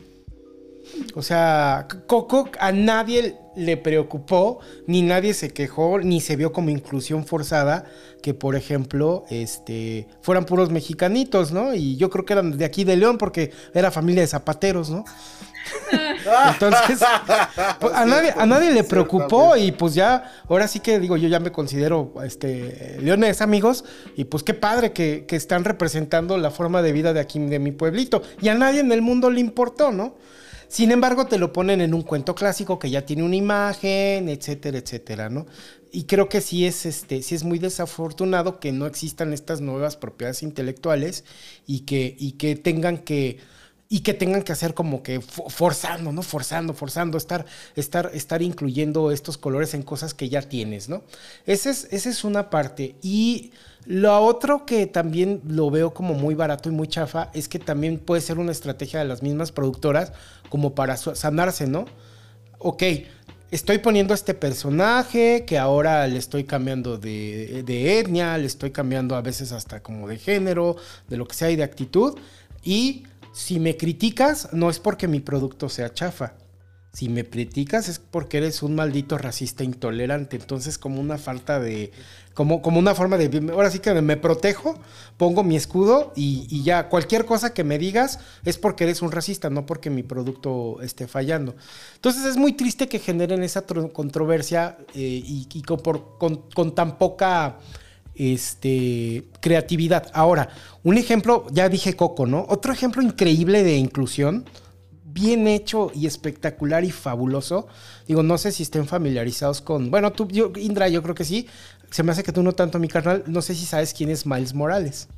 O sea, Coco a nadie le preocupó, ni nadie se quejó, ni se vio como inclusión forzada, que por ejemplo, este, fueran puros mexicanitos, ¿no? Y yo creo que eran de aquí de León, porque era familia de zapateros, ¿no? Entonces, pues, a nadie, a nadie le preocupó y pues ya, ahora sí que digo, yo ya me considero este, leones amigos y pues qué padre que, que están representando la forma de vida de aquí, de mi pueblito, y a nadie en el mundo le importó, ¿no? Sin embargo, te lo ponen en un cuento clásico que ya tiene una imagen, etcétera, etcétera, ¿no? Y creo que sí es, este, sí es muy desafortunado que no existan estas nuevas propiedades intelectuales y que, y que tengan que... y que tengan que hacer como que forzando, ¿no? Forzando, forzando, estar, estar, estar incluyendo estos colores en cosas que ya tienes, ¿no? Esa es, esa es una parte. Y lo otro que también lo veo como muy barato y muy chafa es que también puede ser una estrategia de las mismas productoras como para sanarse, ¿no? Ok, estoy poniendo este personaje que ahora le estoy cambiando de, de etnia, le estoy cambiando a veces hasta como de género, de lo que sea y de actitud, y si me criticas, no es porque mi producto sea chafa. Si me criticas es porque eres un maldito racista intolerante. Entonces, como una falta de... Como, como una forma de... Ahora sí que me protejo, pongo mi escudo y, y ya. Cualquier cosa que me digas es porque eres un racista, no porque mi producto esté fallando. Entonces, es muy triste que generen esa controversia eh, y, y con, por, con, con tan poca... Este, creatividad. Ahora, un ejemplo, ya dije Coco, ¿no? Otro ejemplo increíble de inclusión, bien hecho y espectacular y fabuloso. Digo, no sé si estén familiarizados con... Bueno, tú, yo, Indra, yo creo que sí. Se me hace que tú no tanto, mi carnal. No sé si sabes quién es Miles Morales.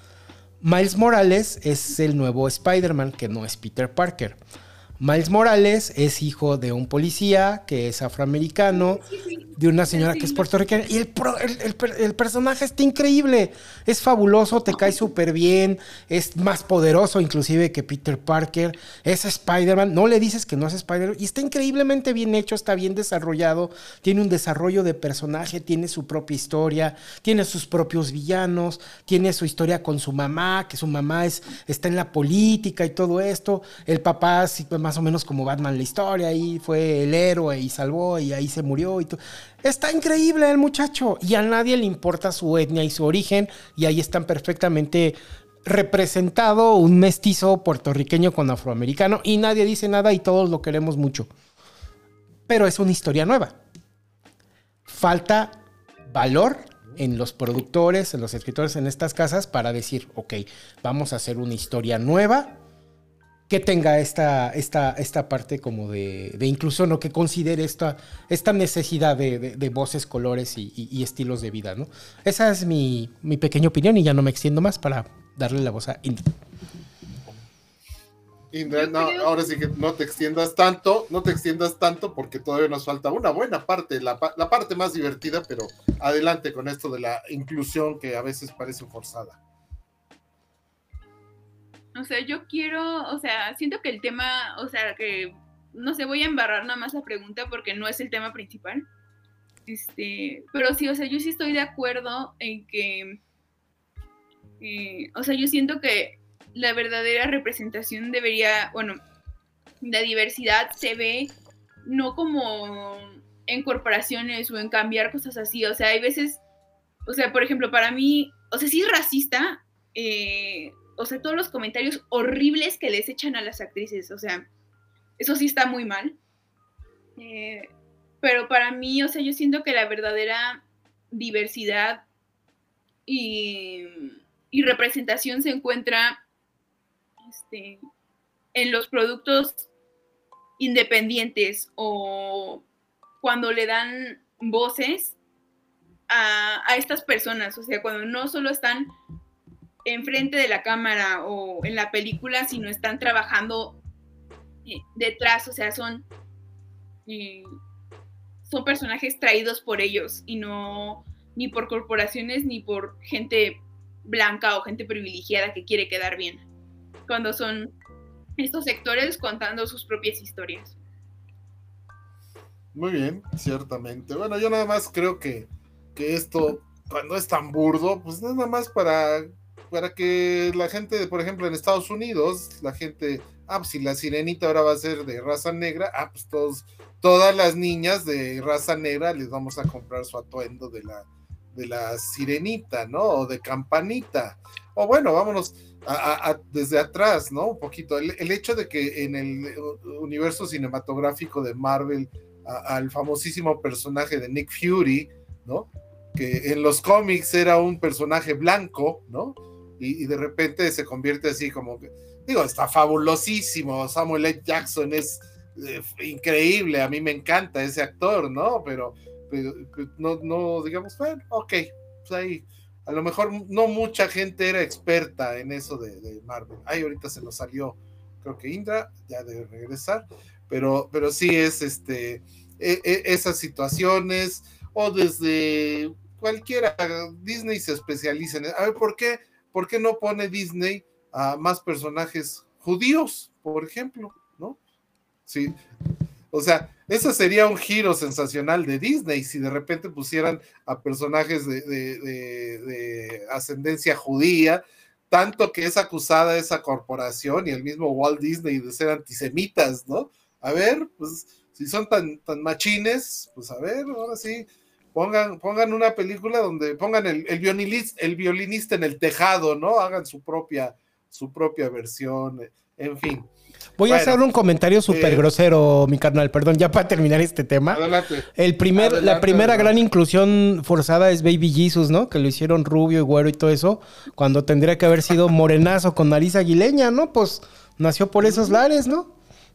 Miles Morales es el nuevo Spider-Man, que no es Peter Parker. Miles Morales es hijo de un policía que es afroamericano, de una señora que es puertorriqueña, y el, pro, el, el, el personaje está increíble, es fabuloso, te cae súper bien, es más poderoso inclusive que Peter Parker, es Spider-Man, no le dices que no es Spider-Man, y está increíblemente bien hecho, está bien desarrollado, tiene un desarrollo de personaje, tiene su propia historia, tiene sus propios villanos, tiene su historia con su mamá, que su mamá es, está en la política y todo esto, el papá más o menos como Batman la historia, ahí fue el héroe y salvó y ahí se murió y todo. Está increíble el muchacho y a nadie le importa su etnia y su origen y ahí están perfectamente representado un mestizo puertorriqueño con afroamericano y nadie dice nada y todos lo queremos mucho. Pero es una historia nueva. Falta valor en los productores, en los escritores en estas casas para decir, ok, vamos a hacer una historia nueva que tenga esta, esta, esta parte como de, de inclusión o que considere esta, esta necesidad de, de, de voces, colores y, y, y estilos de vida, ¿no? Esa es mi, mi pequeña opinión y ya no me extiendo más para darle la voz a Indra. Indra, no, ahora sí que no te extiendas tanto, no te extiendas tanto porque todavía nos falta una buena parte, la, la parte más divertida, pero adelante con esto de la inclusión que a veces parece forzada. O sea, yo quiero, o sea, siento que el tema, o sea, que, no sé, voy a embarrar nada más la pregunta porque no es el tema principal. Este, pero sí, o sea, yo sí estoy de acuerdo en que, eh, o sea, yo siento que la verdadera representación debería, bueno, la diversidad se ve no como en corporaciones o en cambiar cosas así, o sea, hay veces, o sea, por ejemplo, para mí, o sea, sí es racista, eh, o sea, todos los comentarios horribles que les echan a las actrices, o sea, eso sí está muy mal. Eh, pero para mí, o sea, yo siento que la verdadera diversidad y, y representación se encuentra este, en los productos independientes o cuando le dan voces a, a estas personas, o sea, cuando no solo están enfrente de la cámara o en la película, sino están trabajando eh, detrás, o sea, son eh, son personajes traídos por ellos y no ni por corporaciones ni por gente blanca o gente privilegiada que quiere quedar bien, cuando son estos sectores contando sus propias historias. Muy bien, ciertamente. Bueno, yo nada más creo que, que esto, cuando es tan burdo, pues nada más para para que la gente, por ejemplo, en Estados Unidos, la gente, ah, pues si la sirenita ahora va a ser de raza negra, ah, pues todos, todas las niñas de raza negra les vamos a comprar su atuendo de la, de la sirenita, ¿no? O de campanita. O bueno, vámonos a, a, a, desde atrás, ¿no? Un poquito. El, el hecho de que en el universo cinematográfico de Marvel, a, al famosísimo personaje de Nick Fury, ¿no? Que en los cómics era un personaje blanco, ¿no? Y, y de repente se convierte así como que, digo, está fabulosísimo, Samuel L. Jackson es eh, increíble, a mí me encanta ese actor, ¿no? Pero, pero no, no, digamos, bueno, ok, pues ahí, a lo mejor no mucha gente era experta en eso de, de Marvel. Ahí ahorita se nos salió, creo que Indra, ya debe regresar, pero, pero sí es este, e, e, esas situaciones, o desde cualquiera, Disney se especializa en, a ver, ¿por qué? ¿Por qué no pone Disney a más personajes judíos, por ejemplo? ¿No? Sí. O sea, eso sería un giro sensacional de Disney, si de repente pusieran a personajes de, de, de, de ascendencia judía, tanto que es acusada esa corporación y el mismo Walt Disney de ser antisemitas, ¿no? A ver, pues, si son tan, tan machines, pues a ver, ahora sí, Pongan, pongan una película donde pongan el, el, violinista, el violinista en el tejado, ¿no? Hagan su propia, su propia versión, en fin. Voy bueno, a hacer un comentario súper eh, grosero, mi carnal, perdón, ya para terminar este tema. Adelante. El primer, adelante, la primera adelante. gran inclusión forzada es Baby Jesus, ¿no? Que lo hicieron rubio y güero y todo eso, cuando tendría que haber sido morenazo con nariz aguileña, ¿no? Pues nació por esos lares, ¿no?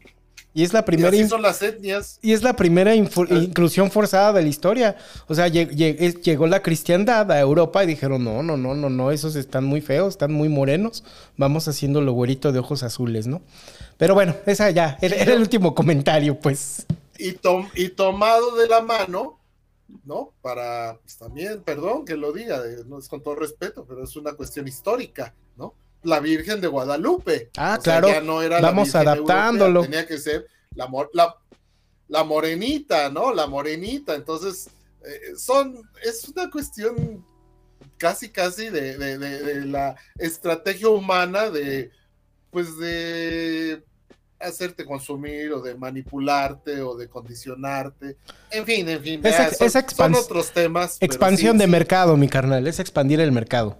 Y es la primera y así son las etnias. Y es la primera infu- inclusión forzada de la historia. O sea, lleg- lleg- llegó la cristiandad a Europa y dijeron, no, no, no, no, no, esos están muy feos, están muy morenos. Vamos haciéndolo güerito de ojos azules, ¿no? Pero bueno, esa ya, era, era el último comentario, pues. Y, tom- y tomado de la mano, ¿no? Para, pues también, perdón que lo diga, no es con todo respeto, pero es una cuestión histórica, ¿no? La Virgen de Guadalupe. Ah, o sea, claro. Ya no era vamos la adaptándolo. Europea, tenía que ser la, la, la morenita, ¿no? La morenita. Entonces, eh, son, es una cuestión casi, casi de, de, de, de la estrategia humana de, pues, de hacerte consumir o de manipularte o de condicionarte. En fin, en fin. Esa, ya, son, esa expans- son otros temas. Expansión sí, de sí. mercado, mi carnal. Es expandir el mercado.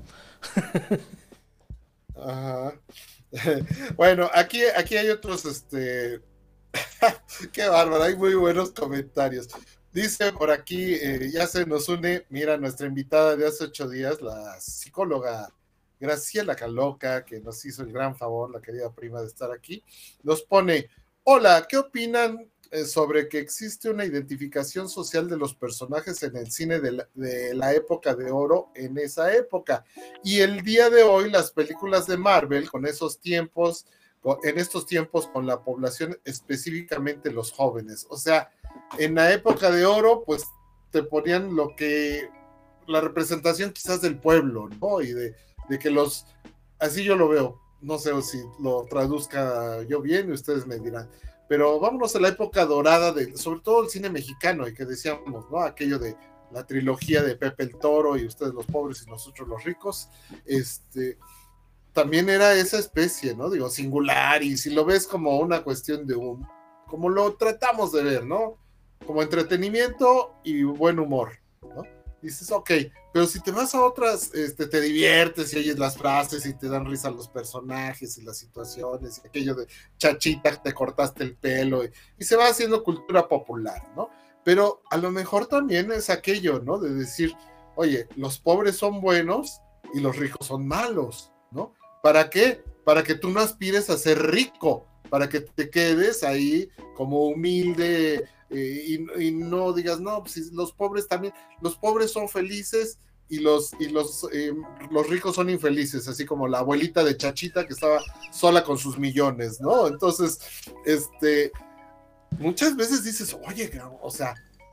Ajá. Bueno, aquí, aquí hay otros, este, qué bárbaro, hay muy buenos comentarios. Dice por aquí, eh, ya se nos une, mira, nuestra invitada de hace ocho días, la psicóloga Graciela Caloca, que nos hizo el gran favor, la querida prima, de estar aquí, nos pone, hola, ¿qué opinan eh, sobre que existe una identificación social de los personajes en el cine de la, de la época de oro en esa época? Y el día de hoy las películas de Marvel, con esos tiempos, con, en estos tiempos con la población, específicamente los jóvenes. O sea, en la época de oro, pues te ponían lo que, la representación quizás del pueblo, ¿no? Y de de que los, así yo lo veo, no sé si lo traduzca yo bien y ustedes me dirán, pero vámonos a la época dorada, de, sobre todo el cine mexicano, y que decíamos, ¿no? Aquello de la trilogía de Pepe el Toro y ustedes los pobres y nosotros los ricos, este, también era esa especie, ¿no? Digo, singular, y si lo ves como una cuestión de un, como lo tratamos de ver, ¿no? Como entretenimiento y buen humor, ¿no? Dices, ok, pero si te vas a otras, este, te diviertes y oyes las frases y te dan risa los personajes y las situaciones y aquello de chachita, te cortaste el pelo y, y se va haciendo cultura popular, ¿no? Pero a lo mejor también es aquello, ¿no? De decir, oye, los pobres son buenos y los ricos son malos, ¿no? ¿Para qué? Para que tú no aspires a ser rico, para que te quedes ahí como humilde, Eh, y, y no digas, no, pues los pobres también, los pobres son felices y los, y los, eh, los ricos son infelices, así como la abuelita de Chachita que estaba sola con sus millones, ¿no? Entonces, este, muchas veces dices, oye, o sea,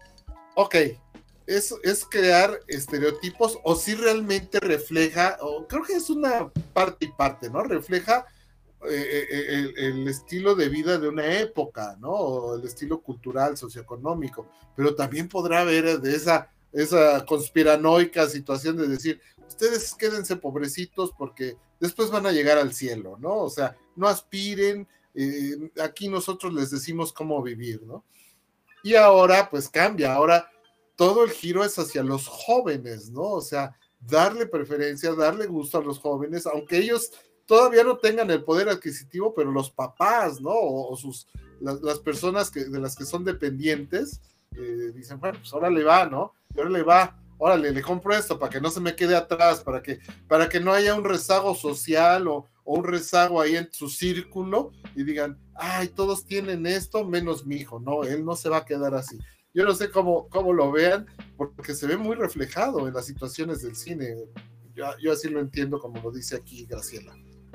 ok, es, es crear estereotipos, o si realmente refleja, o creo que es una parte y parte, ¿no? Refleja Eh, el, el estilo de vida de una época, ¿no? O el estilo cultural, socioeconómico, pero también podrá haber de esa, esa conspiranoica situación de decir, ustedes quédense pobrecitos porque después van a llegar al cielo, ¿no? O sea, no aspiren, eh, aquí nosotros les decimos cómo vivir, ¿no? Y ahora, pues cambia, ahora todo el giro es hacia los jóvenes, ¿no? O sea, darle preferencia, darle gusto a los jóvenes, aunque ellos todavía no tengan el poder adquisitivo, pero los papás, ¿no? O, o sus, las, las personas que, de las que son dependientes, eh, dicen, bueno, pues ahora le va, ¿no? Y ahora le va, órale, le compro esto para que no se me quede atrás, para que, para que no haya un rezago social o, o un rezago ahí en su círculo y digan, ay, todos tienen esto, menos mi hijo, no, él no se va a quedar así. Yo no sé cómo, cómo lo vean, porque se ve muy reflejado en las situaciones del cine. Yo, yo así lo entiendo, como lo dice aquí Graciela.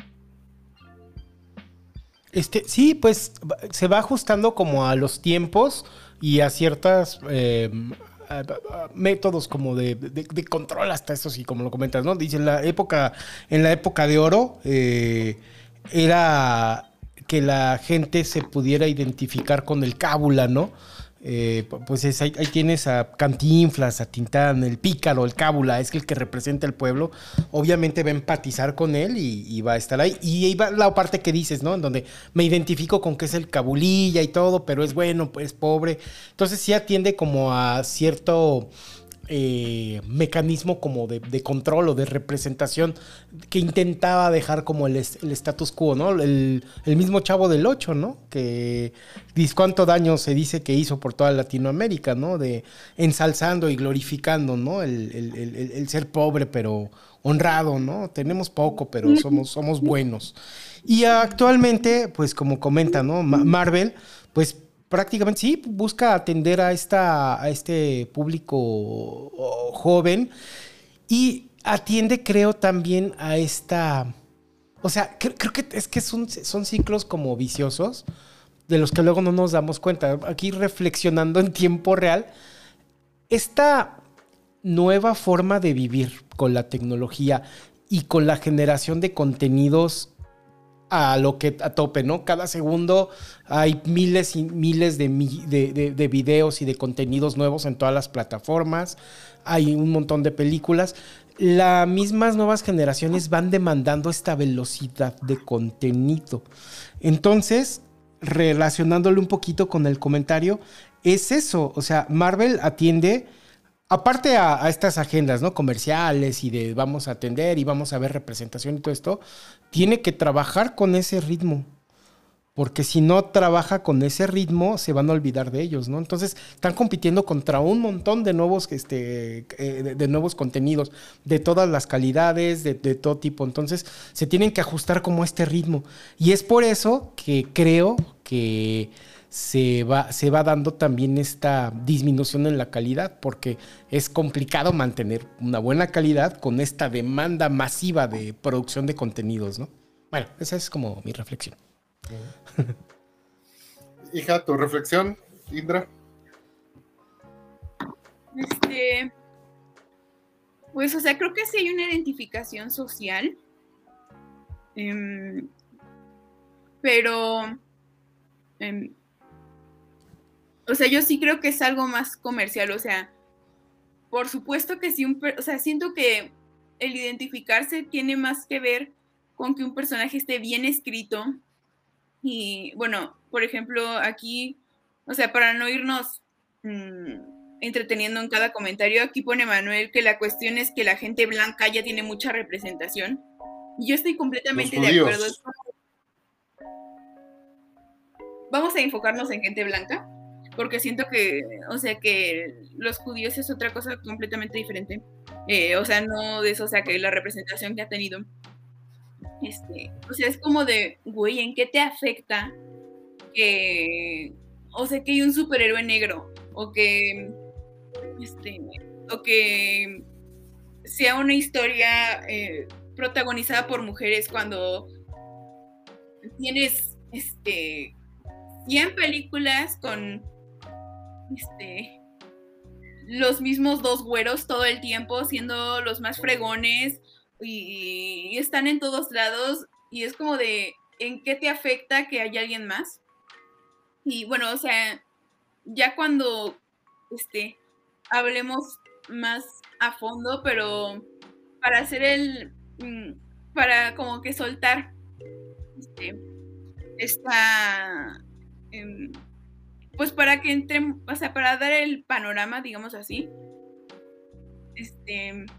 Este, sí, pues se va ajustando como a los tiempos y a ciertos eh, métodos como de, de, de control, hasta eso sí, como lo comentas, ¿no? Dice, en la época, en la época de oro eh, era que la gente se pudiera identificar con el cábula, ¿no? Eh, pues es, ahí, ahí tienes a Cantinflas, a Tintán, el pícaro, el cábula, es el que representa al pueblo. Obviamente va a empatizar con él y, y va a estar ahí. Y ahí va la parte que dices, ¿no? En donde me identifico con que es el cabulilla y todo, pero es bueno, pues pobre. Entonces sí atiende como a cierto eh, mecanismo como de, de control o de representación que intentaba dejar como el, el status quo, ¿no? El, el mismo Chavo del Ocho, ¿no? Que cuánto daño se dice que hizo por toda Latinoamérica, ¿no? De ensalzando y glorificando, ¿no? El, el, el, el ser pobre pero honrado, ¿no? Tenemos poco pero somos, somos buenos. Y actualmente, pues como comenta, ¿no? Marvel, pues prácticamente sí, busca atender a, esta, a este público joven y atiende, creo, también a esta... O sea, creo, creo que es que son, son ciclos como viciosos de los que luego no nos damos cuenta. Aquí reflexionando en tiempo real, esta nueva forma de vivir con la tecnología y con la generación de contenidos a lo que a tope, ¿no? Cada segundo hay miles y miles de, de, de, de videos y de contenidos nuevos en todas las plataformas. Hay un montón de películas. Las mismas nuevas generaciones van demandando esta velocidad de contenido. Entonces, relacionándolo un poquito con el comentario, es eso. O sea, Marvel atiende... Aparte a, a estas agendas, ¿no? Comerciales y de vamos a atender y vamos a ver representación y todo esto, tiene que trabajar con ese ritmo. Porque si no trabaja con ese ritmo, se van a olvidar de ellos, ¿no? Entonces, están compitiendo contra un montón de nuevos, este, eh, de, de nuevos contenidos, de todas las calidades, de, de todo tipo. Entonces, se tienen que ajustar como a este ritmo. Y es por eso que creo que se va, se va dando también esta disminución en la calidad, porque es complicado mantener una buena calidad con esta demanda masiva de producción de contenidos, ¿no? Bueno, esa es como mi reflexión. Hija, tu reflexión, Indra. Este, pues, o sea, creo que sí hay una identificación social, eh, pero, eh, o sea, yo sí creo que es algo más comercial, o sea, por supuesto que sí, un, o sea, siento que el identificarse tiene más que ver con que un personaje esté bien escrito. Y bueno, por ejemplo, aquí, o sea, para no irnos mmm, entreteniendo en cada comentario, aquí pone Manuel que la cuestión es que la gente blanca ya tiene mucha representación. Y yo estoy completamente de acuerdo. Vamos a enfocarnos en gente blanca, porque siento que, o sea, que los judíos es otra cosa completamente diferente. Eh, o sea, no de eso, o sea, que la representación que ha tenido. Este, o sea, es como de, güey, ¿en qué te afecta que, o sea, que hay un superhéroe negro o que, este, o que sea una historia eh, protagonizada por mujeres cuando tienes, este, cien películas con, este, los mismos dos güeros todo el tiempo siendo los más fregones? Y están en todos lados y es como de, ¿en qué te afecta que haya alguien más? Y bueno, o sea, ya cuando este, hablemos más a fondo, pero para hacer el, para como que soltar este, esta, pues para que entre, o sea, para dar el panorama, digamos así, este...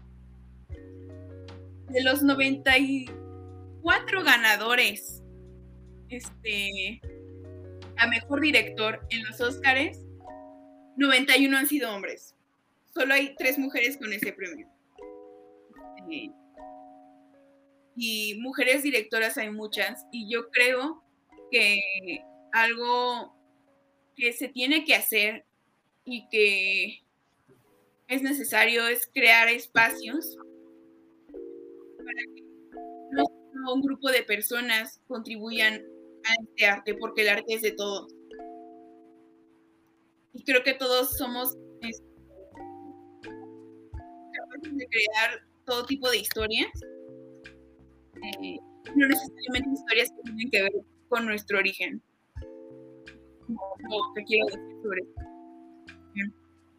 de los noventa y cuatro ganadores este, a mejor director en los Óscares, noventa y uno han sido hombres. Solo hay tres mujeres con ese premio. Eh, y mujeres directoras hay muchas. Y yo creo que algo que se tiene que hacer y que es necesario es crear espacios para que no solo un grupo de personas contribuyan a este arte, porque el arte es de todos. Y creo que todos somos este, capaces de crear todo tipo de historias, eh, no necesariamente historias que tienen que ver con nuestro origen. Lo que quiero decir sobre esto. Bien.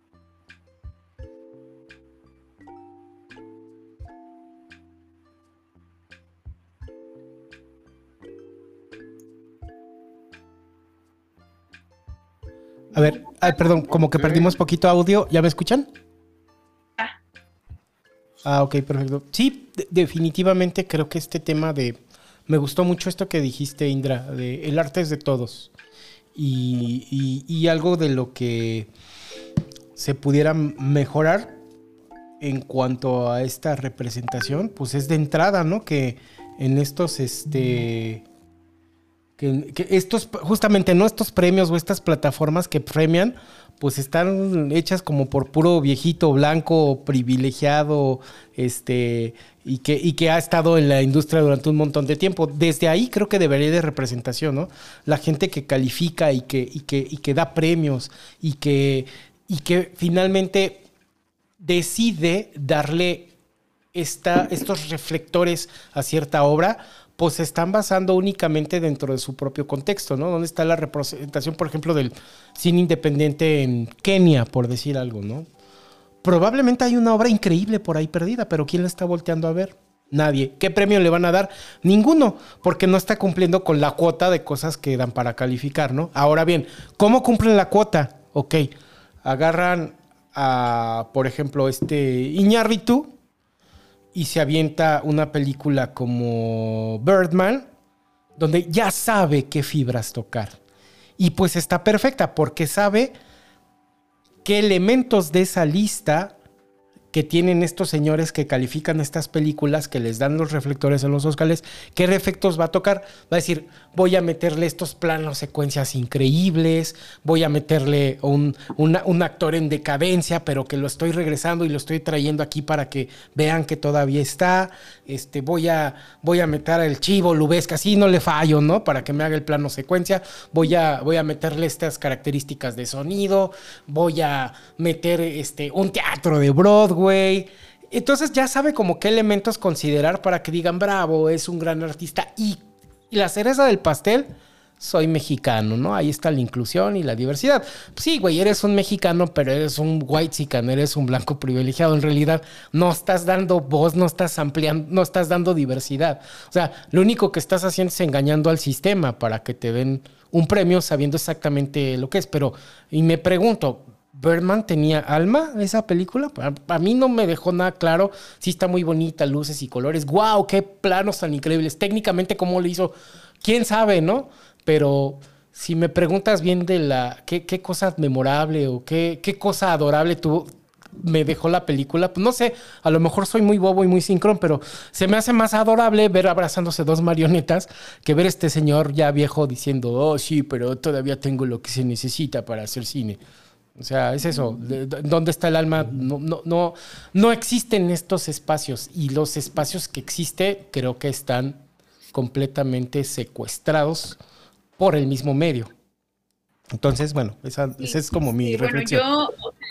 A ver, ay, perdón, como que perdimos poquito audio. ¿Ya me escuchan? Ah, ah ok, perfecto. Sí, de- definitivamente creo que este tema de... Me gustó mucho esto que dijiste, Indra, de el arte es de todos. Y, y, y algo de lo que se pudiera mejorar en cuanto a esta representación, pues es de entrada, ¿no? Que en estos, este... Que, que estos, justamente, ¿no? Estos premios o estas plataformas que premian, pues están hechas como por puro viejito blanco privilegiado, este, y que, y que ha estado en la industria durante un montón de tiempo. Desde ahí creo que debería de representación, ¿no? La gente que califica y que, y que, y que da premios y que, y que finalmente decide darle esta, estos reflectores a cierta obra, pues se están basando únicamente dentro de su propio contexto, ¿no? ¿Dónde está la representación, por ejemplo, del cine independiente en Kenia, por decir algo, ¿no? Probablemente hay una obra increíble por ahí perdida, pero ¿quién la está volteando a ver? Nadie. ¿Qué premio le van a dar? Ninguno, porque no está cumpliendo con la cuota de cosas que dan para calificar, ¿no? Ahora bien, ¿cómo cumplen la cuota? Ok, agarran a, por ejemplo, este Iñárritu y se avienta una película como Birdman donde ya sabe qué fibras tocar. Y pues está perfecta porque sabe qué elementos de esa lista que tienen estos señores que califican estas películas, que les dan los reflectores en los Óscares, qué efectos va a tocar. Va a decir, voy a meterle estos planos, secuencias increíbles, voy a meterle un, una, un actor en decadencia, pero que lo estoy regresando y lo estoy trayendo aquí para que vean que todavía está. Este, voy a, voy a meter al Chivo Lubezki, así no le fallo, ¿no? Para que me haga el plano secuencia. Voy a, voy a meterle estas características de sonido. Voy a meter este, un teatro de Broadway. Güey. Entonces ya sabe como qué elementos considerar para que digan, bravo, es un gran artista. Y, y la cereza del pastel, soy mexicano, ¿no? Ahí está la inclusión y la diversidad. Pues sí, güey, eres un mexicano, pero eres un whitexican, eres un blanco privilegiado. En realidad no estás dando voz, no estás ampliando, no estás dando diversidad. O sea, lo único que estás haciendo es engañando al sistema para que te den un premio sabiendo exactamente lo que es. Pero, y me pregunto, ¿Birdman tenía alma esa película? Para, para mí no me dejó nada claro. Sí está muy bonita, luces y colores. ¡Guau! ¡Qué planos tan increíbles! Técnicamente, ¿cómo lo hizo? ¿Quién sabe, no? Pero si me preguntas bien de la... ¿Qué, qué cosa memorable o qué, qué cosa adorable tuvo, me dejó la película? Pues no sé, a lo mejor soy muy bobo y muy sincron, pero se me hace más adorable ver abrazándose dos marionetas que ver este señor ya viejo diciendo, oh sí, pero todavía tengo lo que se necesita para hacer cine. O sea, es eso. ¿Dónde está el alma? No, no, no, no existen estos espacios. Y los espacios que existen creo que están completamente secuestrados por el mismo medio. Entonces, bueno, esa, sí, esa es como mi sí, reflexión. Bueno, yo, o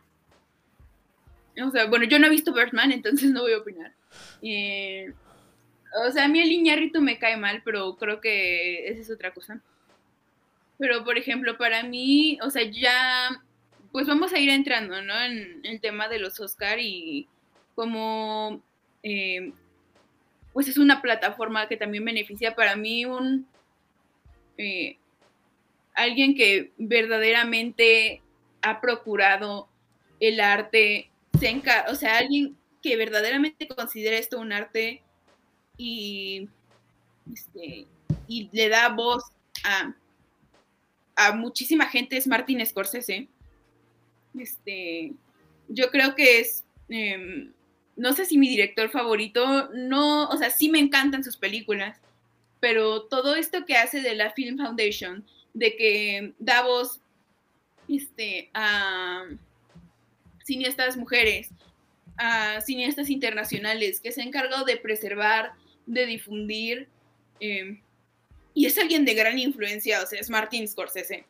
sea, o sea, bueno, yo no he visto Birdman, entonces no voy a opinar. Eh, o sea, a mí el Iñárritu me cae mal, pero creo que esa es otra cosa. Pero, por ejemplo, para mí, o sea, ya, pues vamos a ir entrando, ¿no? En el tema de los Oscar y como, eh, pues es una plataforma que también beneficia para mí un, eh, alguien que verdaderamente ha procurado el arte, se enca- o sea, alguien que verdaderamente considera esto un arte y, este, y le da voz a... a muchísima gente es Martin Scorsese. Este, yo creo que es, eh, no sé si mi director favorito, no, o sea, sí me encantan sus películas, pero todo esto que hace de la Film Foundation, de que da voz este, a cineastas mujeres, a cineastas internacionales, que se ha encargado de preservar, de difundir, eh, y es alguien de gran influencia, o sea, es Martin Scorsese.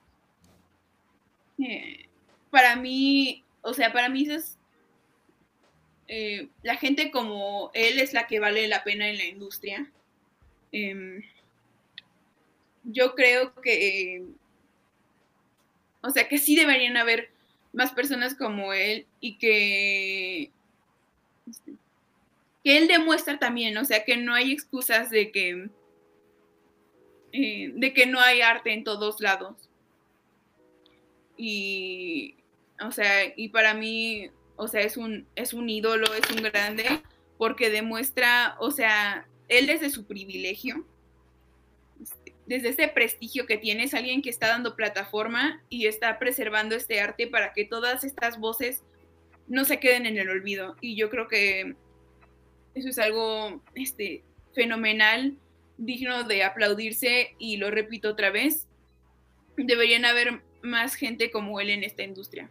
Eh, para mí, o sea, para mí es, eh, la gente como él es la que vale la pena en la industria. Eh, yo creo que, eh, o sea, que sí deberían haber más personas como él y que, que él demuestra también, o sea, que no hay excusas de que Eh, de que no hay arte en todos lados. Y, o sea, y para mí, o sea, es un, es un ídolo, es un grande, porque demuestra, o sea, él desde su privilegio, desde ese prestigio que tiene, es alguien que está dando plataforma y está preservando este arte para que todas estas voces no se queden en el olvido. Y yo creo que eso es algo este, fenomenal, digno de aplaudirse, y lo repito otra vez, deberían haber más gente como él en esta industria.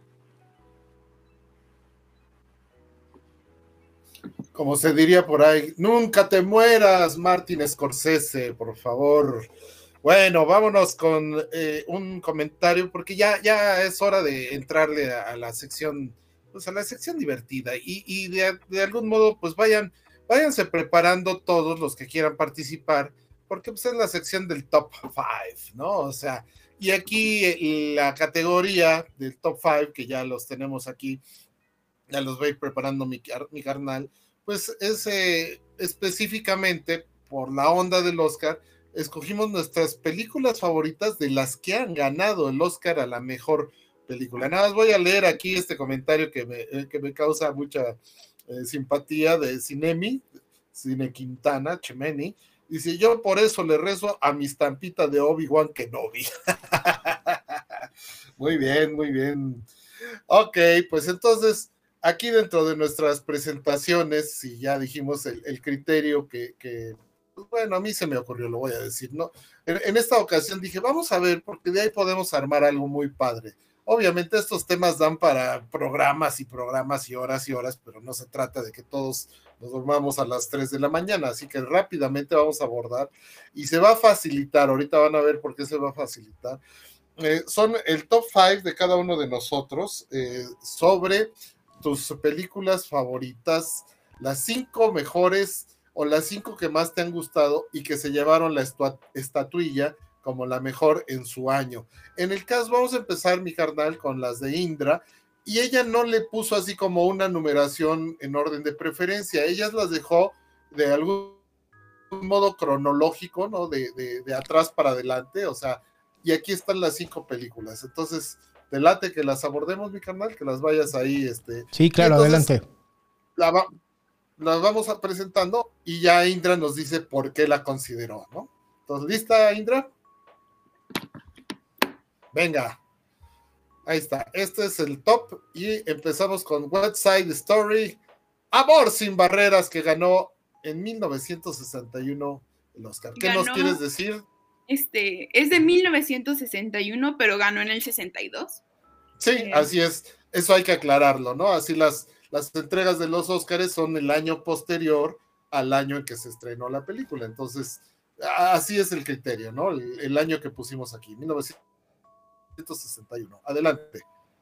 Como se diría por ahí, nunca te mueras, Martin Scorsese, por favor. Bueno, vámonos con eh, un comentario, porque ya, ya es hora de entrarle a, a la sección, pues a la sección divertida, y, y de, de algún modo, pues vayan váyanse preparando todos los que quieran participar, porque pues es la sección del top five, ¿no? O sea, y aquí la categoría del top five, que ya los tenemos aquí, ya los voy preparando mi, mi carnal, pues es eh, específicamente por la onda del Oscar, escogimos nuestras películas favoritas de las que han ganado el Oscar a la mejor película. Nada más voy a leer aquí este comentario que me, eh, que me causa mucha... Eh, simpatía de Cinemi, Cine Quintana, Chemeni, Dice, yo por eso le rezo a mi estampita de Obi-Wan Kenobi. Muy bien, muy bien. Ok, pues entonces, aquí dentro de nuestras presentaciones, si ya dijimos el, el criterio que, que, bueno, a mí se me ocurrió, lo voy a decir, ¿no? En, en esta ocasión dije, vamos a ver, porque de ahí podemos armar algo muy padre. Obviamente estos temas dan para programas y programas y horas y horas, pero no se trata de que todos nos dormamos a las tres de la mañana, así que rápidamente vamos a abordar y se va a facilitar, ahorita van a ver por qué se va a facilitar. Eh, son el top cinco de cada uno de nosotros eh, sobre tus películas favoritas, las cinco mejores o las cinco que más te han gustado y que se llevaron la estatua- estatuilla como la mejor en su año. En el caso, vamos a empezar, mi carnal, con las de Indra, y ella no le puso así como una numeración en orden de preferencia, ella las dejó de algún modo cronológico, ¿no? De, de, de atrás para adelante, o sea, y aquí están las cinco películas. Entonces, te late que las abordemos, mi carnal, que las vayas ahí. Este, sí, claro, adelante. La va, las vamos a presentando y ya Indra nos dice por qué la consideró, ¿no? Entonces, ¿lista, Indra? Venga, ahí está, este es el top y empezamos con West Side Story, Amor sin barreras, que ganó en mil novecientos sesenta y uno el Oscar. ¿Qué ganó, nos quieres decir? Este, es de mil novecientos sesenta y uno, pero ganó en el sesenta y dos. Sí, eh. así es, eso hay que aclararlo, ¿no? Así las, las entregas de los Oscars son el año posterior al año en que se estrenó la película, entonces así es el criterio, ¿no? El, el año que pusimos aquí, mil novecientos sesenta y uno. Adelante.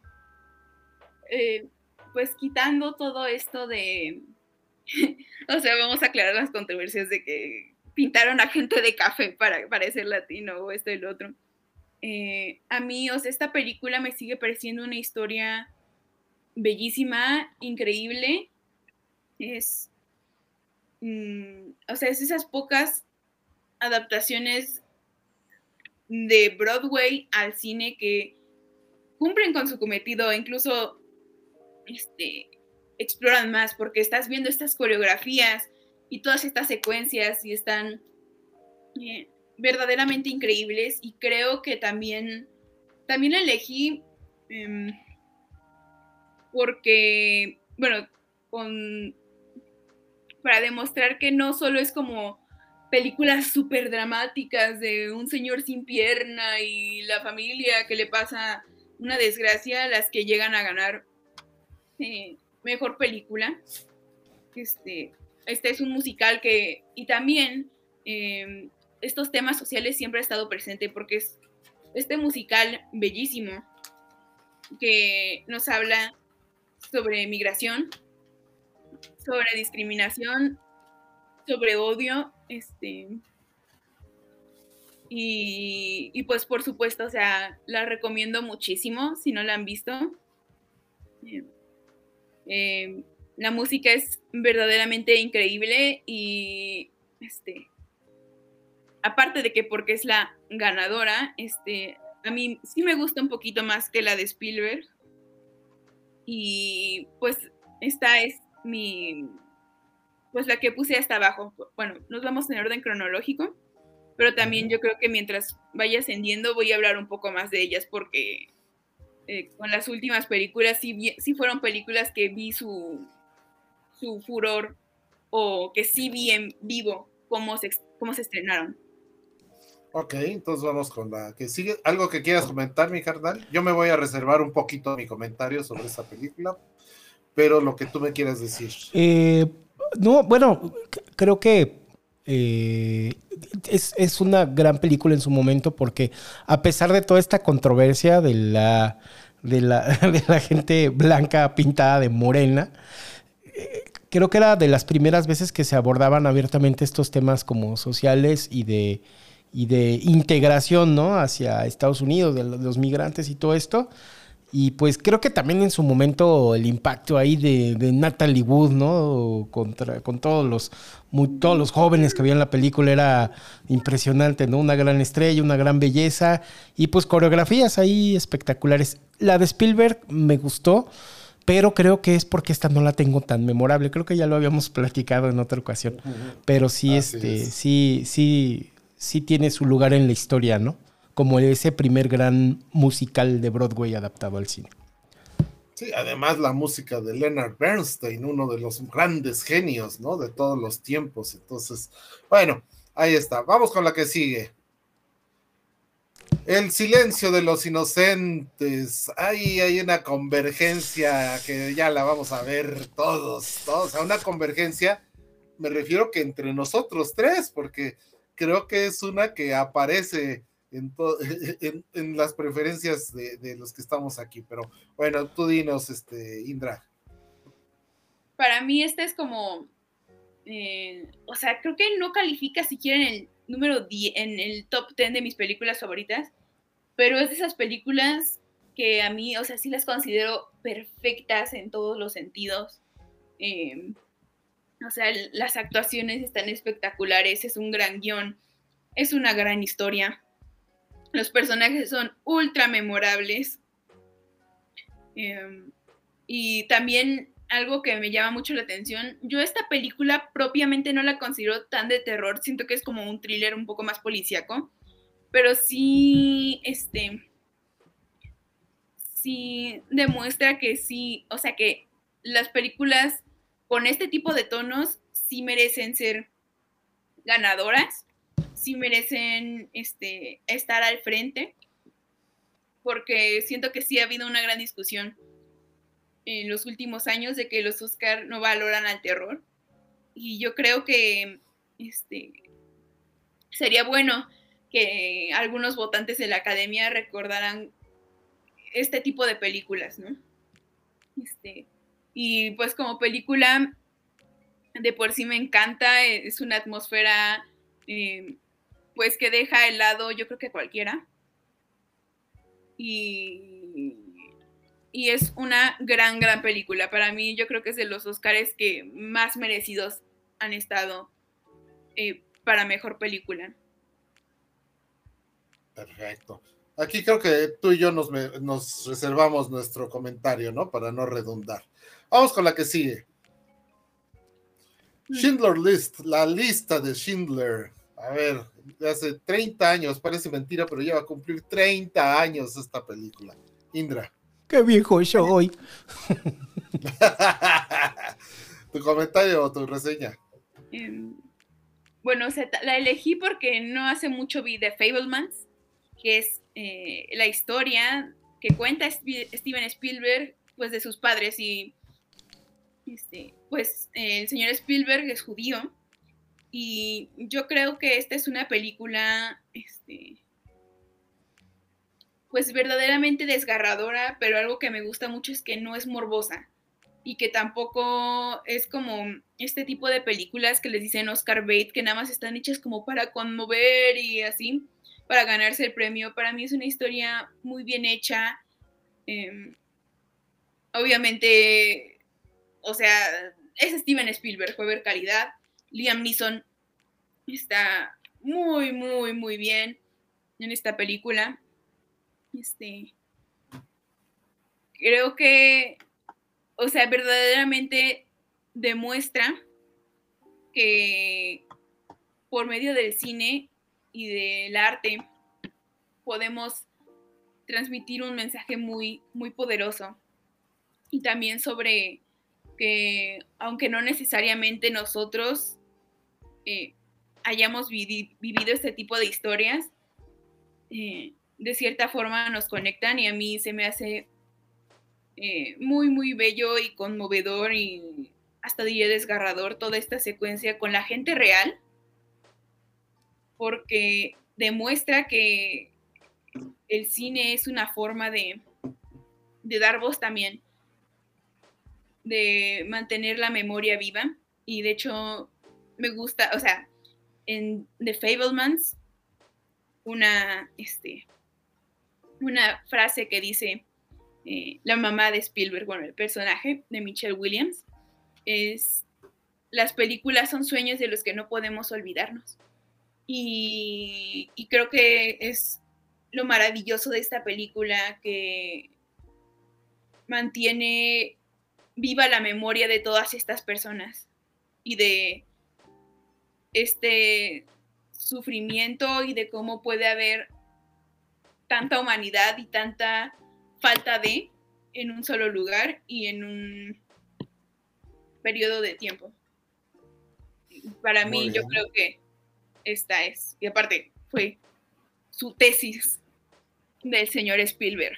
Eh, pues quitando todo esto de... o sea, vamos a aclarar las controversias de que pintaron a gente de café para parecer latino o esto y lo otro. Eh, a mí, o sea, esta película me sigue pareciendo una historia bellísima, increíble. Es... Mm, o sea, es esas pocas adaptaciones de Broadway al cine que cumplen con su cometido, incluso este, exploran más, porque estás viendo estas coreografías y todas estas secuencias y están eh, verdaderamente increíbles, y creo que también también la elegí eh, porque, bueno, con, para demostrar que no solo es como películas súper dramáticas de un señor sin pierna y la familia que le pasa una desgracia, las que llegan a ganar eh, mejor película. Este, este es un musical que, y también eh, estos temas sociales siempre ha estado presente, porque es este musical bellísimo que nos habla sobre migración, sobre discriminación, sobre odio, este, y, y pues por supuesto, o sea, la recomiendo muchísimo si no la han visto. Eh, eh, la música es verdaderamente increíble y este, aparte de que porque es la ganadora, este, a mí sí me gusta un poquito más que la de Spielberg, y pues esta es mi... pues la que puse hasta abajo. Bueno, nos vamos en orden cronológico, pero también yo creo que mientras vaya ascendiendo voy a hablar un poco más de ellas, porque eh, con las últimas películas sí, vi, sí fueron películas que vi su, su furor, o que sí vi en vivo cómo se, cómo se estrenaron. Ok, entonces vamos con la que sigue. ¿Algo que quieras comentar, mi carnal? Yo me voy a reservar un poquito mi comentario sobre esta película, pero lo que tú me quieras decir. Eh... No, bueno, creo que eh, es, es una gran película en su momento, porque a pesar de toda esta controversia de la, de la, de la gente blanca pintada de morena, eh, creo que era de las primeras veces que se abordaban abiertamente estos temas como sociales y de, y de integración, ¿no?, hacia Estados Unidos, de los migrantes y todo esto. Y pues creo que también en su momento el impacto ahí de, de Natalie Wood, ¿no?, Contra, con todos los, muy, todos los jóvenes que había en la película era impresionante, ¿no? Una gran estrella, una gran belleza y pues coreografías ahí espectaculares. La de Spielberg me gustó, pero creo que es porque esta no la tengo tan memorable. Creo que ya lo habíamos platicado en otra ocasión. Uh-huh. Pero sí, Así este, es. sí, sí, sí tiene su lugar en la historia, ¿no? Como ese primer gran musical de Broadway adaptado al cine. Sí, además la música de Leonard Bernstein, uno de los grandes genios, ¿no? De todos los tiempos. Entonces, bueno, ahí está. Vamos con la que sigue. El silencio de los inocentes. Ahí hay una convergencia que ya la vamos a ver todos, todos. O sea, una convergencia, me refiero que entre nosotros tres, porque creo que es una que aparece en, to- en, en las preferencias de, de los que estamos aquí. Pero bueno, tú dinos, este, Indra. Para mí esta es como, eh, o sea, creo que no califica siquiera en el número diez, en el top diez de mis películas favoritas, pero es de esas películas que a mí, o sea, sí las considero perfectas en todos los sentidos. Eh, o sea, las actuaciones están espectaculares, es un gran guión, es una gran historia. Los personajes son ultra memorables. Eh, y también algo que me llama mucho la atención, yo esta película propiamente no la considero tan de terror, siento que es como un thriller un poco más policíaco, pero sí, este, sí demuestra que sí, o sea que las películas con este tipo de tonos sí merecen ser ganadoras, sí merecen este, estar al frente, porque siento que sí ha habido una gran discusión en los últimos años de que los Oscar no valoran al terror, y yo creo que este, sería bueno que algunos votantes de la academia recordaran este tipo de películas, ¿no? Este, y pues como película de por sí me encanta, es una atmósfera eh, pues que deja helado yo creo que cualquiera, y y es una gran, gran película. Para mí, yo creo que es de los Óscares que más merecidos han estado eh, para mejor película. Perfecto. Aquí creo que tú y yo nos, nos reservamos nuestro comentario, ¿no? Para no redundar. Vamos con la que sigue. Schindler List, la lista de Schindler. A ver, de hace treinta años, parece mentira, pero ya va a cumplir treinta años esta película. Indra. ¡Qué viejo soy! ¿Tu comentario o tu reseña? Eh, bueno, o sea, la elegí porque no hace mucho vi The Fabelmans, que es eh, la historia que cuenta Steven Spielberg, pues de sus padres, y este, pues eh, el señor Spielberg es judío, y yo creo que esta es una película este, pues verdaderamente desgarradora, pero algo que me gusta mucho es que no es morbosa y que tampoco es como este tipo de películas que les dicen Oscar bait, que nada más están hechas como para conmover y así, para ganarse el premio. Para mí es una historia muy bien hecha. Eh, obviamente, o sea, es Steven Spielberg, fue ver calidad. Liam Neeson está muy, muy, muy bien en esta película. Este, creo que, o sea, verdaderamente demuestra que por medio del cine y del arte podemos transmitir un mensaje muy, muy poderoso. Y también sobre que, aunque no necesariamente nosotros eh, hayamos vi- vivido este tipo de historias, eh, de cierta forma nos conectan, y a mí se me hace eh, muy, muy bello y conmovedor y hasta diría desgarrador toda esta secuencia con la gente real, porque demuestra que el cine es una forma de, de dar voz también, de mantener la memoria viva. Y de hecho me gusta, o sea, en The Fabelmans, una, este, una frase que dice eh, la mamá de Spielberg, bueno, el personaje de Michelle Williams, es: las películas son sueños de los que no podemos olvidarnos. Y, y creo que es lo maravilloso de esta película, que mantiene viva la memoria de todas estas personas y de este sufrimiento y de cómo puede haber tanta humanidad y tanta falta de en un solo lugar y en un periodo de tiempo. Para mí, yo creo que esta es, y aparte fue su tesis del señor Spielberg.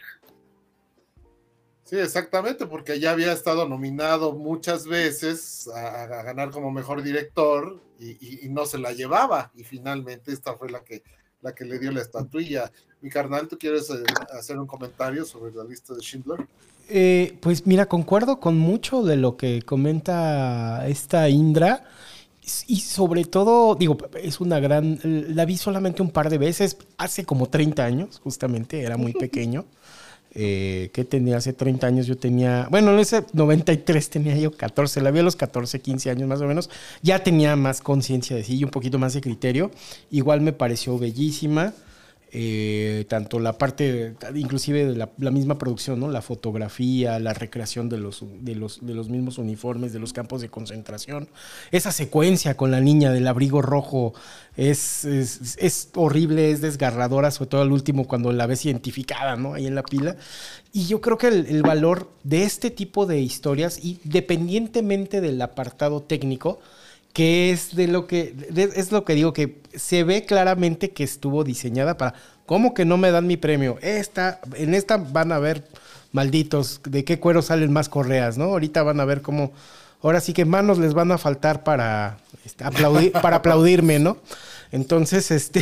Sí, exactamente, porque ya había estado nominado muchas veces a, a ganar como mejor director y, y, y no se la llevaba, y finalmente esta fue la que, la que le dio la estatuilla. Mi carnal, ¿tú quieres eh, hacer un comentario sobre la lista de Schindler? Eh, pues mira, concuerdo con mucho de lo que comenta esta Indra. Y sobre todo, digo, es una gran... La vi solamente un par de veces, hace como treinta años, justamente, era muy pequeño. Eh, ¿Qué tenía? Hace treinta años yo tenía... Bueno, en ese noventa y tres tenía yo catorce, la vi a los catorce, quince años más o menos. Ya tenía más conciencia de sí y un poquito más de criterio. Igual me pareció bellísima. Eh, tanto la parte, inclusive de la, la misma producción, ¿no? La fotografía, la recreación de los, de, los, de los mismos uniformes, de los campos de concentración. Esa secuencia con la niña del abrigo rojo es, es, es horrible, es desgarradora, sobre todo al último cuando la ves identificada, ¿no? Ahí en la pila. Y yo creo que el, el valor de este tipo de historias, independientemente del apartado técnico, que es de lo que de, es lo que digo, que se ve claramente que estuvo diseñada para, ¿cómo que no me dan mi premio? Esta, en esta van a ver, malditos, de qué cuero salen más correas, ¿no? Ahorita van a ver cómo, ahora sí que manos les van a faltar para este, aplaudir, para aplaudirme, ¿no? Entonces, este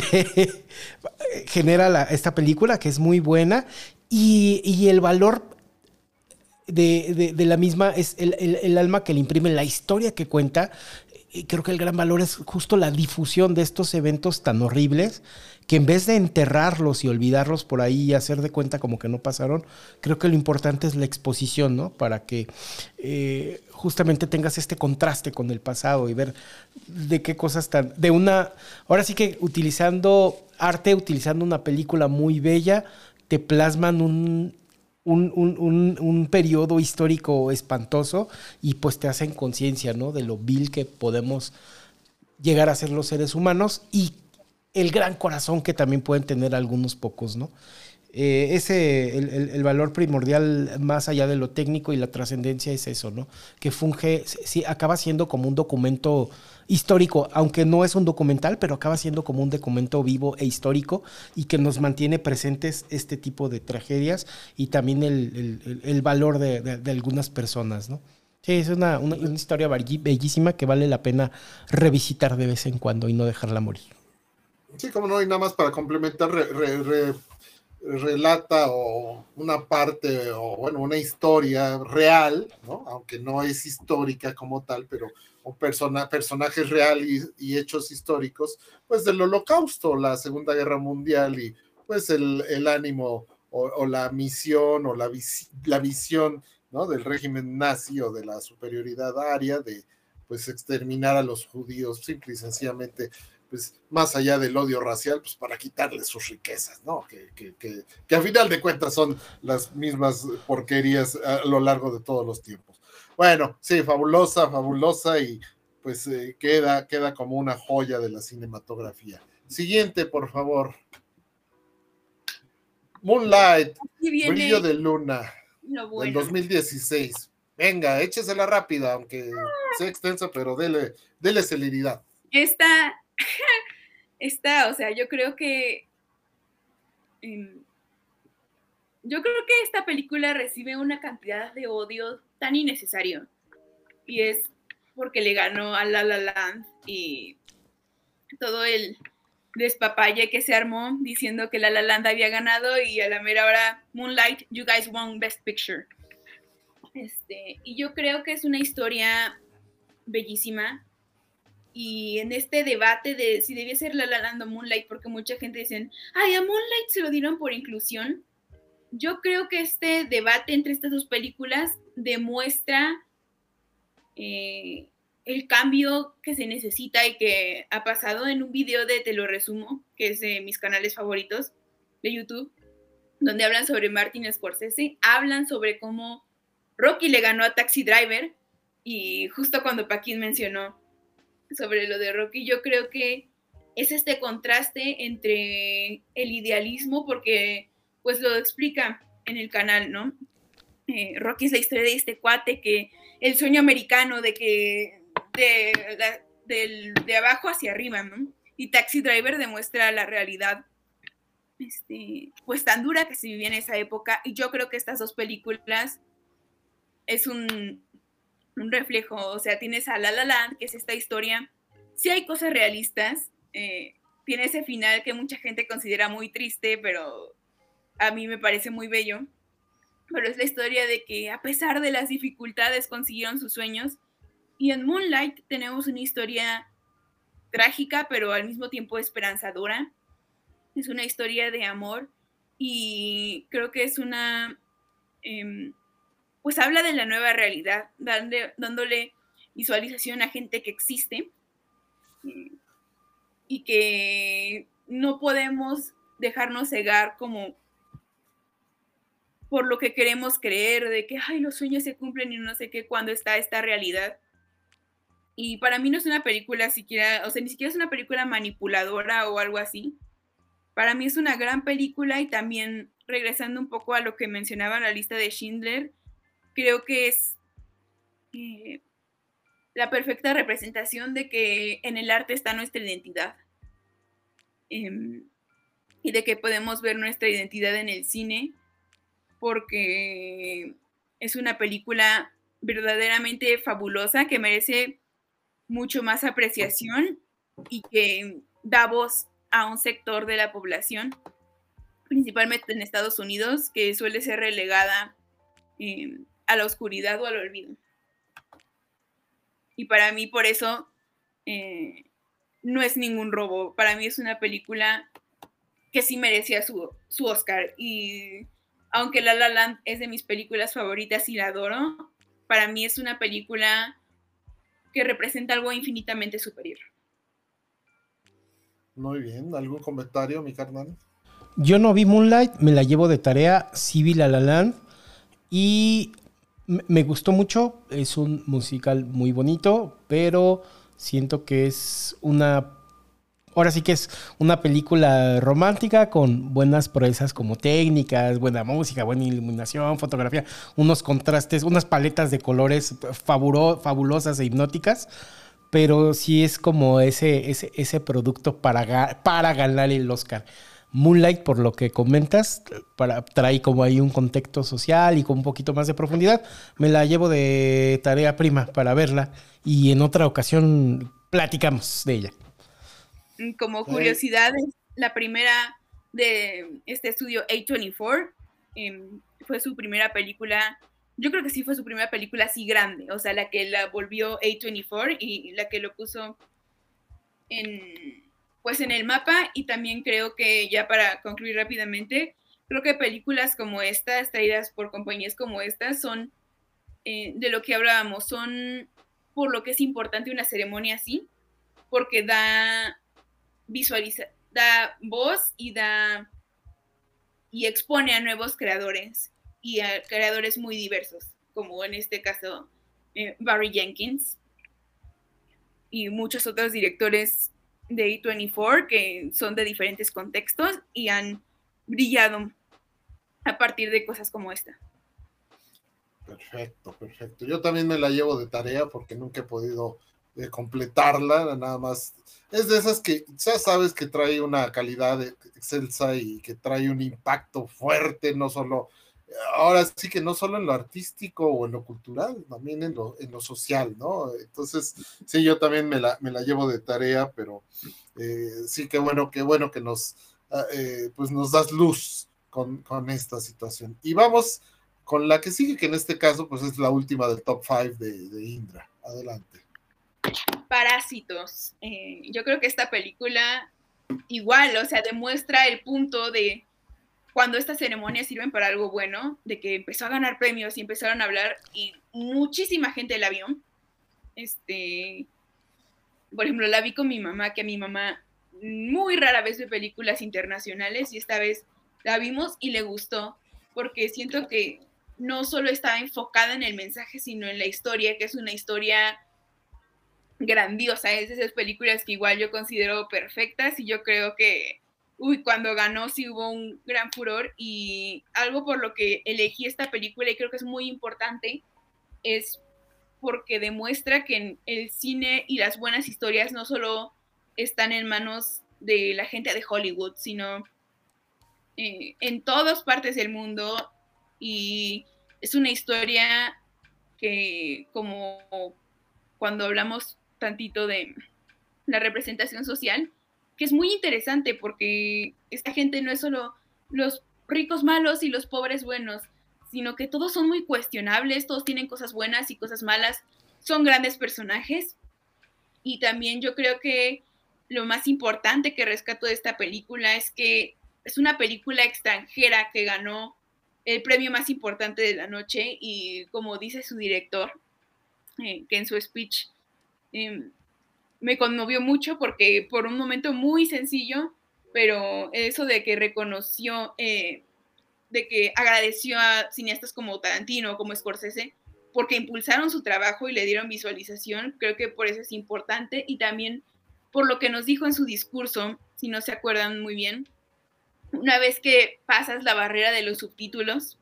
genera la, esta película que es muy buena y, y el valor de, de, de la misma es el, el, el alma que le imprime, la historia que cuenta. Y creo que el gran valor es justo la difusión de estos eventos tan horribles, que en vez de enterrarlos y olvidarlos por ahí y hacer de cuenta como que no pasaron, creo que lo importante es la exposición, ¿no? Para que eh, justamente tengas este contraste con el pasado y ver de qué cosas tan... de una... Ahora sí que utilizando arte, utilizando una película muy bella, te plasman un... Un, un, un, un periodo histórico espantoso y pues te hacen conciencia, ¿no? De lo vil que podemos llegar a ser los seres humanos y el gran corazón que también pueden tener algunos pocos, ¿no? Eh, ese, el, el, el valor primordial más allá de lo técnico y la trascendencia es eso, ¿no? Que funge, sí, acaba siendo como un documento histórico, aunque no es un documental, pero acaba siendo como un documento vivo e histórico y que nos mantiene presentes este tipo de tragedias y también el, el, el valor de, de, de algunas personas, ¿no? Sí, es una, una, una historia bellísima que vale la pena revisitar de vez en cuando y no dejarla morir. Sí, como no, y nada más para complementar, re, re, re, relata o una parte o bueno, una historia real, ¿no? Aunque no es histórica como tal, pero un persona, personajes reales y, y hechos históricos, pues del Holocausto, la Segunda Guerra Mundial y pues el, el ánimo o, o la misión o la, vis, la visión, ¿no? Del régimen nazi o de la superioridad aria de pues exterminar a los judíos simple y sencillamente, pues más allá del odio racial, pues para quitarles sus riquezas, ¿no? Que, que, que, que a final de cuentas son las mismas porquerías a lo largo de todos los tiempos. Bueno, sí, fabulosa, fabulosa y pues eh, queda, queda como una joya de la cinematografía. Siguiente, por favor. Moonlight, Brillo de Luna, bueno. Del dos mil dieciséis. Venga, échesela rápida, aunque sea extensa, pero dele, dele celeridad. Esta, esta, o sea, yo creo que um, yo creo que esta película recibe una cantidad de odio tan innecesario y es porque le ganó a La La Land y todo el despapalle que se armó diciendo que La La Land había ganado y a la mera hora Moonlight, you guys won Best Picture. Este, y yo creo que es una historia bellísima y en este debate de si debía ser La La Land o Moonlight, porque mucha gente dice, ay, a Moonlight se lo dieron por inclusión. Yo creo que este debate entre estas dos películas demuestra eh, el cambio que se necesita y que ha pasado en un video de Te lo resumo, que es de mis canales favoritos de YouTube, donde hablan sobre Martin Scorsese, hablan sobre cómo Rocky le ganó a Taxi Driver, y justo cuando Paquín mencionó sobre lo de Rocky, yo creo que es este contraste entre el idealismo, porque pues lo explica en el canal, ¿no? Eh, Rocky es la historia de este cuate que el sueño americano de que de, la, de, de abajo hacia arriba, ¿no? Y Taxi Driver demuestra la realidad este, pues tan dura que se vivía en esa época, y yo creo que estas dos películas es un, un reflejo. O sea, tienes a La La Land, que es esta historia, sí hay cosas realistas, eh, tiene ese final que mucha gente considera muy triste, pero a mí me parece muy bello, pero es la historia de que a pesar de las dificultades consiguieron sus sueños. Y en Moonlight tenemos una historia trágica, pero al mismo tiempo esperanzadora. Es una historia de amor, y creo que es una, eh, pues habla de la nueva realidad, dándole, dándole visualización a gente que existe, eh, y que no podemos dejarnos cegar como por lo que queremos creer, de que ay, los sueños se cumplen y no sé qué, cuando está esta realidad. Y para mí no es una película siquiera, o sea, ni siquiera es una película manipuladora o algo así. Para mí es una gran película, y también regresando un poco a lo que mencionaba en la lista de Schindler, creo que es eh, la perfecta representación de que en el arte está nuestra identidad, eh, y de que podemos ver nuestra identidad en el cine, porque es una película verdaderamente fabulosa que merece mucho más apreciación y que da voz a un sector de la población, principalmente en Estados Unidos, que suele ser relegada eh, a la oscuridad o al olvido. Y para mí, por eso, eh, no es ningún robo. Para mí es una película que sí merecía su, su Oscar. Y aunque La La Land es de mis películas favoritas y la adoro, para mí es una película que representa algo infinitamente superior. Muy bien, ¿algún comentario, mi carnal? Yo no vi Moonlight, me la llevo de tarea, sí vi La La Land y me gustó mucho. Es un musical muy bonito, pero siento que es una... Ahora sí que es una película romántica con buenas proezas como técnicas, buena música, buena iluminación, fotografía, unos contrastes, unas paletas de colores fabulo, fabulosas e hipnóticas, pero sí es como ese, ese, ese producto para, para ganar el Oscar. Moonlight, por lo que comentas, para, trae como ahí un contexto social y con un poquito más de profundidad. Me la llevo de tarea prima para verla, y en otra ocasión platicamos de ella. Como curiosidad, la primera de este estudio A veinticuatro, eh, fue su primera película, yo creo que sí fue su primera película así grande, o sea, la que la volvió A veinticuatro y la que lo puso en, pues en el mapa. Y también creo que, ya para concluir rápidamente, creo que películas como estas, traídas por compañías como estas, son eh, de lo que hablábamos, son por lo que es importante una ceremonia así, porque da visualiza, da voz y da y expone a nuevos creadores, y a creadores muy diversos, como en este caso eh, Barry Jenkins y muchos otros directores de A veinticuatro que son de diferentes contextos y han brillado a partir de cosas como esta. Perfecto, perfecto. Yo también me la llevo de tarea porque nunca he podido eh, completarla, nada más. Es de esas que ya sabes que trae una calidad excelsa y que trae un impacto fuerte, no solo, ahora sí que no solo en lo artístico o en lo cultural, también en lo, en lo social, ¿no? Entonces, sí, yo también me la, me la llevo de tarea, pero eh, sí, qué bueno, qué bueno que nos, eh, pues nos das luz con, con esta situación. Y vamos con la que sigue, que en este caso, pues es la última del top cinco de, de Indra. Adelante. Parásitos. Eh, yo creo que esta película igual, o sea, demuestra el punto de cuando estas ceremonias sirven para algo bueno, de que empezó a ganar premios y empezaron a hablar y muchísima gente la vio. Este, por ejemplo, la vi con mi mamá, que a mi mamá muy rara vez ve películas internacionales, y esta vez la vimos y le gustó, porque siento que no solo estaba enfocada en el mensaje, sino en la historia, que es una historia grandiosa. Es de esas películas que igual yo considero perfectas, y yo creo que, uy, cuando ganó sí hubo un gran furor, y algo por lo que elegí esta película, y creo que es muy importante, es porque demuestra que el cine y las buenas historias no solo están en manos de la gente de Hollywood, sino eh, en todas partes del mundo, y es una historia que, como cuando hablamos tantito de la representación social, que es muy interesante, porque esta gente no es solo los ricos malos y los pobres buenos, sino que todos son muy cuestionables, todos tienen cosas buenas y cosas malas, son grandes personajes. Y también yo creo que lo más importante que rescato de esta película es que es una película extranjera que ganó el premio más importante de la noche, y como dice su director, eh, que en su speech eh, me conmovió mucho, porque por un momento muy sencillo, pero eso de que reconoció, eh, de que agradeció a cineastas como Tarantino, como Scorsese, porque impulsaron su trabajo y le dieron visualización, creo que por eso es importante. Y también por lo que nos dijo en su discurso, si no se acuerdan muy bien, una vez que pasas la barrera de los subtítulos,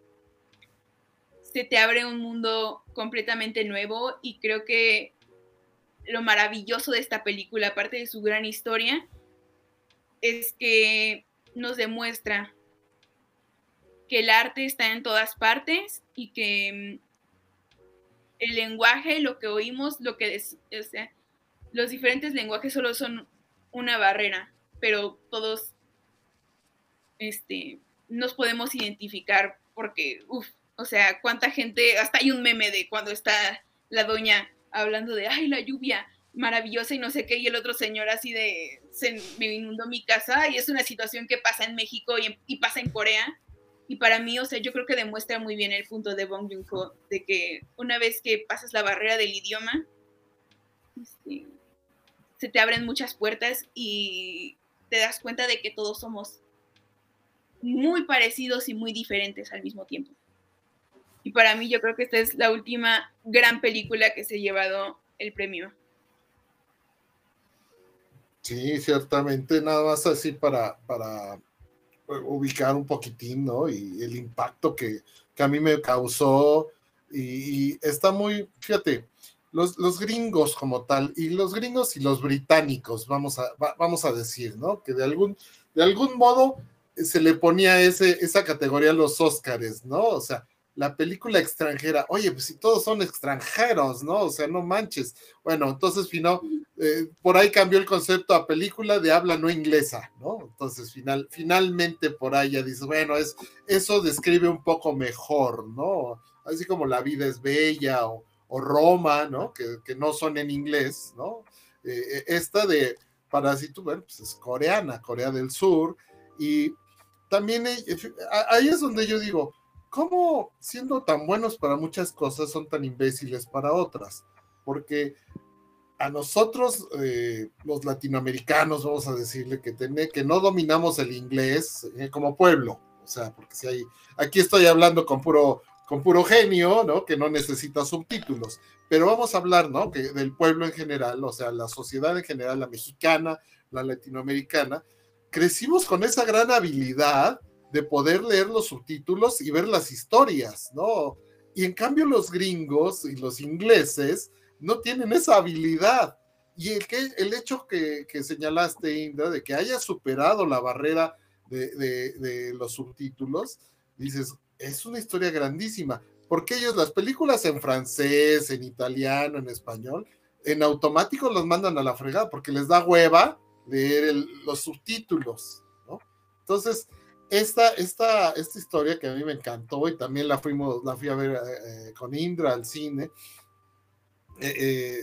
se te abre un mundo completamente nuevo, y creo que lo maravilloso de esta película, aparte de su gran historia, es que nos demuestra que el arte está en todas partes, y que el lenguaje, lo que oímos, lo que es, o sea, los diferentes lenguajes solo son una barrera, pero todos este, nos podemos identificar, porque, uff, o sea, cuánta gente, hasta hay un meme de cuando está la doña hablando de, ay, la lluvia maravillosa y no sé qué, y el otro señor así de, se me inundó mi casa, y es una situación que pasa en México y, en, y pasa en Corea. Y para mí, o sea, yo creo que demuestra muy bien el punto de Bong Joon-ho, de que una vez que pasas la barrera del idioma, este, se te abren muchas puertas y te das cuenta de que todos somos muy parecidos y muy diferentes al mismo tiempo. Y para mí, yo creo que esta es la última gran película que se ha llevado el premio. Sí, ciertamente, nada más así para, para ubicar un poquitín, ¿no? Y el impacto que, que a mí me causó, y, y está muy, fíjate, los, los gringos como tal, y los gringos y los británicos, vamos a, va, vamos a decir, ¿no? Que de algún, de algún modo se le ponía ese, esa categoría a los Óscares, ¿no? O sea, la película extranjera, oye, pues si todos son extranjeros, ¿no? O sea, no manches. Bueno, entonces, final, eh, por ahí cambió el concepto a película de habla no inglesa, ¿no? Entonces, final, finalmente por ahí ya dices, bueno, es, eso describe un poco mejor, ¿no? Así como La vida es bella, o, o Roma, ¿no? Que, que no son en inglés, ¿no? Eh, esta de Parásito, bueno, pues es coreana, Corea del Sur, y también eh, ahí es donde yo digo, ¿cómo siendo tan buenos para muchas cosas son tan imbéciles para otras? Porque a nosotros, eh, los latinoamericanos, vamos a decirle que, tené, que no dominamos el inglés eh, como pueblo, o sea, porque si hay, aquí estoy hablando con puro, con puro genio, ¿no? Que no necesita subtítulos, pero vamos a hablar, ¿no? Que del pueblo en general, o sea, la sociedad en general, la mexicana, la latinoamericana, crecimos con esa gran habilidad de poder leer los subtítulos y ver las historias, ¿no? Y en cambio los gringos y los ingleses no tienen esa habilidad. Y el, que, el hecho que, que señalaste, Indra, de que haya superado la barrera de, de, de los subtítulos, dices, es una historia grandísima, porque ellos las películas en francés, en italiano, en español, en automático los mandan a la fregada, porque les da hueva leer el, los subtítulos, ¿no? Entonces, Esta, esta, esta historia que a mí me encantó, y también la, fuimos, la fui a ver eh, con Indra al cine, eh, eh,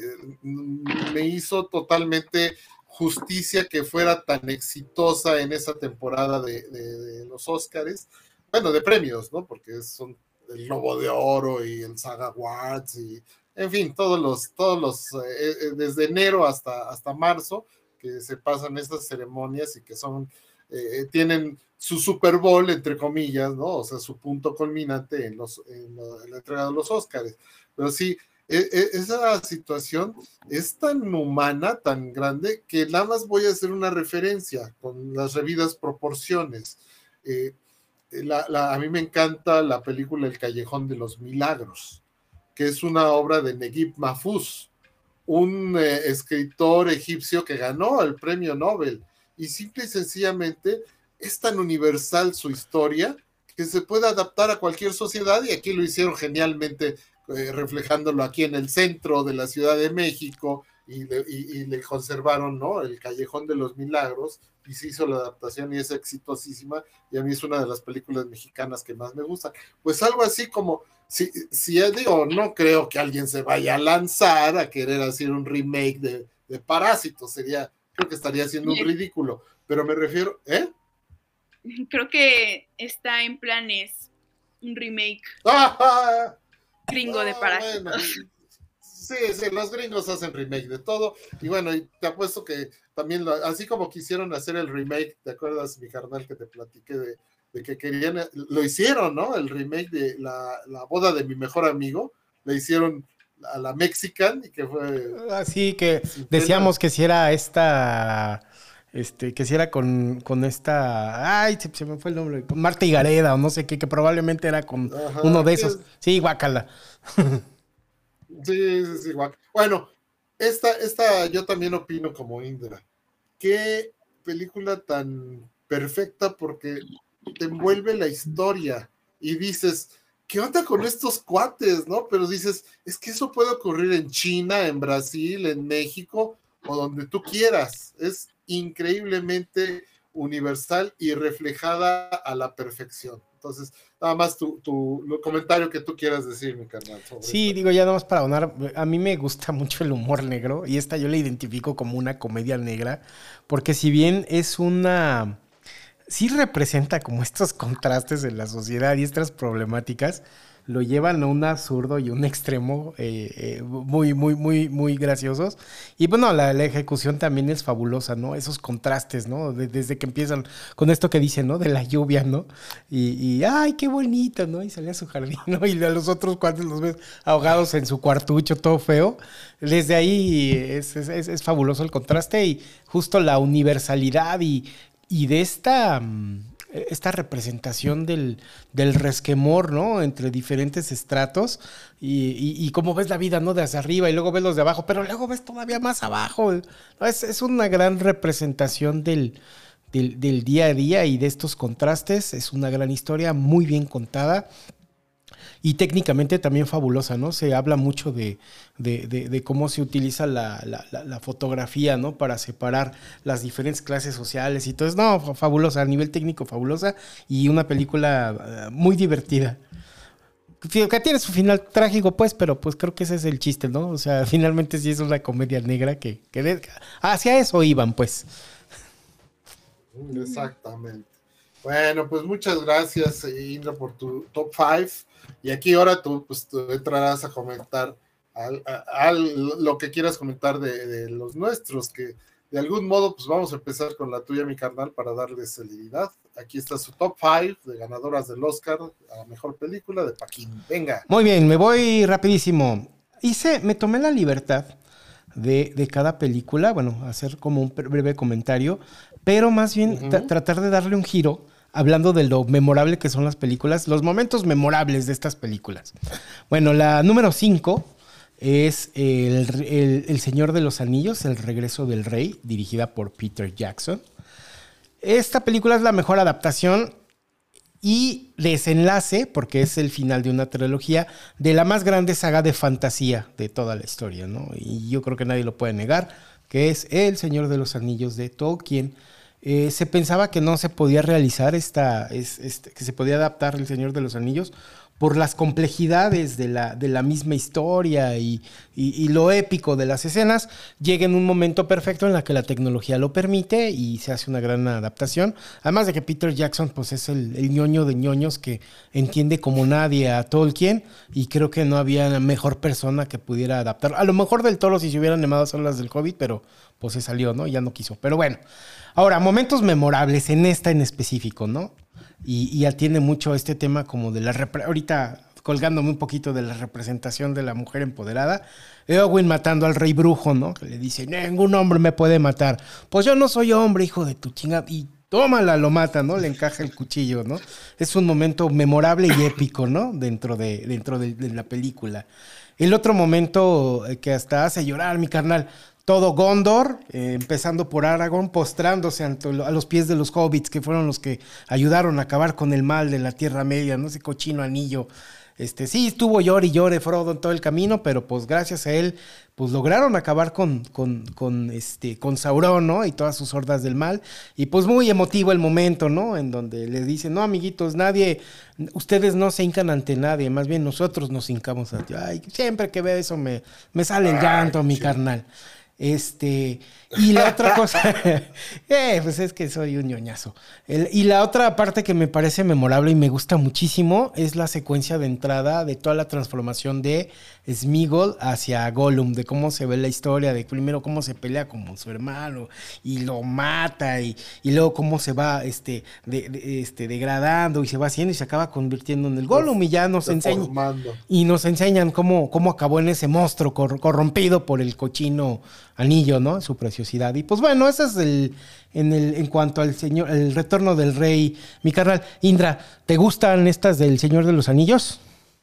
me hizo totalmente justicia que fuera tan exitosa en esa temporada de, de, de los Óscares, bueno, de premios, ¿no? Porque son el Globo de Oro y el Saga Awards, y en fin, todos los, todos los eh, desde enero hasta, hasta marzo, que se pasan estas ceremonias y que son eh, tienen su Super Bowl, entre comillas, ¿no? O sea, su punto culminante en, los, en, en la entrega de los Óscares. Pero sí, eh, eh, esa situación es tan humana, tan grande, que nada más voy a hacer una referencia con las debidas proporciones. Eh, la, la, a mí me encanta la película El Callejón de los Milagros, que es una obra de Neguib Mahfouz, un eh, escritor egipcio que ganó el premio Nobel, y simple y sencillamente es tan universal su historia que se puede adaptar a cualquier sociedad, y aquí lo hicieron genialmente, eh, reflejándolo aquí en el centro de la Ciudad de México, y le, y, y le conservaron, ¿no?, el Callejón de los Milagros, y se hizo la adaptación y es exitosísima, y a mí es una de las películas mexicanas que más me gustan. Pues algo así como, si, si digo, no creo que alguien se vaya a lanzar a querer hacer un remake de, de Parásitos, sería, creo que estaría haciendo un ridículo, pero me refiero, ¿eh? Creo que está en planes un remake ¡Ah! gringo ah, de Parásitos. Bueno. Sí, sí, los gringos hacen remake de todo, y bueno, y te apuesto que también, lo, así como quisieron hacer el remake, ¿te acuerdas, mi carnal, que te platiqué de, de que querían, lo hicieron, ¿no? El remake de la, la boda de mi mejor amigo, le hicieron a la Mexican, y que fue... Así que decíamos que si era esta... Este, que si era con, con esta... Ay, se, se me fue el nombre. Con Marta Higareda o no sé qué, que probablemente era con Ajá, uno de esos. Es... Sí, guácala. Sí, sí, sí, guácala. Bueno, esta, esta yo también opino como Indra. Qué película tan perfecta, porque te envuelve la historia y dices, ¿qué onda con estos cuates, no? Pero dices, es que eso puede ocurrir en China, en Brasil, en México, o donde tú quieras. Es increíblemente universal y reflejada a la perfección. Entonces, nada más tu, tu lo comentario que tú quieras decir, mi carnal. Sí, esta. digo, ya nada más para donar, a mí me gusta mucho el humor negro, y esta yo la identifico como una comedia negra, porque si bien es una... sí representa como estos contrastes en la sociedad y estas problemáticas, lo llevan a un absurdo y un extremo eh, eh, muy, muy, muy, muy graciosos. Y bueno, la, la ejecución también es fabulosa, ¿no? Esos contrastes, ¿no? De, desde que empiezan con esto que dicen, ¿no? De la lluvia, ¿no? Y, y ¡ay, qué bonito!, ¿no? Y sale a su jardín, ¿no? Y a los otros cuantos los ves ahogados en su cuartucho, todo feo. Desde ahí es, es, es, es fabuloso el contraste y justo la universalidad y, y de esta... esta representación del, del resquemor, ¿no? Entre diferentes estratos y, y, y cómo ves la vida, ¿no? Desde arriba y luego ves los de abajo, pero luego ves todavía más abajo. ¿No? Es, es una gran representación del, del, del día a día y de estos contrastes. Es una gran historia, muy bien contada. Y técnicamente también fabulosa, ¿no? Se habla mucho de, de, de, de cómo se utiliza la, la, la, la fotografía, ¿no? Para separar las diferentes clases sociales y todo eso. No, fabulosa, a nivel técnico fabulosa y una película uh, muy divertida. Que tiene su final trágico, pues, pero pues creo que ese es el chiste, ¿no? O sea, finalmente sí es una comedia negra que, que de, hacia eso iban, pues. Exactamente. Bueno, pues muchas gracias, Indra, por tu top five. Y aquí ahora tú, pues, tú entrarás a comentar al, a, a lo que quieras comentar de, de los nuestros, que de algún modo, pues vamos a empezar con la tuya, mi carnal, para darle celeridad. Aquí está su top five de ganadoras del Oscar a la mejor película de Paquín. Venga. Muy bien, me voy rapidísimo. Hice, me tomé la libertad de, de cada película, bueno, hacer como un breve comentario, pero más bien uh-huh. tra- tratar de darle un giro hablando de lo memorable que son las películas, los momentos memorables de estas películas. Bueno, la número cinco es el, el, el Señor de los Anillos, El Regreso del Rey, dirigida por Peter Jackson. Esta película es la mejor adaptación y desenlace, porque es el final de una trilogía, de la más grande saga de fantasía de toda la historia, ¿no? Y yo creo que nadie lo puede negar, que es El Señor de los Anillos de Tolkien. Eh, se pensaba que no se podía realizar esta, es, este, que se podía adaptar El Señor de los Anillos por las complejidades de la, de la misma historia y, y, y lo épico de las escenas, llega en un momento perfecto en la que la tecnología lo permite y se hace una gran adaptación. Además de que Peter Jackson pues es el, el ñoño de ñoños que entiende como nadie a Tolkien, y creo que no había mejor persona que pudiera adaptar. A lo mejor del Toro si se hubieran llamado solo las del Hobbit, pero pues se salió, ¿no? Ya no quiso. Pero bueno, ahora, momentos memorables en esta en específico, ¿no? Y, y atiende mucho a este tema como de la... Repre- ahorita colgándome un poquito de la representación de la mujer empoderada, Eowyn matando al rey brujo, ¿no? Que le dice, ningún hombre me puede matar. Pues yo no soy hombre, hijo de tu chinga. Y tómala, lo mata, ¿no? Le encaja el cuchillo, ¿no? Es un momento memorable y épico, ¿no? Dentro de, dentro de, de la película. El otro momento que hasta hace llorar, mi carnal, todo Gondor, eh, empezando por Aragorn, postrándose ante, a los pies de los hobbits, que fueron los que ayudaron a acabar con el mal de la Tierra Media, ¿no? Ese cochino anillo. Este, sí, estuvo llore y llore Frodo en todo el camino, pero pues gracias a él, pues lograron acabar con, con, con, este, con Sauron, ¿no? Y todas sus hordas del mal. Y pues muy emotivo el momento, ¿no? En donde le dicen, no, amiguitos, nadie, ustedes no se hincan ante nadie, más bien nosotros nos hincamos ante... Ay, siempre que veo eso me, me sale el llanto, Ay, mi chido. carnal. Este, y la otra cosa, eh, pues es que soy un ñoñazo. El, y la otra parte que me parece memorable y me gusta muchísimo es la secuencia de entrada de toda la transformación de Sméagol hacia Gollum, de cómo se ve la historia, de primero cómo se pelea con su hermano y lo mata, y, y luego cómo se va este, de, de, este, degradando y se va haciendo y se acaba convirtiendo en el Gollum, y ya nos enseñan y nos enseñan cómo, cómo acabó en ese monstruo cor, corrompido por el cochino anillo, ¿no? Su preciosidad. Y pues bueno, ese es el en el en cuanto al señor, el retorno del rey. Mi carnal, Indra, ¿te gustan estas del Señor de los Anillos?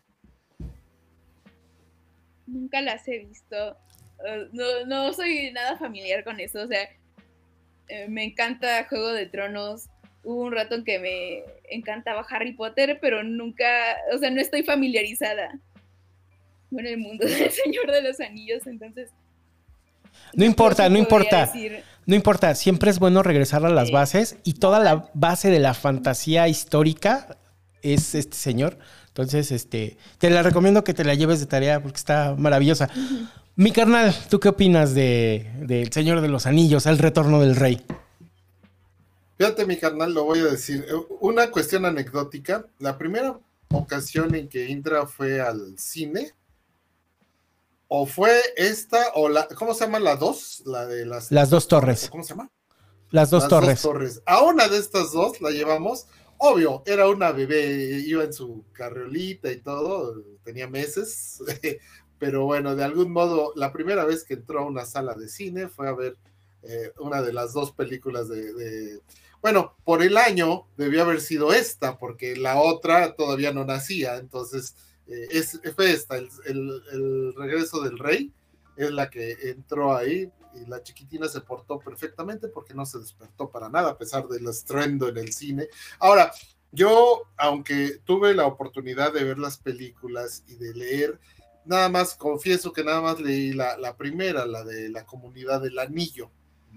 Nunca las he visto. Uh, no, no soy nada familiar con eso. O sea, eh, me encanta Juego de Tronos. Hubo un rato en que me encantaba Harry Potter, pero nunca, o sea, no estoy familiarizada con el mundo del Señor de los Anillos, entonces... No importa, no importa, decir... no importa, siempre es bueno regresar a las sí. bases, y toda la base de la fantasía histórica es este señor. Entonces, este, te la recomiendo que te la lleves de tarea porque está maravillosa. Uh-huh. Mi carnal, ¿tú qué opinas de, de El Señor de los Anillos, El Retorno del Rey? Fíjate, mi carnal, lo voy a decir. Una cuestión anecdótica. La primera ocasión en que Indra fue al cine, o fue esta, o la, ¿cómo se llama? La dos, la de las... Las dos torres. ¿Cómo se llama? Las dos las torres. Dos torres. A una de estas dos la llevamos. Obvio, era una bebé, iba en su carriolita y todo, tenía meses, pero bueno, de algún modo, la primera vez que entró a una sala de cine fue a ver eh, una de las dos películas de, de... Bueno, por el año debió haber sido esta, porque la otra todavía no nacía, entonces eh, es, fue esta, el, el, el Regreso del Rey, es la que entró ahí, y la chiquitina se portó perfectamente porque no se despertó para nada, a pesar del estruendo en el cine. Ahora, yo, aunque tuve la oportunidad de ver las películas y de leer, nada más, confieso que nada más leí la, la primera, la de La Comunidad del Anillo,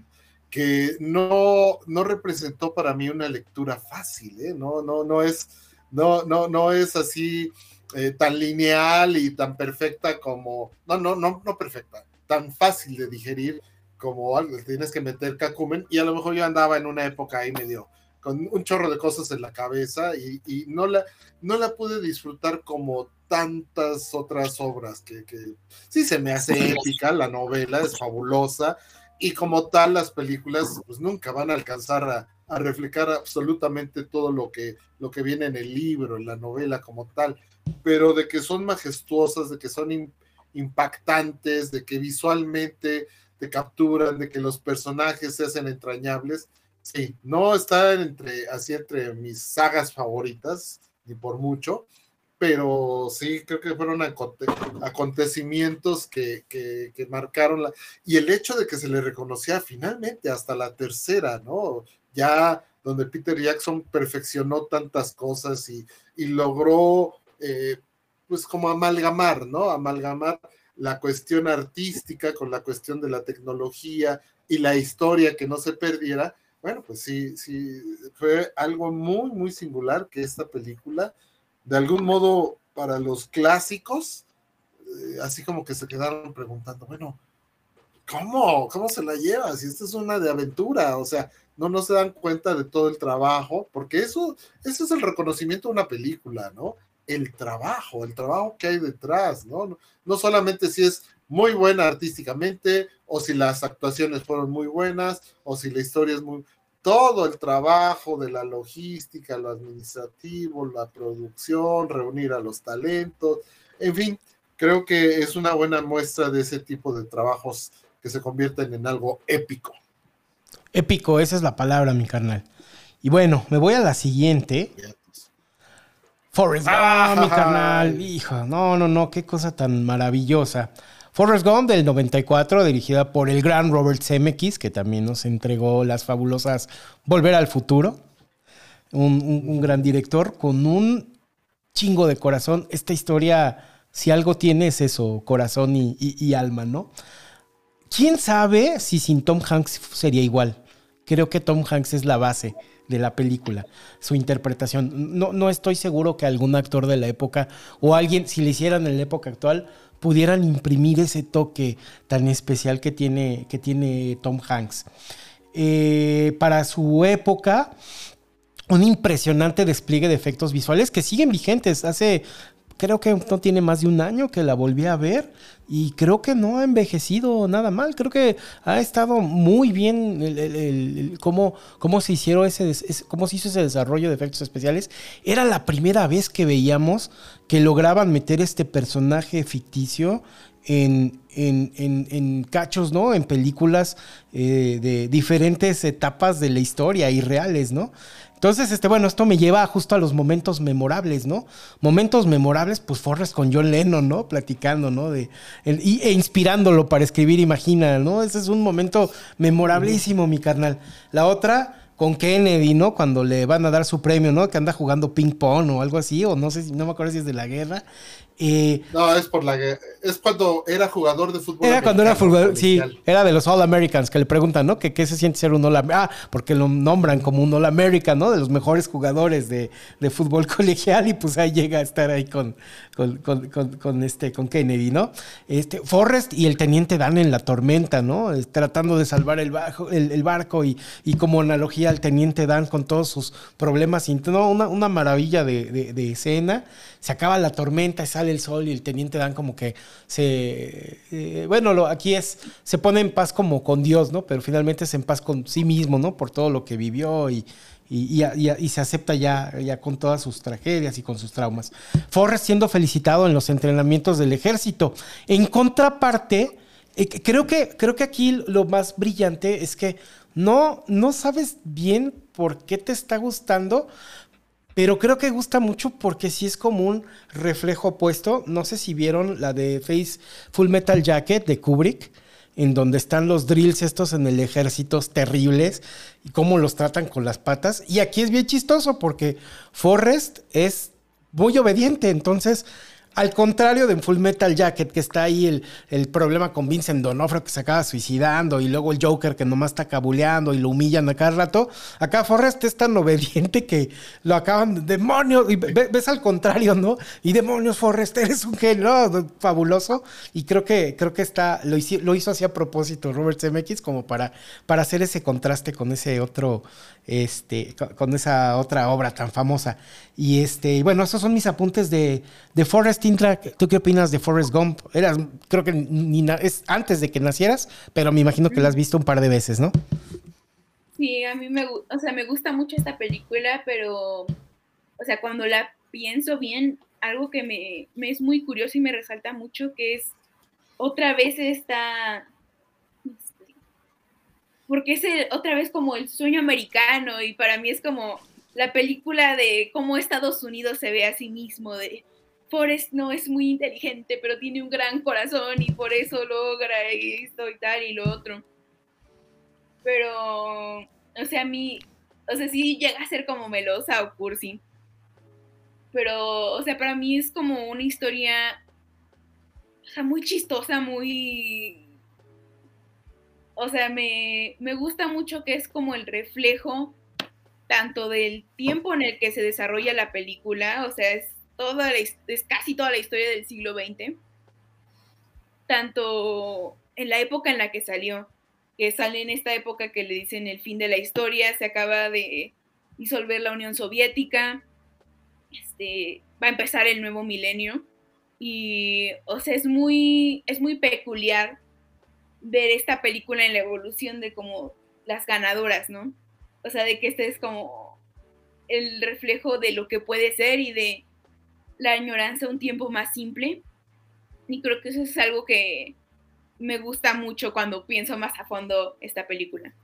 que no, no representó para mí una lectura fácil, ¿eh? No, no, no es, no, no, no es así eh, tan lineal y tan perfecta como, no, no, no, no perfecta, tan fácil de digerir como algo, tienes que meter cacumen, y a lo mejor yo andaba en una época ahí medio con un chorro de cosas en la cabeza y, y no, la, no la pude disfrutar como tantas otras obras que, que sí se me hace épica, la novela es fabulosa, y como tal las películas pues nunca van a alcanzar a, a reflejar absolutamente todo lo que, lo que viene en el libro, en la novela como tal, pero de que son majestuosas, de que son in, impactantes, de que visualmente te capturan, de que los personajes se hacen entrañables. Sí, no está entre, así entre mis sagas favoritas, ni por mucho, pero sí creo que fueron aconte acontecimientos que, que, que marcaron la... Y el hecho de que se le reconocía finalmente hasta la tercera, ¿no? Ya donde Peter Jackson perfeccionó tantas cosas y, y logró, eh, pues como amalgamar, ¿no? Amalgamar la cuestión artística con la cuestión de la tecnología y la historia que no se perdiera. Bueno, pues sí, sí, fue algo muy, muy singular que esta película de algún modo para los clásicos, eh, así como que se quedaron preguntando, bueno, ¿cómo? ¿Cómo se la lleva? Si esta es una de aventura, o sea, no, no se dan cuenta de todo el trabajo, porque eso, eso es el reconocimiento de una película, ¿no? El trabajo, el trabajo que hay detrás, ¿no? No, no solamente si es muy buena artísticamente, o si las actuaciones fueron muy buenas, o si la historia es muy... Todo el trabajo de la logística, lo administrativo, la producción, reunir a los talentos, en fin, creo que es una buena muestra de ese tipo de trabajos que se convierten en algo épico. Épico, esa es la palabra, mi carnal. Y bueno, me voy a la siguiente. Forrest Gump, ah, mi carnal. Hijo, no, no, no, qué cosa tan maravillosa. Forrest Gump del noventa y cuatro, dirigida por el gran Robert Zemeckis, que también nos entregó las fabulosas Volver al Futuro. Un, un, un gran director con un chingo de corazón. Esta historia, si algo tiene, es eso, corazón y, y, y alma, ¿no? ¿Quién sabe si sin Tom Hanks sería igual? Creo que Tom Hanks es la base de la película, su interpretación. No, no estoy seguro que algún actor de la época o alguien, si le hicieran en la época actual, pudieran imprimir ese toque tan especial que tiene, que tiene Tom Hanks. Eh, para su época, un impresionante despliegue de efectos visuales que siguen vigentes. Hace... Creo que no tiene más de un año que la volví a ver y creo que no ha envejecido nada mal. Creo que ha estado muy bien el, el, el, el, cómo, cómo se hicieron ese, ese, cómo se hizo ese desarrollo de efectos especiales. Era la primera vez que veíamos que lograban meter este personaje ficticio en, en, en, en cachos, ¿no? En películas eh, de diferentes etapas de la historia y reales, ¿no? Entonces, este, bueno, esto me lleva justo a los momentos memorables, ¿no? Momentos memorables, pues Forrest con John Lennon, ¿no? Platicando, ¿no? De, el, y, e inspirándolo para escribir Imagina, ¿no? Ese es un momento memorabilísimo, mi carnal. La otra, con Kennedy, ¿no? Cuando le van a dar su premio, ¿no? Que anda jugando ping pong o algo así, o no sé, no me acuerdo si es de la guerra. Eh, no, es por la es cuando era jugador de fútbol. Era cuando era jugador, sí, era de los All Americans, que le preguntan, ¿no? Que qué se siente ser un All American. Ah, porque lo nombran como un All American, ¿no? De los mejores jugadores de, de fútbol colegial, y pues ahí llega a estar ahí con, con, con, con, con este, con Kennedy, ¿no? Este, Forrest y el teniente Dan en la tormenta, ¿no? Tratando de salvar el, bajo, el, el barco y, y como analogía al teniente Dan con todos sus problemas. No, una, una maravilla de, de, de escena. Se acaba la tormenta, sale el sol y el teniente Dan como que se... Eh, bueno, lo, aquí es... Se pone en paz como con Dios, ¿no? Pero finalmente es en paz con sí mismo, ¿no? Por todo lo que vivió y, y, y, y, y se acepta ya, ya con todas sus tragedias y con sus traumas. Forrest siendo felicitado en los entrenamientos del ejército. En contraparte, eh, creo, que, creo que aquí lo más brillante es que no, no sabes bien por qué te está gustando, pero creo que gusta mucho porque sí es como un reflejo opuesto. No sé si vieron la de Face Full Metal Jacket de Kubrick, en donde están los drills estos en el ejército terribles y cómo los tratan con las patas. Y aquí es bien chistoso porque Forrest es muy obediente, entonces... Al contrario de Full Metal Jacket, que está ahí el, el problema con Vincent D'Onofrio que se acaba suicidando, y luego el Joker que nomás está cabuleando y lo humillan a cada rato. Acá Forrest es tan obediente que lo acaban de demonios, y ves al contrario, ¿no? Y demonios, Forrest, eres un genio, ¿no? Fabuloso. Y creo que, creo que está, lo hizo, lo hizo así a propósito Robert Zemeckis, como para, para hacer ese contraste con ese otro, este, con esa otra obra tan famosa. Y este, bueno, esos son mis apuntes de, de Forrest. Intra, ¿tú qué opinas de Forrest Gump? Eras, creo que ni na- es antes de que nacieras, pero me imagino que la has visto un par de veces, ¿no? Sí, a mí me, o sea, me gusta mucho esta película, pero, o sea, cuando la pienso bien, algo que me, me es muy curioso y me resalta mucho, que es otra vez esta, porque es el, otra vez como el sueño americano, y para mí es como la película de cómo Estados Unidos se ve a sí mismo, de Forrest no es muy inteligente, pero tiene un gran corazón y por eso logra esto y tal y lo otro. Pero, o sea, a mí, o sea, sí llega a ser como melosa o cursi. Pero, o sea, para mí es como una historia, o sea, muy chistosa, muy... O sea, me, me gusta mucho que es como el reflejo tanto del tiempo en el que se desarrolla la película, o sea, es toda la, es casi toda la historia del siglo veinte, tanto en la época en la que salió, que sale en esta época que le dicen el fin de la historia, se acaba de disolver la Unión Soviética, este, va a empezar el nuevo milenio, y, o sea, es muy, es muy peculiar ver esta película en la evolución de como las ganadoras, ¿no? O sea, de que este es como el reflejo de lo que puede ser y de la añoranza a un tiempo más simple. Y creo que eso es algo que me gusta mucho cuando pienso más a fondo esta película.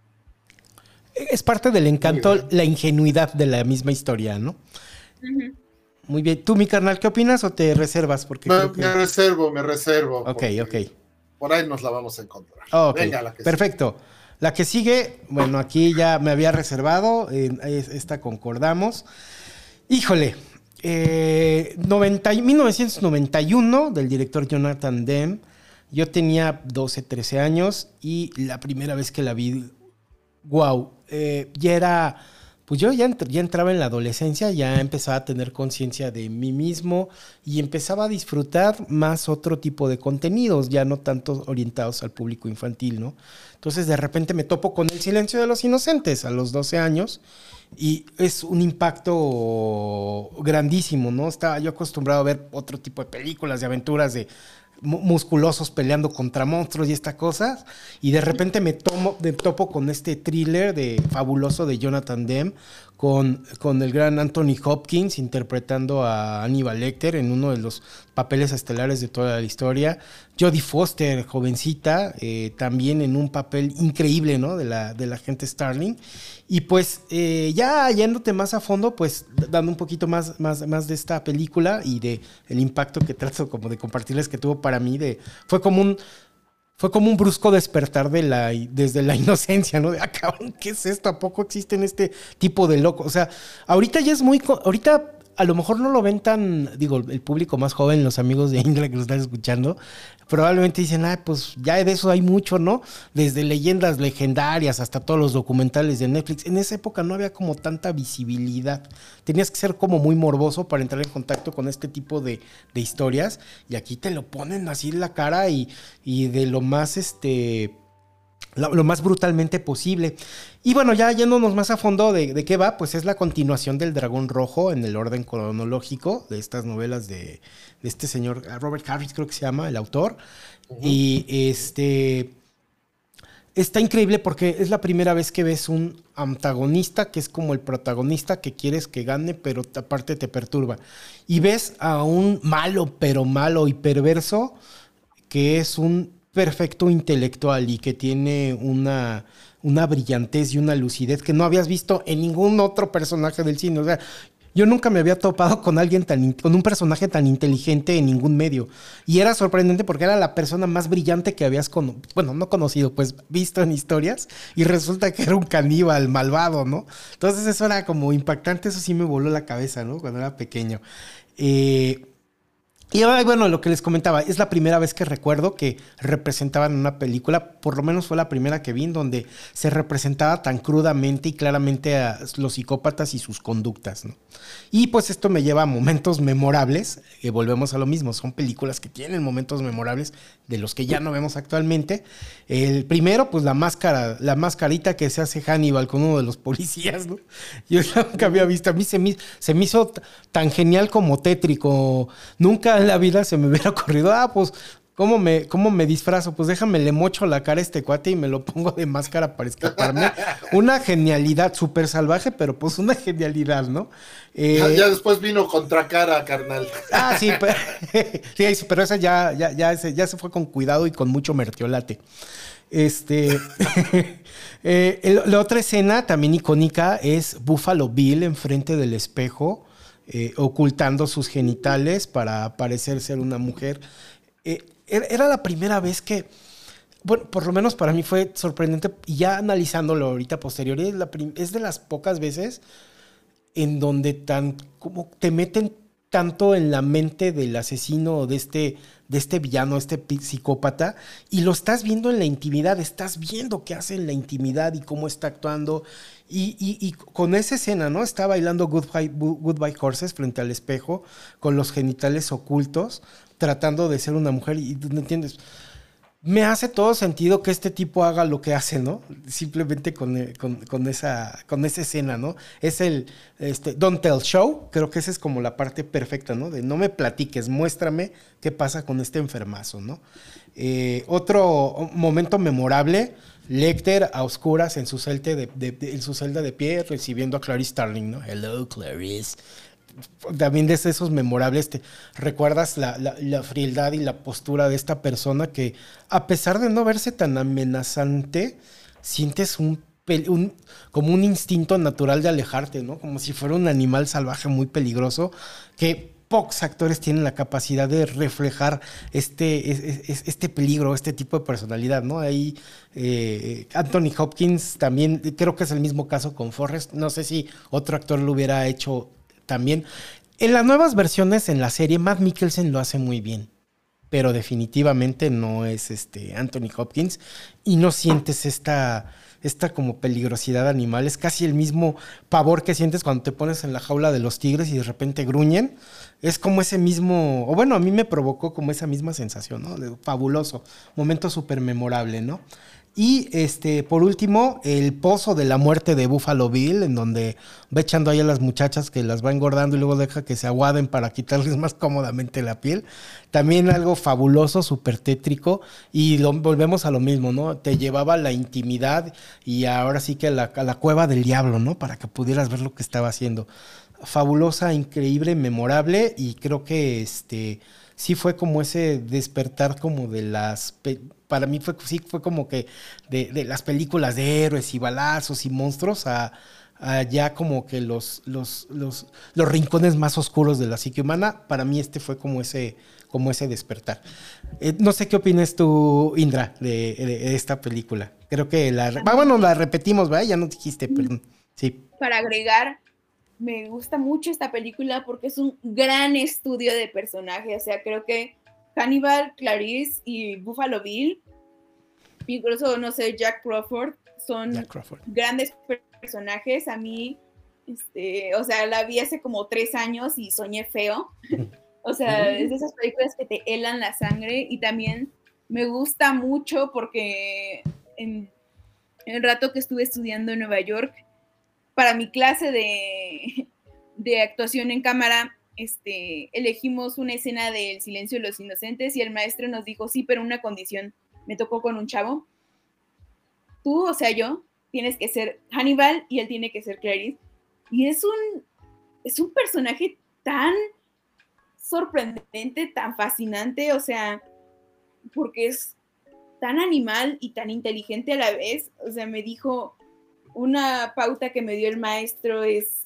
Es parte del encanto, la ingenuidad de la misma historia, ¿no? Uh-huh. Muy bien. ¿Tú, mi carnal, qué opinas o te reservas? Porque me, creo que... me reservo, me reservo. Ok, ok. Por ahí nos la vamos a encontrar. Oh, okay. Venga, la que perfecto. Sigue. La que sigue, bueno, aquí ya me había reservado, eh, esta concordamos. Híjole, eh, noventa, mil novecientos noventa y uno, del director Jonathan Demme. Yo tenía doce, trece años y la primera vez que la vi, wow, eh, ya era... Pues yo ya, ya entraba en la adolescencia, ya empezaba a tener conciencia de mí mismo y empezaba a disfrutar más otro tipo de contenidos, ya no tanto orientados al público infantil, ¿no? Entonces de repente me topo con El silencio de los inocentes a los doce años y es un impacto grandísimo, ¿no? Estaba yo acostumbrado a ver otro tipo de películas, de aventuras, de musculosos peleando contra monstruos y estas cosas, y de repente me, tomo, me topo con este thriller de, fabuloso de Jonathan Demme, con, con el gran Anthony Hopkins interpretando a Hannibal Lecter en uno de los papeles estelares de toda la historia, Jodie Foster, jovencita, eh, también en un papel increíble, ¿no? De la, de la agente Starling. Y pues eh, ya yéndote más a fondo, pues dando un poquito más, más, más de esta película y de el impacto que trato como de compartirles que tuvo para mí, de, fue como un fue como un brusco despertar de la, desde la inocencia, ¿no? De acá, ¿qué es esto? ¿A poco existen este tipo de locos? O sea, ahorita ya es muy, ahorita a lo mejor no lo ven tan, digo, el público más joven, los amigos de Indra que lo están escuchando, probablemente dicen, ah, pues ya de eso hay mucho, ¿no? Desde leyendas legendarias hasta todos los documentales de Netflix. En esa época no había como tanta visibilidad. Tenías que ser como muy morboso para entrar en contacto con este tipo de, de historias. Y aquí te lo ponen así en la cara y, y de lo más, este... Lo, lo más brutalmente posible. Y bueno, ya yéndonos más a fondo de, de qué va, pues es la continuación del Dragón Rojo en el orden cronológico de estas novelas de, de este señor Robert Harris, creo que se llama, el autor. Uh-huh. Y este está increíble porque es la primera vez que ves un antagonista que es como el protagonista que quieres que gane, pero aparte te perturba. Y ves a un malo, pero malo y perverso, que es un perfecto intelectual y que tiene una, una brillantez y una lucidez que no habías visto en ningún otro personaje del cine. O sea, yo nunca me había topado con alguien tan, con un personaje tan inteligente en ningún medio. Y era sorprendente porque era la persona más brillante que habías, con, bueno, no conocido, pues visto en historias, y resulta que era un caníbal malvado, ¿no? Entonces eso era como impactante, eso sí me voló la cabeza, ¿no? Cuando era pequeño. Eh... Y bueno, lo que les comentaba, es la primera vez que recuerdo que representaban una película, por lo menos fue la primera que vi, en donde se representaba tan crudamente y claramente a los psicópatas y sus conductas, ¿no? Y pues esto me lleva a momentos memorables, que volvemos a lo mismo, son películas que tienen momentos memorables de los que ya no vemos actualmente. El primero, pues la máscara, la mascarita que se hace Hannibal con uno de los policías, ¿no? Yo nunca había visto, a mí se me, se me hizo tan genial como tétrico, nunca en la vida se me hubiera ocurrido, ah, pues, ¿cómo me, cómo me disfrazo? Pues déjame, le mocho la cara a este cuate y me lo pongo de máscara para escaparme. Una genialidad, súper salvaje, pero pues una genialidad, ¿no? Eh, ya, ya después vino Contracara, carnal. Ah, sí, pero, sí, pero esa ya, ya, ya, ese, ya se fue con cuidado y con mucho mertiolate. Este, eh, el, la otra escena también icónica es Buffalo Bill enfrente del espejo, Eh, ocultando sus genitales para parecer ser una mujer. Eh, era la primera vez que, bueno, por lo menos para mí fue sorprendente, y ya analizándolo ahorita posterior, es, la prim- es de las pocas veces en donde tan, como te meten tanto en la mente del asesino o de este, de este villano, este psicópata, y lo estás viendo en la intimidad, estás viendo qué hace en la intimidad y cómo está actuando. Y, y, y con esa escena, ¿no? Está bailando Goodbye, Goodbye Horses frente al espejo, con los genitales ocultos, tratando de ser una mujer, y ¿no entiendes? Me hace todo sentido que este tipo haga lo que hace, ¿no? Simplemente con, con, con, esa, con esa escena, ¿no? Es el este, Don't Tell Show, creo que esa es como la parte perfecta, ¿no? De no me platiques, muéstrame qué pasa con este enfermazo, ¿no? Eh, otro momento memorable, Lecter a oscuras en su, celte de, de, de, en su celda de pie recibiendo a Clarice Starling, ¿no? Hello, Clarice. También de esos memorables, te recuerdas la, la, la frialdad y la postura de esta persona que, a pesar de no verse tan amenazante, sientes un, un como un instinto natural de alejarte, ¿no? Como si fuera un animal salvaje muy peligroso, que pocos actores tienen la capacidad de reflejar este, este peligro, este tipo de personalidad, ¿no? Ahí eh, Anthony Hopkins también, creo que es el mismo caso con Forrest, no sé si otro actor lo hubiera hecho también. En las nuevas versiones en la serie, Matt Mikkelsen lo hace muy bien, pero definitivamente no es este Anthony Hopkins y no sientes esta, esta como peligrosidad animal. Es casi el mismo pavor que sientes cuando te pones en la jaula de los tigres y de repente gruñen. Es como ese mismo, o bueno, a mí me provocó como esa misma sensación, ¿no? De fabuloso, momento súper memorable, ¿no? Y este, por último, el pozo de la muerte de Buffalo Bill, en donde va echando ahí a las muchachas que las va engordando y luego deja que se aguaden para quitarles más cómodamente la piel. También algo fabuloso, súper tétrico, y lo, volvemos a lo mismo, ¿no? Te llevaba a la intimidad y ahora sí que a la, a la cueva del diablo, ¿no? Para que pudieras ver lo que estaba haciendo. Fabulosa, increíble, memorable, y creo que este... sí fue como ese despertar como de las... Pe- para mí fue, sí fue como que de, de las películas de héroes y balazos y monstruos a, a ya como que los, los, los, los rincones más oscuros de la psique humana. Para mí este fue como ese, como ese despertar. Eh, no sé qué opinas tú, Indra, de, de, de esta película. Creo que la... Ah, bueno, la repetimos, ¿verdad? Ya no dijiste, perdón. Sí. Para agregar... me gusta mucho esta película porque es un gran estudio de personaje. O sea, creo que Hannibal, Clarice y Buffalo Bill, incluso, no sé, Jack Crawford, son Jack Crawford. grandes personajes. A mí, este, o sea, la vi hace como tres años y soñé feo. O sea, es de esas películas que te helan la sangre. Y también me gusta mucho porque en el rato que estuve estudiando en Nueva York, para mi clase de, de actuación en cámara, este, elegimos una escena del Silencio de los Inocentes y el maestro nos dijo, sí, pero una condición, me tocó con un chavo, tú, o sea, yo, tienes que ser Hannibal y él tiene que ser Clarice. Y es un, es un personaje tan sorprendente, tan fascinante, o sea, porque es tan animal y tan inteligente a la vez. O sea, me dijo... una pauta que me dio el maestro es,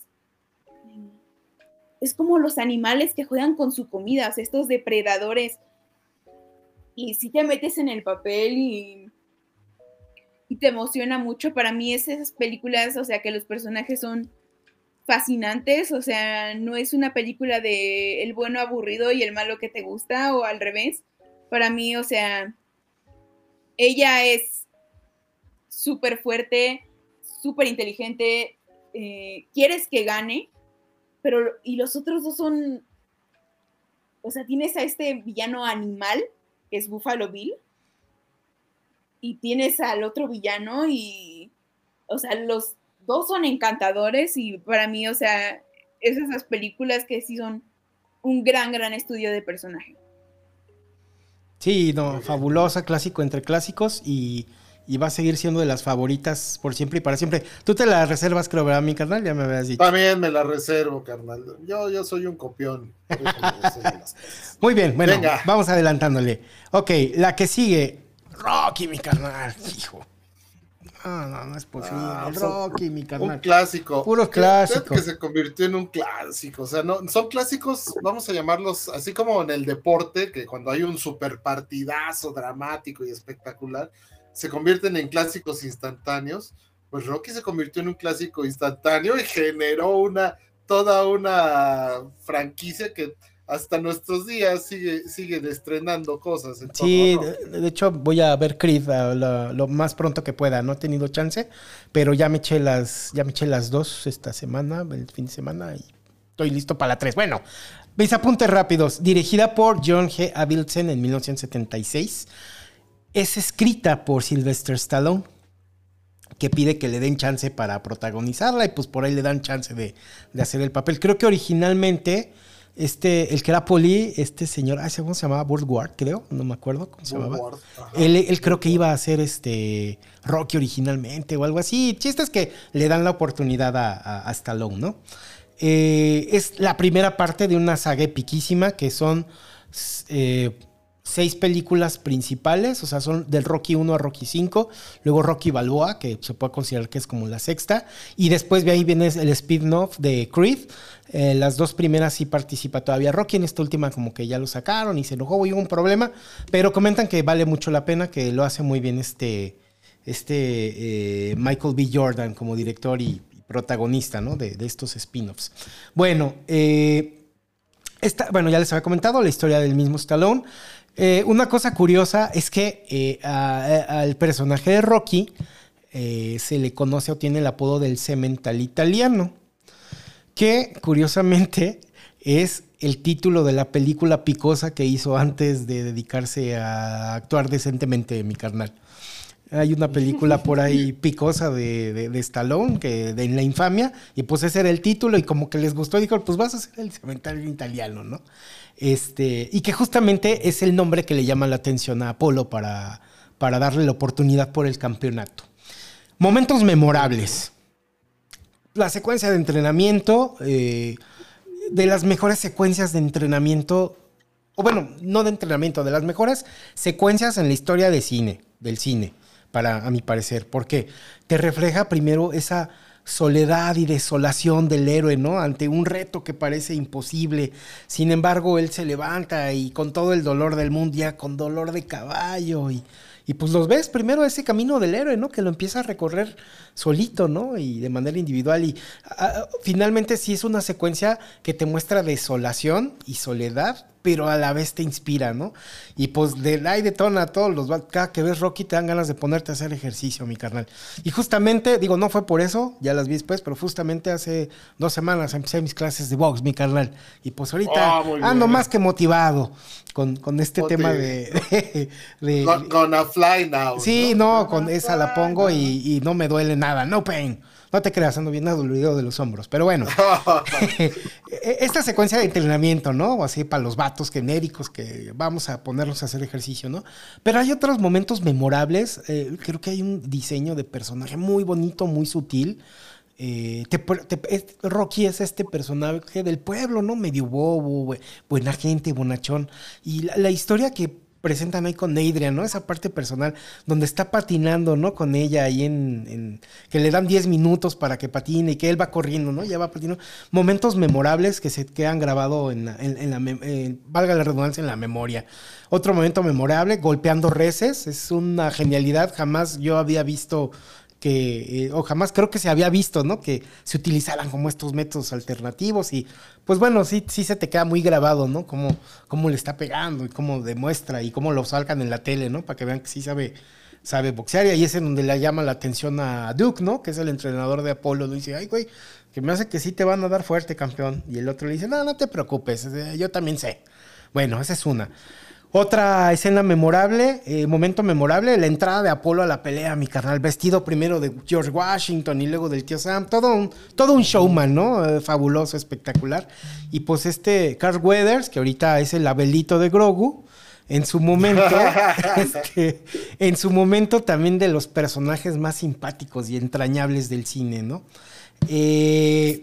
es como los animales que juegan con su comida, o sea, estos depredadores. Y si te metes en el papel y, y te emociona mucho. Para mí es esas películas, o sea, que los personajes son fascinantes, o sea, no es una película de el bueno aburrido y el malo que te gusta, o al revés. Para mí, o sea, ella es súper fuerte, súper inteligente, eh, quieres que gane, pero y los otros dos son, o sea, tienes a este villano animal, que es Buffalo Bill, y tienes al otro villano y, o sea, los dos son encantadores y para mí, o sea, es esas películas que sí son un gran, gran estudio de personaje. Sí, no, fabulosa, clásico entre clásicos y... y va a seguir siendo de las favoritas por siempre y para siempre. Tú te la reservas, creo, ¿verdad, mi carnal? Ya me habías dicho. También me la reservo, carnal. Yo, yo soy un copión. Muy bien, bueno, venga, vamos adelantándole. Ok, la que sigue, Rocky, mi carnal. Hijo. No, no, no es posible. Ah, Rocky, mi carnal. Un clásico. Puro clásico. Que se convirtió en un clásico. O sea, no, son clásicos, vamos a llamarlos, así como en el deporte, que cuando hay un super partidazo dramático y espectacular, se convierten en clásicos instantáneos. Pues Rocky se convirtió en un clásico instantáneo y generó una toda una franquicia que hasta nuestros días sigue, siguen estrenando cosas. En sí, todo, de, de hecho voy a ver Creed uh, lo, lo más pronto que pueda. No he tenido chance, pero ya me eché las, ya me eché las dos esta semana, el fin de semana, y estoy listo para la tres. Bueno, mis apuntes rápidos. Dirigida por John G. Avildsen en mil novecientos setenta y seis. Es escrita por Sylvester Stallone, que pide que le den chance para protagonizarla, y pues por ahí le dan chance de, de hacer el papel. Creo que originalmente este, el que era Poli, este señor, ¿cómo se llamaba? Burt Ward, creo, no me acuerdo cómo se Burt llamaba. Ward, Él, él creo que iba a hacer este Rocky originalmente o algo así. Chistes que le dan la oportunidad a, a, a Stallone, ¿no? Eh, es la primera parte de una saga epiquísima que son eh, seis películas principales, o sea, son del Rocky uno a Rocky cinco, luego Rocky Balboa, que se puede considerar que es como la sexta, y después de ahí viene el spin-off de Creed. Eh, las dos primeras sí participa todavía Rocky, en esta última como que ya lo sacaron y se enojó, hubo un problema, pero comentan que vale mucho la pena, que lo hace muy bien este, este eh, Michael B. Jordan como director y protagonista, ¿no? de, de estos spin-offs. Bueno, eh, esta, bueno, ya les había comentado la historia del mismo Stallone. Eh, una cosa curiosa es que eh, a, a, al personaje de Rocky eh, se le conoce o tiene el apodo del Cemental italiano, que curiosamente es el título de la película picosa que hizo antes de dedicarse a actuar decentemente, mi carnal. Hay una película por ahí picosa de, de, de Stallone, que de En la infamia, y pues ese era el título, y como que les gustó, y dijo, pues vas a hacer el Cemental italiano, ¿no? Este, y que justamente es el nombre que le llama la atención a Apolo para, para darle la oportunidad por el campeonato. Momentos memorables. La secuencia de entrenamiento, eh, de las mejores secuencias de entrenamiento, o bueno, no de entrenamiento, de las mejores secuencias en la historia de cine, del cine. Para, a mi parecer, porque te refleja primero esa soledad y desolación del héroe, ¿no? Ante un reto que parece imposible. Sin embargo, él se levanta y con todo el dolor del mundo, ya con dolor de caballo, y, y pues los ves primero ese camino del héroe, ¿no? Que lo empieza a recorrer solito, ¿no? Y de manera individual. Y a, a, finalmente sí es una secuencia que te muestra desolación y soledad, pero a la vez te inspira, ¿no? Y pues de ahí detona a todos los... Cada que ves Rocky te dan ganas de ponerte a hacer ejercicio, mi carnal. Y justamente, digo, no fue por eso, ya las vi después, pero justamente hace dos semanas empecé mis clases de box, mi carnal. Y pues ahorita oh, ando más que motivado con, con este Ote. tema de... de, de con, con a fly now. Sí, no, no con esa la pongo y, y no me duele nada, no pain. No te creas, ando bien adolorido de los hombros. Pero bueno, esta secuencia de entrenamiento, ¿no? Así para los vatos genéricos que vamos a ponerlos a hacer ejercicio, ¿no? Pero hay otros momentos memorables. Eh, creo que hay un diseño de personaje muy bonito, muy sutil. Eh, te, te, es, Rocky es este personaje del pueblo, ¿no? Medio bobo, buena gente, bonachón. Y la, la historia que presentan ahí con Adrian, ¿no? Esa parte personal donde está patinando, ¿no? Con ella ahí en, en... que le dan diez minutos para que patine y que él va corriendo, ¿no? Ya va patinando. Momentos memorables que se quedan grabados en la... En, en la en, valga la redundancia, en la memoria. Otro momento memorable, golpeando reses. Es una genialidad. Jamás yo había visto... que, eh, o jamás creo que se había visto, ¿no? Que se utilizaran como estos métodos alternativos y pues bueno, sí, sí se te queda muy grabado, ¿no? Cómo, cómo le está pegando y cómo demuestra y cómo lo salgan en la tele, ¿no? Para que vean que sí sabe, sabe boxear, y ahí es en donde le llama la atención a Duke, ¿no? Que es el entrenador de Apolo, le dice, ay, güey, que me hace que sí te van a dar fuerte, campeón. Y el otro le dice, no, no te preocupes, yo también sé. Bueno, esa es una. Otra escena memorable, eh, momento memorable, la entrada de Apolo a la pelea, mi carnal, vestido primero de George Washington y luego del tío Sam, todo un, todo un showman, ¿no? Eh, fabuloso, espectacular. Y pues este Carl Weathers, que ahorita es el Abelito de Grogu, en su momento, este, en su momento también de los personajes más simpáticos y entrañables del cine, ¿no? Eh...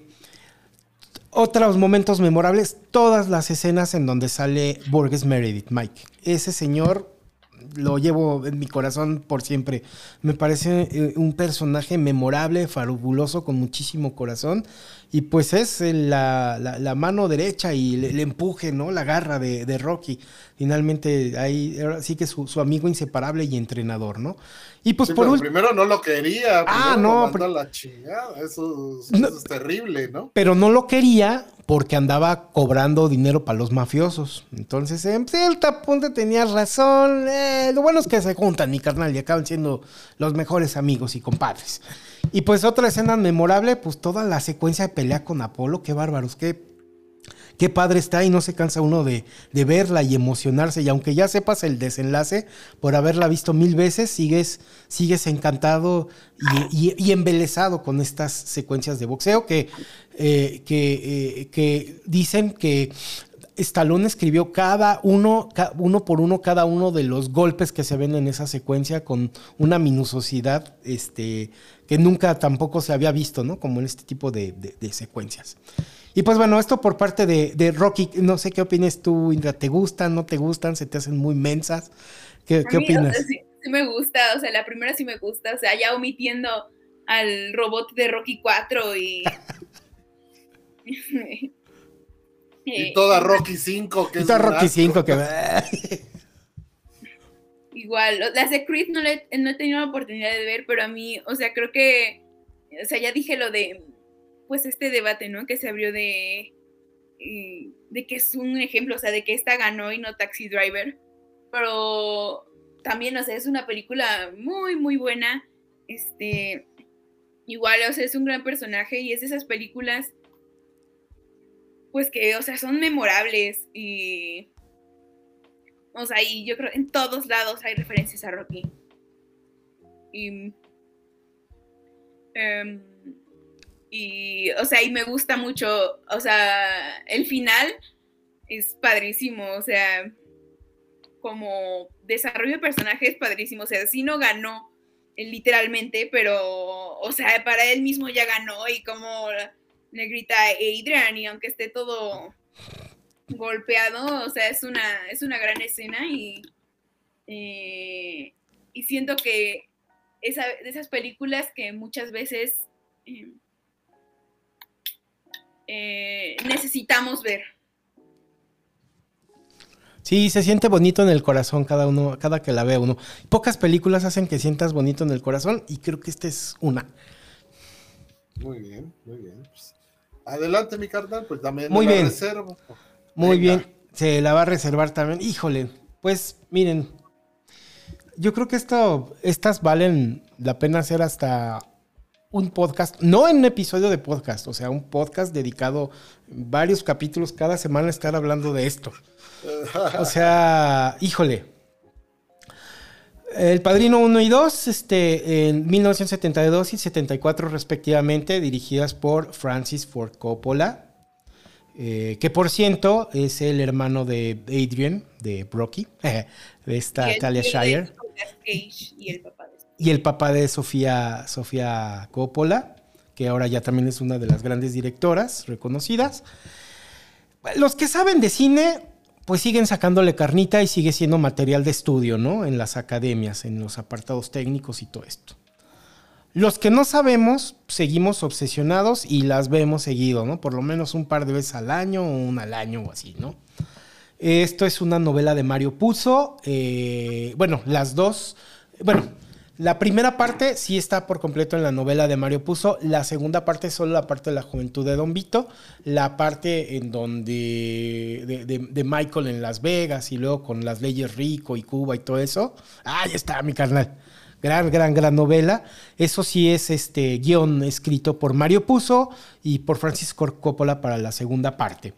Otros momentos memorables, todas las escenas en donde sale Burgess Meredith, Mike. Ese señor lo llevo en mi corazón por siempre. Me parece eh, un personaje memorable, fabuloso, con muchísimo corazón. Y pues es la, la, la mano derecha y el, el empuje, ¿no? La garra de, de Rocky. Finalmente, ahí sí que su, su amigo inseparable y entrenador, ¿no? Y pues sí, por último. Primero no lo quería. Ah, no. Lo mandó a la chingada. Eso, eso no, es terrible, ¿no? Pero no lo quería porque andaba cobrando dinero para los mafiosos. Entonces, en cierta punto tenía razón. Eh, lo bueno es que se juntan, mi carnal, y acaban siendo los mejores amigos y compadres. Y pues otra escena memorable, pues toda la secuencia de pelea con Apolo. Qué bárbaros, qué, qué padre está y no se cansa uno de, de verla y emocionarse. Y aunque ya sepas el desenlace, por haberla visto mil veces, sigues, sigues encantado y, y, y embelesado con estas secuencias de boxeo que, eh, que, eh, que dicen que Stallone escribió cada uno, uno por uno, cada uno de los golpes que se ven en esa secuencia con una minuciosidad este, que nunca tampoco se había visto, ¿no? Como en este tipo de, de, de secuencias. Y pues bueno, esto por parte de, de Rocky. No sé qué opinas tú, Indra. ¿Te gustan, no te gustan? ¿Se te hacen muy mensas? ¿Qué, ¿qué mí, opinas? O sea, sí, sí me gusta, o sea, la primera sí me gusta, o sea, ya omitiendo al robot de Rocky cuatro y... Y toda Rocky cinco, que y es toda Rocky asco. cinco, que... Igual, las de Creed no, le, no he tenido la oportunidad de ver, pero a mí, o sea, creo que, o sea, ya dije lo de, pues este debate, ¿no? Que se abrió de, de que es un ejemplo, o sea, de que esta ganó y no Taxi Driver, pero también, o sea, es una película muy, muy buena, este, igual, o sea, es un gran personaje y es de esas películas pues que, o sea, son memorables y, o sea, y yo creo en todos lados hay referencias a Rocky. Y, um, y, o sea, y me gusta mucho, o sea, el final es padrísimo, o sea, como desarrollo de personaje es padrísimo, o sea, sí no ganó literalmente, pero, o sea, para él mismo ya ganó y como... le grita a Adrian y aunque esté todo golpeado, o sea, es una, es una gran escena y, eh, y siento que esa, de esas películas que muchas veces eh, eh, necesitamos ver. Sí, se siente bonito en el corazón cada uno, cada que la ve uno. Pocas películas hacen que sientas bonito en el corazón y creo que esta es una. Muy bien, muy bien. Pues, adelante, mi carnal, pues también muy la bien. reservo. Muy Venga. bien, se la va a reservar también. Híjole, pues miren, yo creo que esto, estas valen la pena hacer hasta un podcast, no en un episodio de podcast, o sea, un podcast dedicado varios capítulos cada semana a estar hablando de esto. O sea, híjole. El Padrino uno y dos, este, en mil novecientos setenta y dos y setenta y cuatro respectivamente, dirigidas por Francis Ford Coppola, eh, que por cierto es el hermano de Adrian, de Rocky, de esta el, Talia el Shire. Cage y el papá de Y el papá de Sofía, Sofía Coppola, que ahora ya también es una de las grandes directoras reconocidas. Los que saben de cine, pues siguen sacándole carnita y sigue siendo material de estudio, ¿no? En las academias, en los apartados técnicos y todo esto. Los que no sabemos, seguimos obsesionados y las vemos seguido, ¿no? Por lo menos un par de veces al año o una al año o así, ¿no? Esto es una novela de Mario Puzo. Eh, bueno, las dos... Bueno, la primera parte sí está por completo en la novela de Mario Puzo. La segunda parte es solo la parte de la juventud de Don Vito. La parte en donde... De, de, de Michael en Las Vegas y luego con las leyes Rico y Cuba y todo eso. Ahí está, mi carnal. Gran, gran, gran novela. Eso sí es este guión escrito por Mario Puzo y por Francis Coppola para la segunda parte.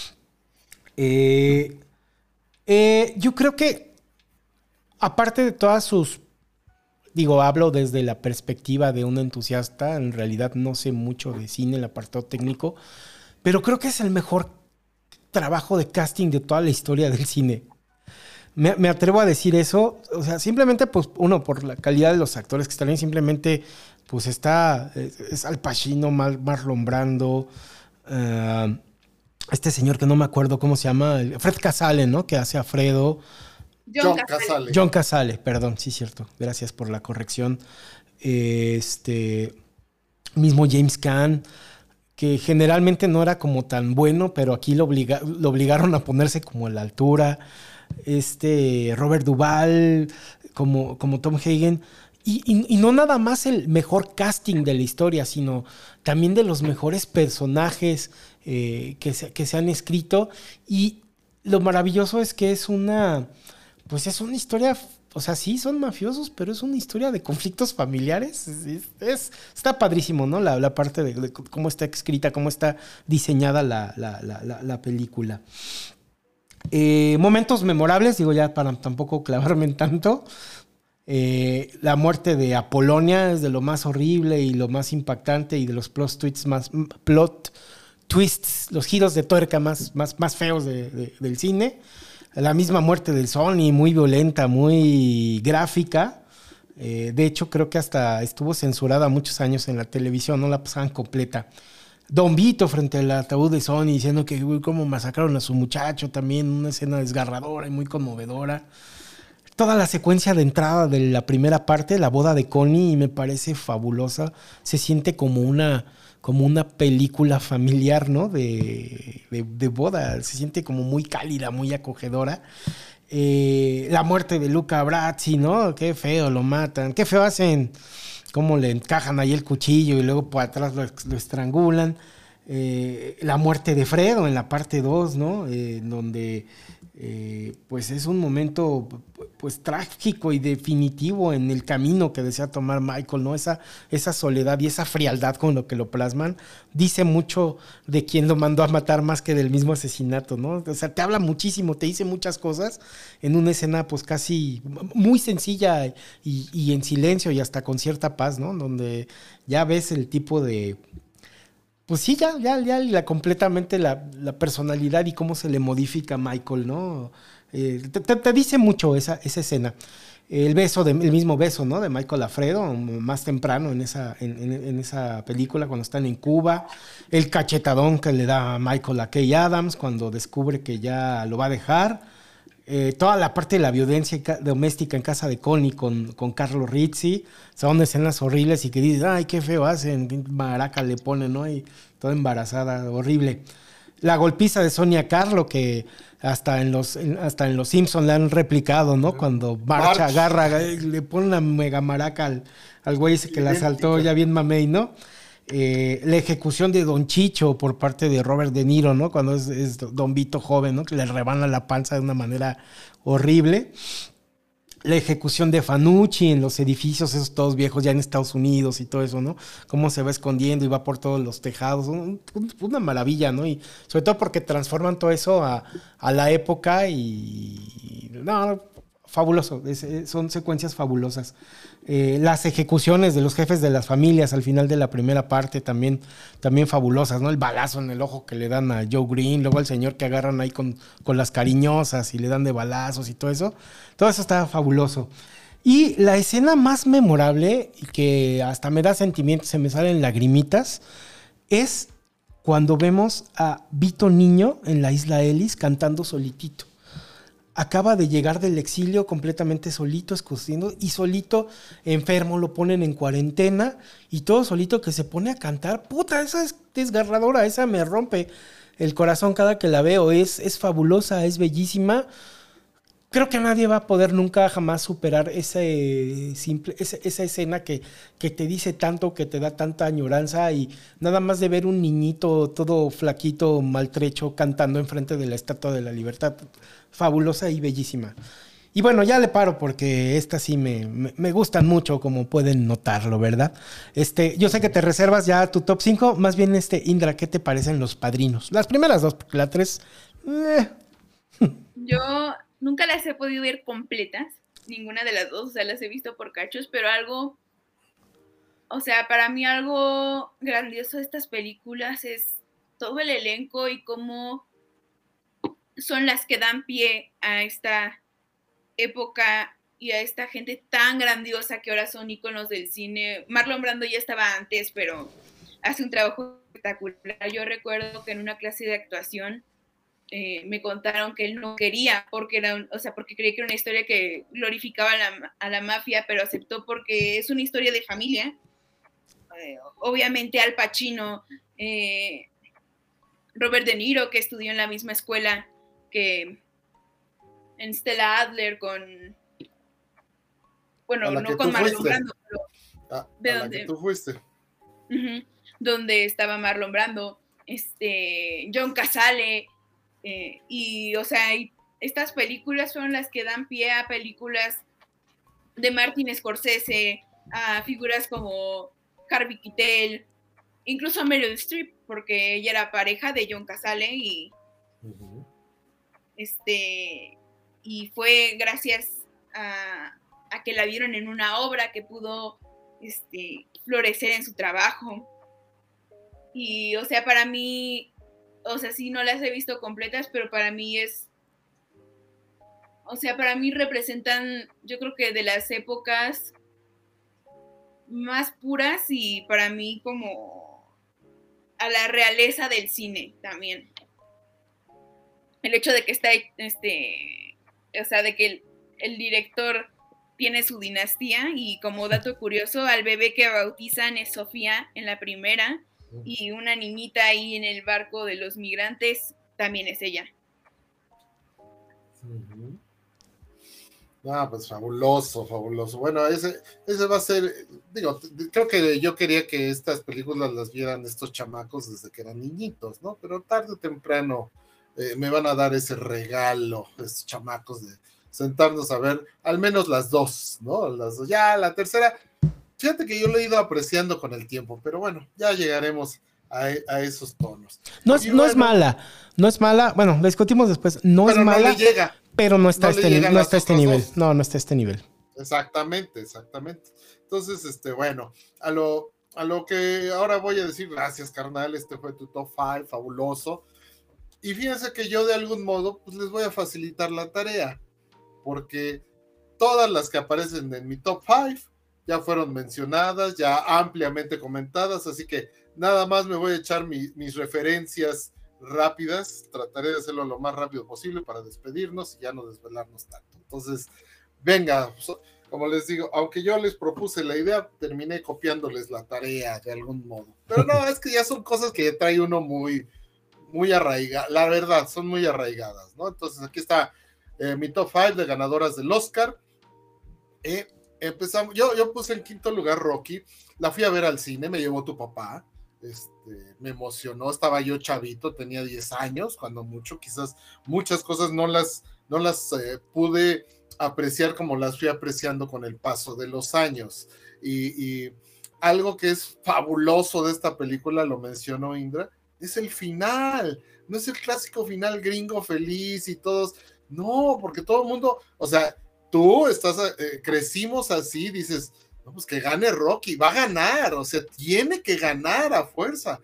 Eh, eh, yo creo que, aparte de todas sus... Digo, hablo desde la perspectiva de un entusiasta. En realidad no sé mucho de cine, el apartado técnico. Pero creo que es el mejor trabajo de casting de toda la historia del cine. Me, me atrevo a decir eso. O sea, simplemente, pues, uno, por la calidad de los actores que están ahí, simplemente, pues, está... Es, es Al Pacino, Mar, Marlon Brando, uh, este señor que no me acuerdo cómo se llama, Fred Casale, ¿no? Que hace a Fredo. John, John Casale. Casale. John Casale, perdón, sí, cierto. Gracias por la corrección. Este mismo James Caan, que generalmente no era como tan bueno, pero aquí lo, obliga, lo obligaron a ponerse como a la altura. Este Robert Duvall como, como Tom Hagen. Y, y, y no nada más el mejor casting de la historia, sino también de los mejores personajes eh, que, se, que se han escrito. Y lo maravilloso es que es una, pues es una historia, o sea, sí son mafiosos, pero es una historia de conflictos familiares. Es, es, está padrísimo, ¿no? La, la parte de, de cómo está escrita, cómo está diseñada la, la, la, la, la película. Eh, momentos memorables, digo ya para tampoco clavarme en tanto. Eh, la muerte de Apolonia es de lo más horrible y lo más impactante y de los plot twists más plot twists, los giros de tuerca más, más, más feos de, de, del cine. La misma muerte del Sony, muy violenta, muy gráfica. Eh, de hecho, creo que hasta estuvo censurada muchos años en la televisión, no la pasaban completa. Don Vito frente al ataúd de Sony diciendo que uy, cómo masacraron a su muchacho también, una escena desgarradora y muy conmovedora. Toda la secuencia de entrada de la primera parte, la boda de Connie, me parece fabulosa. Se siente como una, como una película familiar, ¿no? De, de, de boda. Se siente como muy cálida, muy acogedora. Eh, la muerte de Luca Brasi, ¿no? Qué feo, lo matan. Qué feo hacen, cómo le encajan ahí el cuchillo y luego por atrás lo, lo estrangulan. Eh, la muerte de Fredo en la parte dos, ¿no? Eh, donde... Eh, pues es un momento pues trágico y definitivo en el camino que desea tomar Michael, ¿no? Esa, esa soledad y esa frialdad con lo que lo plasman dice mucho de quién lo mandó a matar más que del mismo asesinato, ¿no? O sea, te habla muchísimo, te dice muchas cosas en una escena pues casi muy sencilla y, y en silencio y hasta con cierta paz, ¿no? Donde ya ves el tipo de... Pues sí, ya, ya, ya la, completamente la, la personalidad y cómo se le modifica a Michael, ¿no? Eh, te, te, te dice mucho esa, esa escena. El beso, de, el mismo beso, ¿no? De Michael Alfredo, más temprano en esa, en, en, en esa película, cuando están en Cuba. El cachetadón que le da a Michael a Kay Adams cuando descubre que ya lo va a dejar. Eh, toda la parte de la violencia doméstica en casa de Connie con, con Carlo Rizzi, son escenas horribles y que dices, ay, qué feo hacen, maraca le ponen, ¿no? Y toda embarazada, horrible. La golpiza de Sonia Carlo, que hasta en los, hasta en los Simpsons le han replicado, ¿no? Cuando marcha, March. agarra, le pone una mega maraca al, al güey ese que la asaltó ya bien mamey, ¿no? Eh, la ejecución de Don Chicho por parte de Robert De Niro, ¿no? Cuando es, es Don Vito joven, ¿no? Que le rebana la panza de una manera horrible. La ejecución de Fanucci en los edificios, esos todos viejos ya en Estados Unidos y todo eso, ¿no? Cómo se va escondiendo y va por todos los tejados. Un, una maravilla, ¿no? Y sobre todo porque transforman todo eso a, a la época y... No, fabuloso. Es, son secuencias fabulosas. Eh, las ejecuciones de los jefes de las familias al final de la primera parte también, también fabulosas, ¿no? El balazo en el ojo que le dan a Joe Green, luego al señor que agarran ahí con, con las cariñosas y le dan de balazos y todo eso. Todo eso está fabuloso. Y la escena más memorable, y que hasta me da sentimientos, se me salen lagrimitas, es cuando vemos a Vito Niño en la isla Ellis cantando solitito. Acaba de llegar del exilio completamente solito, escociendo, y solito enfermo, lo ponen en cuarentena, y todo solito que se pone a cantar. Puta, esa es desgarradora, esa me rompe el corazón cada que la veo. Es, es fabulosa, es bellísima. Creo que nadie va a poder nunca jamás superar ese simple, esa, esa escena que, que te dice tanto, que te da tanta añoranza, y nada más de ver un niñito todo flaquito, maltrecho, cantando enfrente de la Estatua de la Libertad. Fabulosa y bellísima. Y bueno, ya le paro porque estas sí me, me, me gustan mucho, como pueden notarlo, ¿verdad? Este, yo sé que te reservas ya tu top cinco. Más bien, este, Indra, ¿qué te parecen Los Padrinos? Las primeras dos, porque la tres... Eh. Yo nunca las he podido ver completas, ninguna de las dos, o sea, las he visto por cachos, pero algo... O sea, para mí algo grandioso de estas películas es todo el elenco y cómo son las que dan pie a esta época y a esta gente tan grandiosa que ahora son íconos del cine. Marlon Brando ya estaba antes, pero hace un trabajo espectacular. Yo recuerdo que en una clase de actuación eh, me contaron que él no quería, porque era, un, o sea, porque creía que era una historia que glorificaba a la, a la mafia, pero aceptó porque es una historia de familia. Eh, obviamente Al Pacino, eh, Robert De Niro, que estudió en la misma escuela que en Stella Adler con, bueno, no con Marlon Brando, pero a, de a donde, la que tú fuiste. Uh-huh, donde estaba Marlon Brando, este, John Cazale, eh, y, o sea, y estas películas son las que dan pie a películas de Martin Scorsese, a figuras como Harvey Keitel, incluso a Meryl Streep, porque ella era pareja de John Cazale y uh-huh. este y fue gracias a, a que la vieron en una obra que pudo este, florecer en su trabajo. Y, o sea, para mí, o sea, sí no las he visto completas, pero para mí es, o sea, para mí representan, yo creo que de las épocas más puras y para mí como a la realeza del cine también. El hecho de que está, este, o sea, de que el, el director tiene su dinastía y como dato curioso, al bebé que bautizan es Sofía en la primera y una niñita ahí en el barco de los migrantes también es ella. Uh-huh. Ah, pues fabuloso, fabuloso. Bueno, ese, ese va a ser, digo, creo que yo quería que estas películas las vieran estos chamacos desde que eran niñitos, ¿no? Pero tarde o temprano eh, me van a dar ese regalo, estos chamacos de sentarnos a ver al menos las dos, ¿no? Las dos. Ya la tercera, fíjate que yo lo he ido apreciando con el tiempo, pero bueno, ya llegaremos a, a esos tonos. No, es, no bueno, es mala, no es mala, bueno, la discutimos después, no es mala. No le llega. Pero no está, no este, no está este nivel. Dos. No, no está este nivel. Exactamente, exactamente. Entonces, este, bueno, a lo, a lo que ahora voy a decir, gracias, carnal, este fue tu top cinco, fabuloso. Y fíjense que yo de algún modo, pues les voy a facilitar la tarea, porque todas las que aparecen en mi top cinco ya fueron mencionadas, ya ampliamente comentadas, así que nada más me voy a echar mi, mis referencias rápidas, trataré de hacerlo lo más rápido posible para despedirnos y ya no desvelarnos tanto. Entonces, venga, como les digo, aunque yo les propuse la idea, terminé copiándoles la tarea de algún modo. Pero no, es que ya son cosas que trae uno muy, muy arraigadas, la verdad, son muy arraigadas, ¿no? Entonces, aquí está eh, mi top cinco de ganadoras del Oscar. Eh, empezamos, yo, yo puse en quinto lugar Rocky, la fui a ver al cine, me llevó tu papá. Este, me emocionó, estaba yo chavito, tenía diez años, cuando mucho, quizás muchas cosas no las, no las eh, pude apreciar como las fui apreciando con el paso de los años, y, y algo que es fabuloso de esta película, lo mencionó Indra, es el final, no es el clásico final gringo feliz y todos, no, porque todo el mundo, o sea, tú estás, eh, crecimos así, dices, no, pues que gane Rocky, va a ganar, o sea, tiene que ganar a fuerza.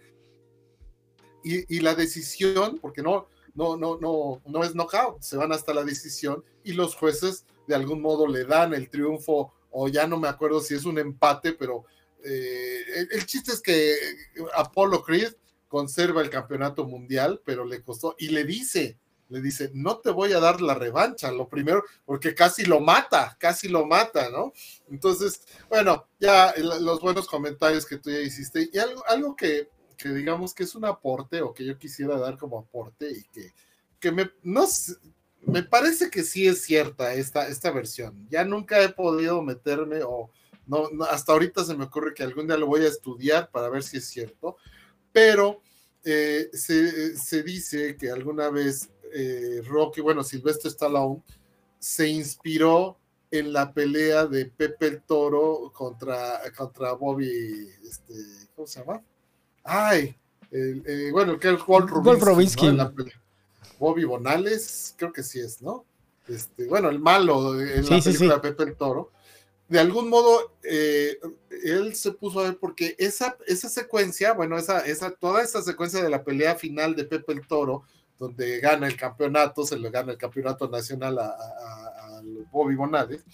Y, y la decisión, porque no, no, no, no, no es knockout, se van hasta la decisión y los jueces de algún modo le dan el triunfo, o ya no me acuerdo si es un empate, pero eh, el, el chiste es que Apollo Creed conserva el campeonato mundial, pero le costó, y le dice, le dice, no te voy a dar la revancha, lo primero, porque casi lo mata, casi lo mata, ¿no? Entonces, bueno, ya los buenos comentarios que tú ya hiciste, y algo, algo que, que digamos que es un aporte, o que yo quisiera dar como aporte, y que, que me, no sé, me parece que sí es cierta esta, esta versión. Ya nunca he podido meterme, o no, no, hasta ahorita se me ocurre que algún día lo voy a estudiar para ver si es cierto, pero eh, se, se dice que alguna vez Eh, Rocky, bueno, Sylvester Stallone se inspiró en la pelea de Pepe el Toro contra, contra Bobby, este, ¿cómo se llama? Ay, el, eh, bueno, el que es Wolf Rubinsky, ¿no? Bobby Bonales, creo que sí es, ¿no? Este, bueno, el malo en sí, la película sí, sí. de Pepe el Toro. De algún modo, eh, él se puso a ver porque esa, esa secuencia, bueno, esa, esa, toda esa secuencia de la pelea final de Pepe el Toro, donde gana el campeonato, se le gana el campeonato nacional a, a, a Bobby Bonales,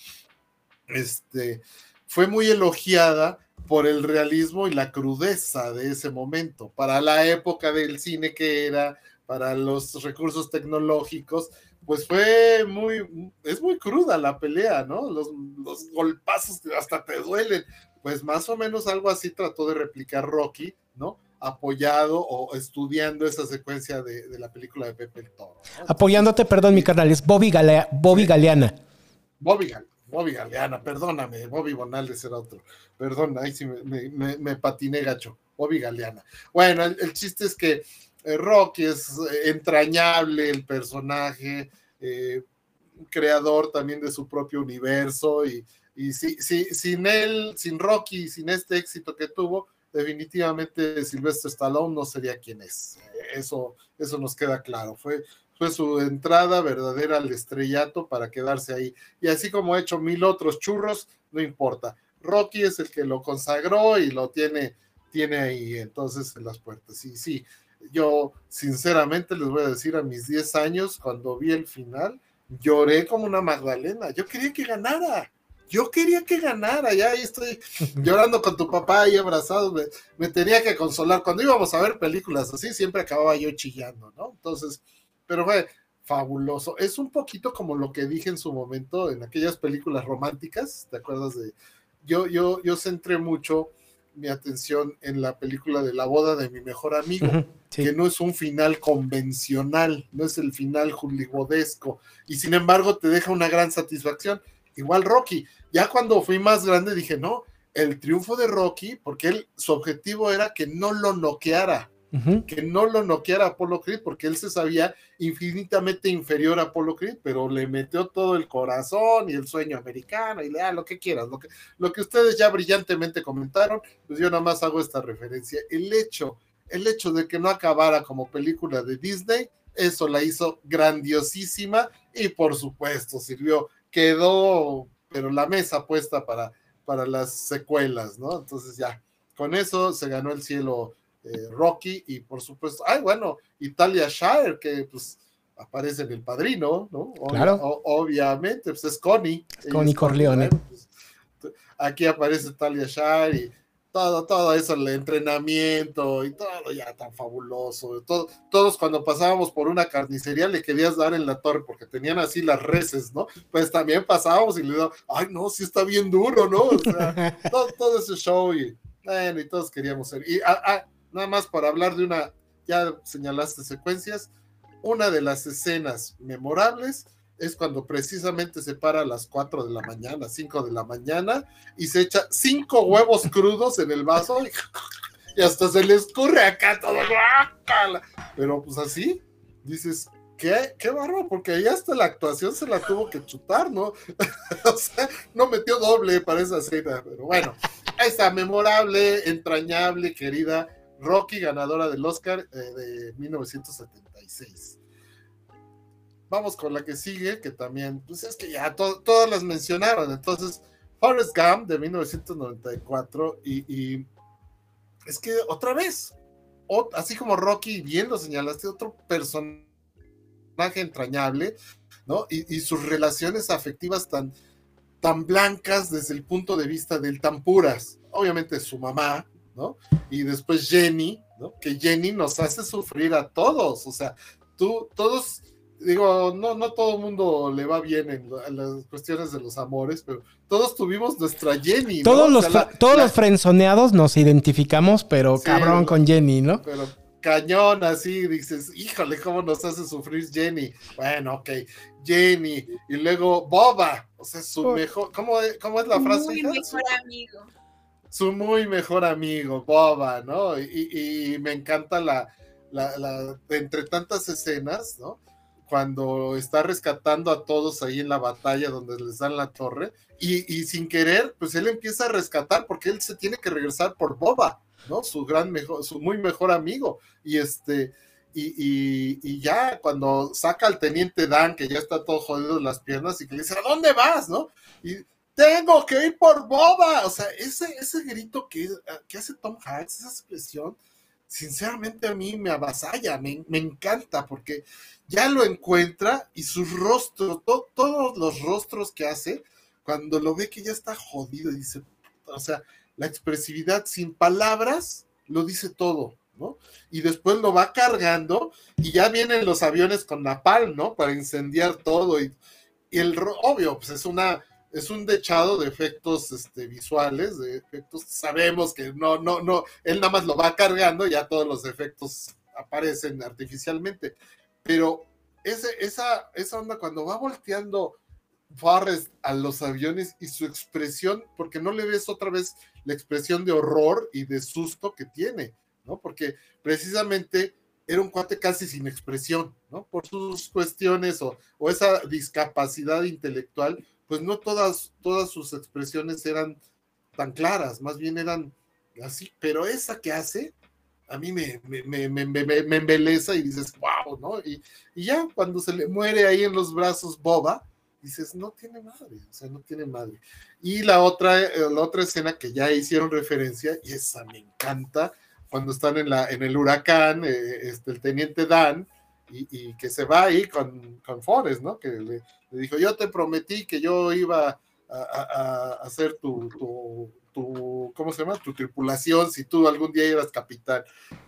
este, fue muy elogiada por el realismo y la crudeza de ese momento, para la época del cine que era, para los recursos tecnológicos, pues fue muy, es muy cruda la pelea, ¿no? Los, los golpazos que hasta te duelen, pues más o menos algo así trató de replicar Rocky, ¿no? Apoyado o estudiando esa secuencia de, de la película de Pepe el Toro, ¿no? Apoyándote, perdón, mi carnal, es Bobby, Galea, Bobby sí. Galeana. Bobby, Bobby Galeana, perdóname, Bobby Bonales era otro, perdón, ahí sí me, me, me patiné gacho, Bobby Galeana. Bueno, el, el chiste es que eh, Rocky es entrañable el personaje, eh, creador también de su propio universo, y, y si, si, sin él, sin Rocky, sin este éxito que tuvo, definitivamente Sylvester Stallone no sería quien es, eso, eso nos queda claro, fue, fue su entrada verdadera al estrellato para quedarse ahí, y así como ha hecho mil otros churros, no importa, Rocky es el que lo consagró y lo tiene, tiene ahí entonces en las puertas, y sí, yo sinceramente les voy a decir, a mis diez años, cuando vi el final, lloré como una Magdalena, yo quería que ganara, yo quería que ganara, ya ahí estoy llorando con tu papá ahí abrazado, me, me tenía que consolar, cuando íbamos a ver películas así, siempre acababa yo chillando, ¿no? Entonces, pero fue fabuloso, es un poquito como lo que dije en su momento, en aquellas películas románticas, ¿te acuerdas de? Yo, yo, yo centré mucho mi atención en la película de La boda de mi mejor amigo, uh-huh, sí. que no es un final convencional, no es el final hollywoodesco, y sin embargo te deja una gran satisfacción, igual Rocky, ya cuando fui más grande dije, no, el triunfo de Rocky, porque él, su objetivo era que no lo noqueara, uh-huh. que no lo noqueara a Apollo Creed, porque él se sabía infinitamente inferior a Apollo Creed, pero le metió todo el corazón y el sueño americano, y le da ah, lo que quieras, lo que, lo que ustedes ya brillantemente comentaron, pues yo nada más hago esta referencia, el hecho, el hecho de que no acabara como película de Disney, eso la hizo grandiosísima, y por supuesto sirvió, quedó, pero la mesa puesta para, para las secuelas, ¿no? Entonces ya, con eso se ganó el cielo eh, Rocky, y por supuesto, ay bueno, Italia Shire, que pues aparece en El Padrino, ¿no? Obvia, claro. o, obviamente, pues es Connie. Es Connie Corleone. Bueno, pues, aquí aparece Italia Shire y todo, todo eso, el entrenamiento y todo ya tan fabuloso. Todo, todos cuando pasábamos por una carnicería le querías dar en la torre porque tenían así las reses, ¿no? Pues también pasábamos y le digo, ay no, sí está bien duro, ¿no? O sea, todo, todo ese show y bueno, y todos queríamos ser. Y ah, ah, nada más para hablar de una, ya señalaste secuencias, una de las escenas memorables es cuando precisamente se para a las cuatro de la mañana, cinco de la mañana, y se echa cinco huevos crudos en el vaso, y, y hasta se le escurre acá todo, pero pues así, dices, qué, qué bárbaro, porque ahí hasta la actuación se la tuvo que chutar, ¿no? O sea, no metió doble para esa escena, pero bueno, ahí está, memorable, entrañable, querida, Rocky, ganadora del Oscar eh, de mil novecientos setenta y seis. Vamos con la que sigue, que también, pues es que ya to- todas las mencionaron. Entonces, Forrest Gump de mil novecientos noventa y cuatro, y, y es que otra vez, o, así como Rocky, bien lo señalaste, otro personaje entrañable, ¿no? Y, y sus relaciones afectivas tan, tan blancas desde el punto de vista del tan puras. Obviamente su mamá, ¿no? Y después Jenny, ¿no? Que Jenny nos hace sufrir a todos, o sea, tú, todos... Digo, no, no todo el mundo le va bien en, en las cuestiones de los amores, pero todos tuvimos nuestra Jenny, ¿no? Todos, o los, sea, la, todos la... los frenzoneados nos identificamos, pero sí, cabrón con Jenny, ¿no? Pero cañón, así dices, híjole, cómo nos hace sufrir Jenny. Bueno, ok, Jenny, y luego Boba, o sea, su oh. mejor, ¿cómo, cómo es la frase? Muy hija? mejor Su, amigo. Su muy mejor amigo, Boba, ¿no? Y, y, y me encanta la, la, la, entre tantas escenas, ¿no? Cuando está rescatando a todos ahí en la batalla donde les dan la torre, y, y sin querer, pues él empieza a rescatar, porque él se tiene que regresar por Boba, ¿no? Su gran mejor, su muy mejor amigo, y este, y, y, y ya cuando saca al teniente Dan, que ya está todo jodido en las piernas, y que le dice, ¿a dónde vas? ¿No? Y tengo que ir por Boba, o sea, ese, ese grito que, que hace Tom Hanks, esa expresión, sinceramente a mí me avasalla, me, me encanta, porque ya lo encuentra y sus rostros, to, todos los rostros que hace, cuando lo ve que ya está jodido, dice, o sea, la expresividad sin palabras lo dice todo, ¿no? Y después lo va cargando y ya vienen los aviones con napalm, ¿no? Para incendiar todo y, y el, obvio, pues es una, es un dechado de efectos este, visuales, de efectos, sabemos que no, no, no, él nada más lo va cargando y ya todos los efectos aparecen artificialmente, pero ese, esa, esa onda cuando va volteando Forrest a los aviones y su expresión, porque no le ves otra vez la expresión de horror y de susto que tiene, ¿no? Porque precisamente era un cuate casi sin expresión, ¿no? Por sus cuestiones o, o esa discapacidad intelectual, pues no todas, todas sus expresiones eran tan claras, más bien eran así, pero esa que hace, a mí me, me, me, me, me, me embeleza y dices, wow, ¿no? Y, y ya cuando se le muere ahí en los brazos Boba, dices, no tiene madre, o sea, no tiene madre. Y la otra, la otra escena que ya hicieron referencia, y esa me encanta, cuando están en, la, en el huracán, eh, este, el teniente Dan, y, y que se va ahí con, con Forrest, ¿no? Que le, le dijo, yo te prometí que yo iba a, a, a hacer tu, tu, tu, ¿cómo se llama? Tu tripulación, si tú algún día eras capitán.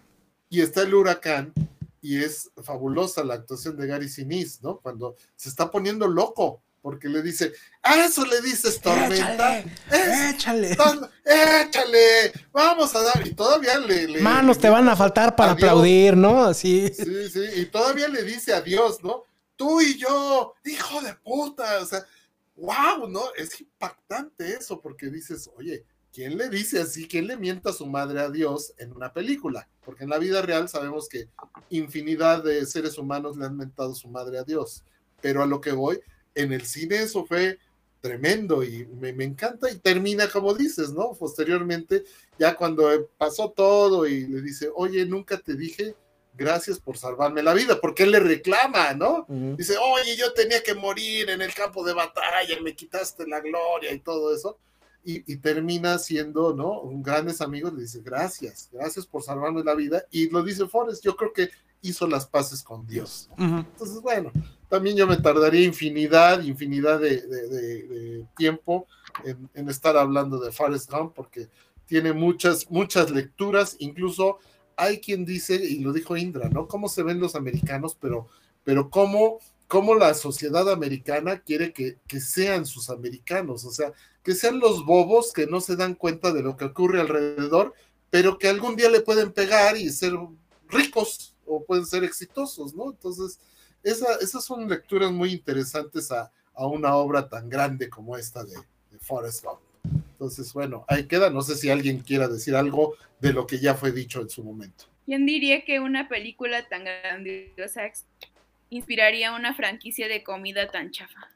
Y está el huracán, y es fabulosa la actuación de Gary Sinise, ¿no? Cuando se está poniendo loco, porque le dice, ¡ah, eso le dices tormenta! ¡Échale! ¡Échale! ¡Échale! ¡Vamos a dar! Y todavía le... le Manos le, te van a faltar para adiós. Aplaudir, ¿no? Así. Sí, sí, y todavía le dice adiós, ¿no? Tú y yo, hijo de puta, o sea, wow, ¿no? Es impactante eso, porque dices, oye, ¿quién le dice así? ¿Quién le mienta a su madre a Dios en una película? Porque en la vida real sabemos que infinidad de seres humanos le han mentado a su madre a Dios. Pero a lo que voy, en el cine eso fue tremendo y me, me encanta y termina como dices, ¿no? Posteriormente, ya cuando pasó todo y le dice, oye, nunca te dije gracias por salvarme la vida, porque él le reclama, ¿no? Uh-huh. Dice, oye, yo tenía que morir en el campo de batalla, me quitaste la gloria y todo eso. Y, y termina siendo, ¿no? Un grandes amigos, le dice, gracias, gracias por salvarme la vida, y lo dice Forrest, yo creo que hizo las paces con Dios. Uh-huh. Entonces, bueno, también yo me tardaría infinidad, infinidad de, de, de, de tiempo en, en estar hablando de Forrest Gump, porque tiene muchas, muchas lecturas, incluso hay quien dice, y lo dijo Indra, ¿no? Cómo se ven los americanos, pero, pero cómo, cómo la sociedad americana quiere que, que sean sus americanos, o sea, que sean los bobos que no se dan cuenta de lo que ocurre alrededor, pero que algún día le pueden pegar y ser ricos o pueden ser exitosos, ¿no? Entonces, esa, esas son lecturas muy interesantes a, a una obra tan grande como esta de, de Forrest Gump. Entonces, bueno, ahí queda. No sé si alguien quiera decir algo de lo que ya fue dicho en su momento. ¿Quién diría que una película tan grandiosa inspiraría una franquicia de comida tan chafa?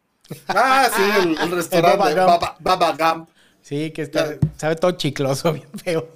Ah, sí, el, el restaurante de Baba, Baba Gump. Sí, que está, sabe todo chicloso, bien feo.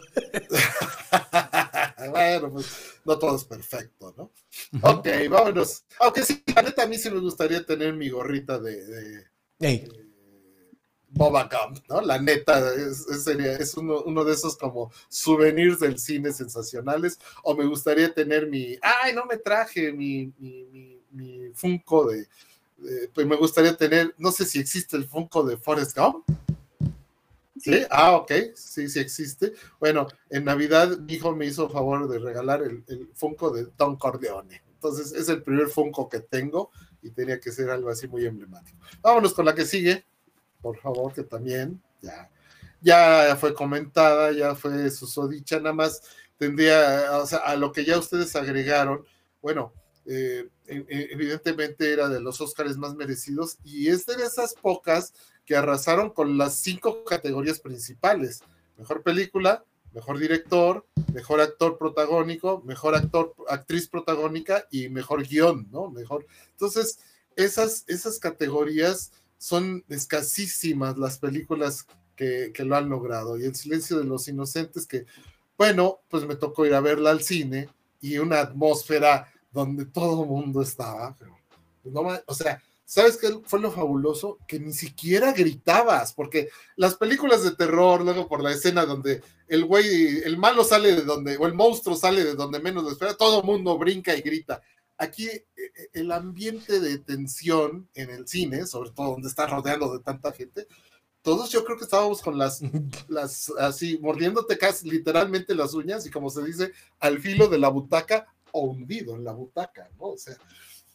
Bueno, pues no todo es perfecto, ¿no? Ok, vámonos. Aunque sí, la neta, a mí sí me gustaría tener mi gorrita de, de, hey. de Baba Gump, ¿no? La neta, es, es, sería, es uno, uno de esos como souvenirs del cine sensacionales. O me gustaría tener mi, ay, no me traje mi, mi, mi, mi Funko de, de, pues me gustaría tener, no sé si existe el Funko de Forrest Gump. ¿Sí? Ah, ok, sí, sí existe. Bueno, en Navidad mi hijo me hizo favor de regalar el, el Funko de Don Corleone. Entonces es el primer Funko que tengo y tenía que ser algo así muy emblemático. Vámonos con la que sigue, por favor, que también ya, ya fue comentada, ya fue susodicha, nada más tendría, o sea, a lo que ya ustedes agregaron, bueno, eh, evidentemente era de los Óscares más merecidos y es de esas pocas que arrasaron con las cinco categorías principales: mejor película, mejor director, mejor actor protagónico, mejor actor, actriz protagónica y mejor guión, ¿no? Mejor. Entonces, esas, esas categorías son escasísimas las películas que, que lo han logrado. Y El silencio de los inocentes, que, bueno, pues me tocó ir a verla al cine y una atmósfera donde todo el mundo estaba, pero, no, o sea, ¿sabes qué fue lo fabuloso? Que ni siquiera gritabas, porque las películas de terror, luego por la escena donde el güey, el malo sale de donde, o el monstruo sale de donde menos lo espera, todo el mundo brinca y grita. Aquí el ambiente de tensión en el cine, sobre todo donde está rodeando de tanta gente, todos yo creo que estábamos con las, las así, mordiéndote casi literalmente las uñas y como se dice, al filo de la butaca o hundido en la butaca, ¿no? O sea,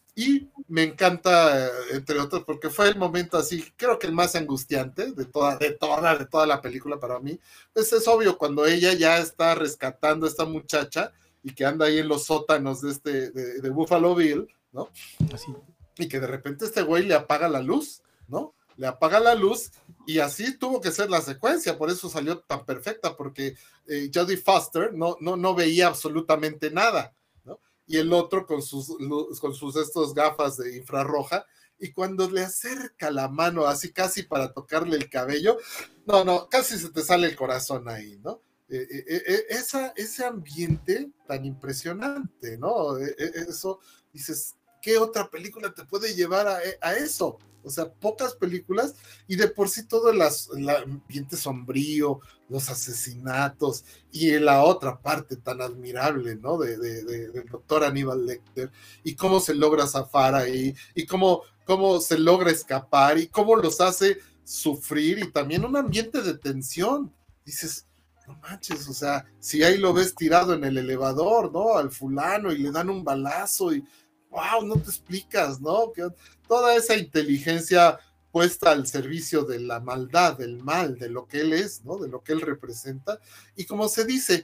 y me encanta, entre otros, porque fue el momento así, creo que el más angustiante de toda, de toda, de toda la película para mí. Pues es obvio, cuando ella ya está rescatando a esta muchacha y que anda ahí en los sótanos de este, de, de Buffalo Bill, ¿no? Así. Y que de repente este güey le apaga la luz, ¿no? Le apaga la luz y así tuvo que ser la secuencia, por eso salió tan perfecta, porque eh, Jodie Foster no, no, no veía absolutamente nada, ¿no? Y el otro con sus, con sus estos gafas de infrarroja, y cuando le acerca la mano así casi para tocarle el cabello, no, no, casi se te sale el corazón ahí, ¿no? Eh, eh, eh, esa, ese ambiente tan impresionante, ¿no? Eh, eh, eso, dices, ¿qué otra película te puede llevar a, a eso? O sea, pocas películas, y de por sí todo el, el ambiente sombrío, los asesinatos, y en la otra parte tan admirable, ¿no? De, de, de, del doctor Aníbal Lecter, y cómo se logra zafar ahí, y cómo, cómo se logra escapar, y cómo los hace sufrir, y también un ambiente de tensión. Dices, no manches, o sea, si ahí lo ves tirado en el elevador, ¿no? Al fulano, y le dan un balazo, y wow, no te explicas, ¿no? Que toda esa inteligencia puesta al servicio de la maldad, del mal, de lo que él es, ¿no? De lo que él representa. Y como se dice,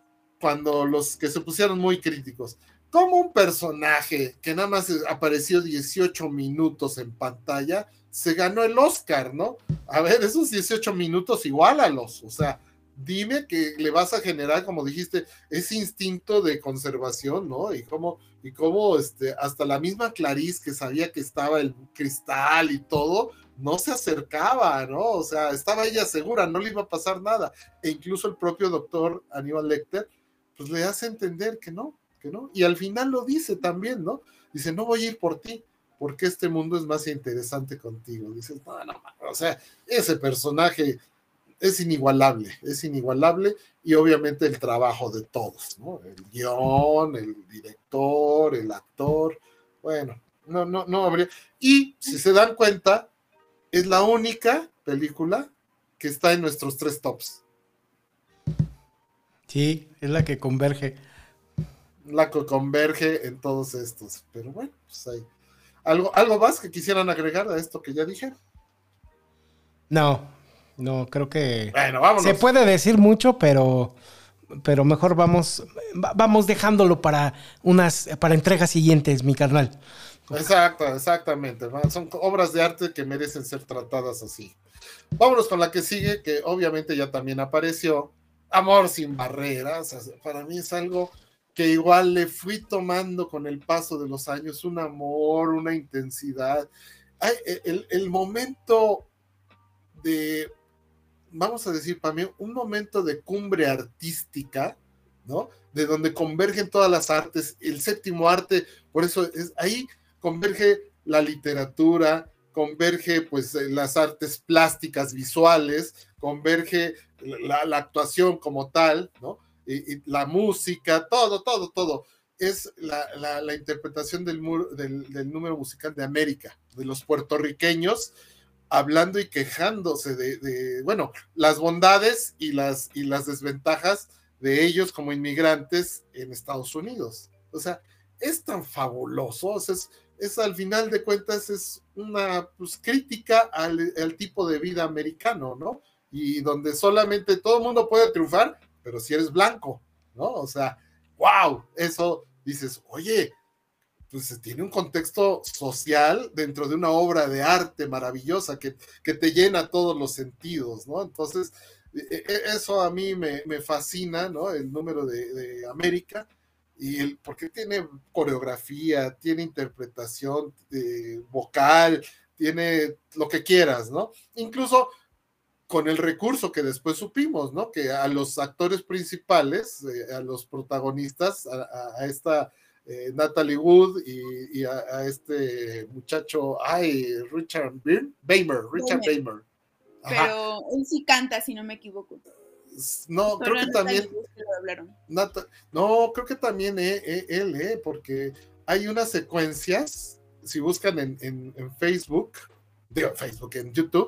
cuando los que se pusieron muy críticos, como un personaje que nada más apareció dieciocho minutos en pantalla, se ganó el Oscar, ¿no? A ver, esos dieciocho minutos iguálalos, o sea, dime que le vas a generar, como dijiste, ese instinto de conservación, ¿no? Y cómo, y cómo este, hasta la misma Clarice, que sabía que estaba el cristal y todo, no se acercaba, ¿no? O sea, estaba ella segura, no le iba a pasar nada. E incluso el propio doctor Aníbal Lecter, pues le hace entender que no, que no. Y al final lo dice también, ¿no? Dice, no voy a ir por ti, porque este mundo es más interesante contigo. Dices, no, no, o sea, ese personaje es inigualable, es inigualable, y obviamente el trabajo de todos, ¿no? El guión, el director, el actor, bueno, no, no, no habría. Y si se dan cuenta, es la única película que está en nuestros tres tops. Sí, es la que converge. La que converge en todos estos, pero bueno, pues hay algo, algo más que quisieran agregar a esto que ya dije. No, no, creo que bueno, vámonos. Se puede decir mucho, pero, pero mejor vamos, vamos dejándolo para unas, para entregas siguientes, mi carnal. Exacto, exactamente. Son obras de arte que merecen ser tratadas así. Vámonos con la que sigue, que obviamente ya también apareció, Amor sin barreras. Para mí es algo que igual le fui tomando con el paso de los años, un amor, una intensidad. Ay, el, el momento de, vamos a decir, para mí, un momento de cumbre artística, ¿no? De donde convergen todas las artes, el séptimo arte, por eso es, ahí converge la literatura, converge pues las artes plásticas visuales, converge la, la actuación como tal, ¿no? Y, y la música, todo, todo, todo. Es la, la, la interpretación del, del, del número musical de América, de los puertorriqueños, hablando y quejándose de, de, bueno, las bondades y las, y las desventajas de ellos como inmigrantes en Estados Unidos. O sea, es tan fabuloso, o sea, es, es al final de cuentas es una pues, crítica al, al tipo de vida americano, ¿no? Y donde solamente todo el mundo puede triunfar, pero si eres blanco, ¿no? O sea, wow, eso dices, oye, pues tiene un contexto social dentro de una obra de arte maravillosa que, que te llena todos los sentidos, ¿no? Entonces, eso a mí me, me fascina, ¿no? El número de, de América, y el, porque tiene coreografía, tiene interpretación eh, vocal, tiene lo que quieras, ¿no? Incluso con el recurso que después supimos, ¿no? Que a los actores principales, eh, a los protagonistas, a, a, a esta eh, Natalie Wood y, y a, a este muchacho, ay, Richard Beymer, Richard Beymer. Pero él sí canta, si no me equivoco. No, Solo creo que también. Nata, no, creo que también eh, eh, él, eh, porque hay unas secuencias, si buscan en, en, en Facebook, digo, Facebook, en YouTube,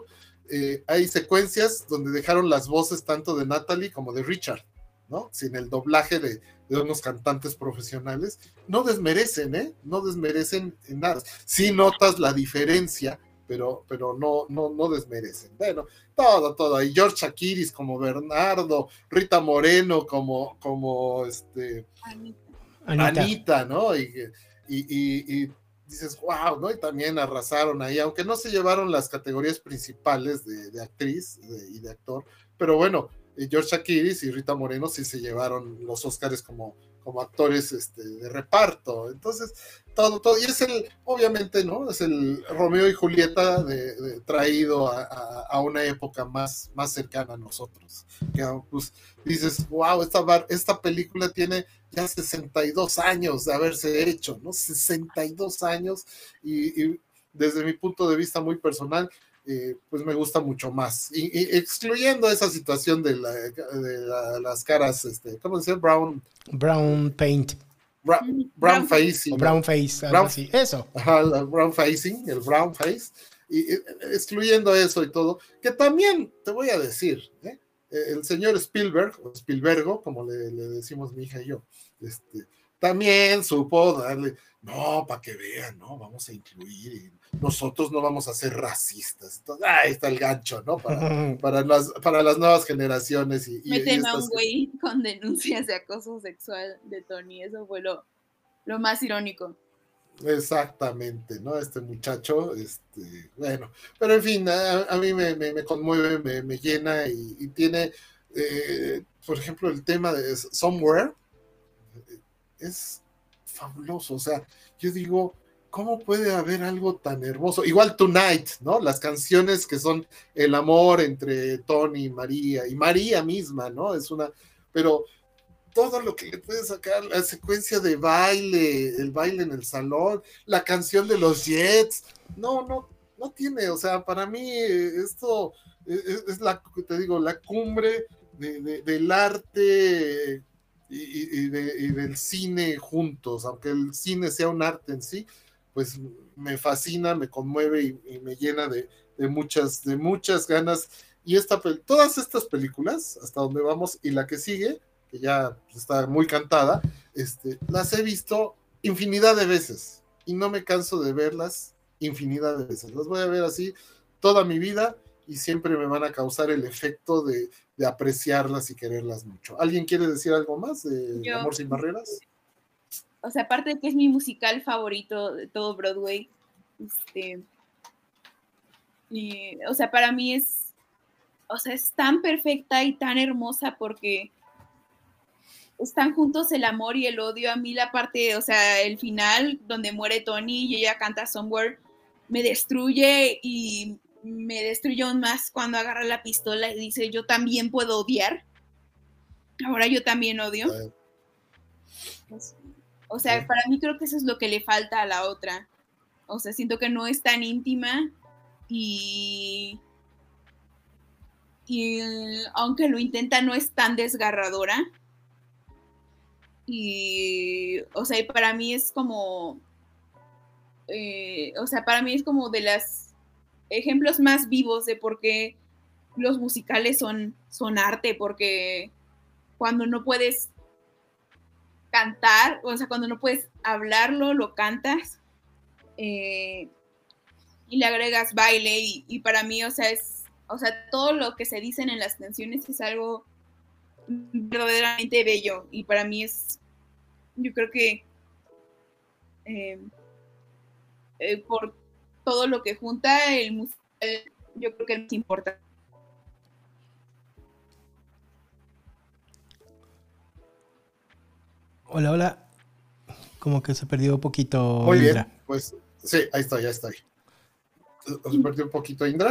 eh, hay secuencias donde dejaron las voces tanto de Natalie como de Richard, ¿no? Sin el doblaje de, de unos cantantes profesionales. No desmerecen, ¿eh? No desmerecen en nada. Sí notas la diferencia, pero, pero no, no, no desmerecen. Bueno, todo, todo. Y George Chakiris como Bernardo, Rita Moreno como, como este, Anita. Anita. Anita, ¿no? Y, y, y, y dices, wow, ¿no? Y también arrasaron ahí, aunque no se llevaron las categorías principales de, de actriz de, y de actor, pero bueno, George Chakiris y Rita Moreno sí se llevaron los Óscares como, como actores este, de reparto. Entonces, todo, todo, y es el, obviamente, ¿no? Es el Romeo y Julieta de, de, traído a, a, a una época más, más cercana a nosotros. Que pues dices, wow, esta, esta película tiene ya sesenta y dos años de haberse hecho, ¿no? sesenta y dos años, y, y desde mi punto de vista muy personal, Eh, pues me gusta mucho más, y, y excluyendo esa situación de, la, de la, las caras, este, ¿cómo se llama? Brown Brown paint, bra, brown, brown facing, o brown face, algo brown, así, eso, ajá, la brown facing, el brown face, y, y excluyendo eso y todo, que también te voy a decir, ¿eh? El señor Spielberg, o Spielbergo, como le, le decimos mi hija y yo, este, también supo darle, no, para que vean, no, vamos a incluir, y nosotros no vamos a ser racistas. Entonces, ahí está el gancho, ¿no? Para, para, las, para las nuevas generaciones. Y, Meten y a un güey que... con denuncias de acoso sexual de Tony, eso fue lo, lo más irónico. Exactamente, ¿no? Este muchacho, este, bueno, pero en fin, a, a mí me, me, me conmueve, me, me llena, y, y tiene, eh, por ejemplo, el tema de Somewhere, es fabuloso, o sea, yo digo, ¿cómo puede haber algo tan hermoso? Igual Tonight, ¿no? Las canciones que son el amor entre Tony y María, y María misma, ¿no? Es una, pero todo lo que le puede sacar, la secuencia de baile, el baile en el salón, la canción de los Jets, no, no, no tiene, o sea, para mí esto es, es la, te digo, la cumbre de, de, del arte y, y, de, y del cine juntos, aunque el cine sea un arte en sí, pues me fascina, me conmueve y, y me llena de, de muchas, de muchas ganas, y esta, todas estas películas, hasta donde vamos, y la que sigue, que ya está muy cantada, este, las he visto infinidad de veces, y no me canso de verlas infinidad de veces, las voy a ver así toda mi vida, y siempre me van a causar el efecto de, de apreciarlas y quererlas mucho. ¿Alguien quiere decir algo más de Yo, Amor sin Barreras? O sea, aparte de que es mi musical favorito de todo Broadway, este, y, o sea, para mí es, o sea, es tan perfecta y tan hermosa porque están juntos el amor y el odio. A mí la parte, o sea, el final donde muere Tony y ella canta Somewhere, me destruye, y me destruye aún más cuando agarra la pistola y dice, yo también puedo odiar. Ahora yo también odio. Pues, o sea, para mí creo que eso es lo que le falta a la otra. O sea, siento que no es tan íntima y, y aunque lo intenta, no es tan desgarradora. Y, o sea, para mí es como, eh, o sea, para mí es como de los ejemplos más vivos de por qué los musicales son, son arte, porque cuando no puedes cantar, o sea, cuando no puedes hablarlo, lo cantas, eh, y le agregas baile, y, y para mí, o sea, es, o sea, todo lo que se dicen en las canciones es algo verdaderamente bello, y para mí es, yo creo que eh, eh, por todo lo que junta el musical, yo creo que es importante. Hola, hola. Como que se perdió un poquito. Muy Indra. bien, pues sí, ahí estoy, ya estoy. ¿Se perdió un poquito Indra?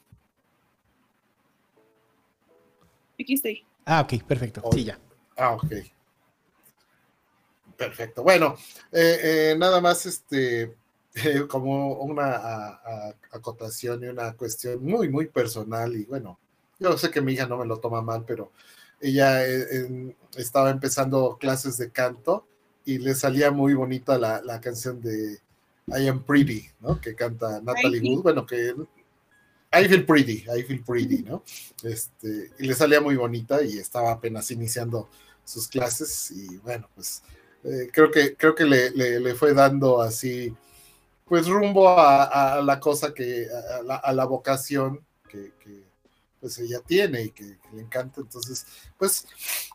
Aquí estoy. Ah, ok, perfecto. Oh, sí, ya. Ah, ok. Perfecto. Bueno, eh, eh, nada más este, eh, como una a, a, acotación y una cuestión muy, muy personal, y bueno, yo sé que mi hija no me lo toma mal, pero ella eh, en, estaba empezando clases de canto y le salía muy bonita la, la canción de I Am Pretty, ¿no? Que canta Natalie Wood, bueno, que I feel pretty, I feel pretty, ¿no? Este, y le salía muy bonita y estaba apenas iniciando sus clases y bueno, pues eh, creo que, creo que le, le, le fue dando así, pues rumbo a, a la cosa que, a la, a la vocación que, que pues ella tiene y que, que le encanta. Entonces, pues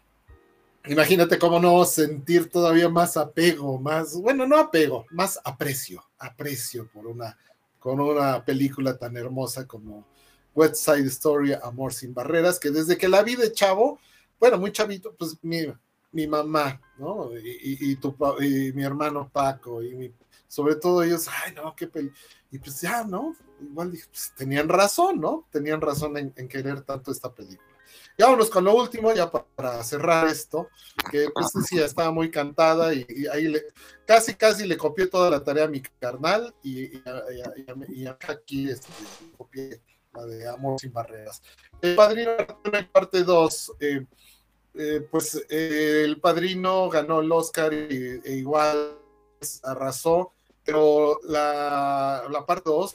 imagínate cómo no sentir todavía más apego, más, bueno, no apego, más aprecio, aprecio por una, con una película tan hermosa como West Side Story, Amor sin barreras, que desde que la vi de chavo, bueno, muy chavito, pues mi, mi mamá, ¿no? Y, y, y, tu, y mi hermano Paco, y mi, sobre todo ellos, ay, no, qué peli. Y pues ya, ¿no? Igual dije, pues tenían razón, ¿no? Tenían razón en, en querer tanto esta película. Y vámonos con lo último, ya para cerrar esto, que pues decía, estaba muy cantada y, y ahí le, casi, casi le copié toda la tarea a mi carnal y, y, y, y, y aquí este, copié la de Amor sin barreras. El Padrino parte dos, eh, eh, pues eh, el Padrino ganó el Oscar y, e igual arrasó, pero la, la parte dos,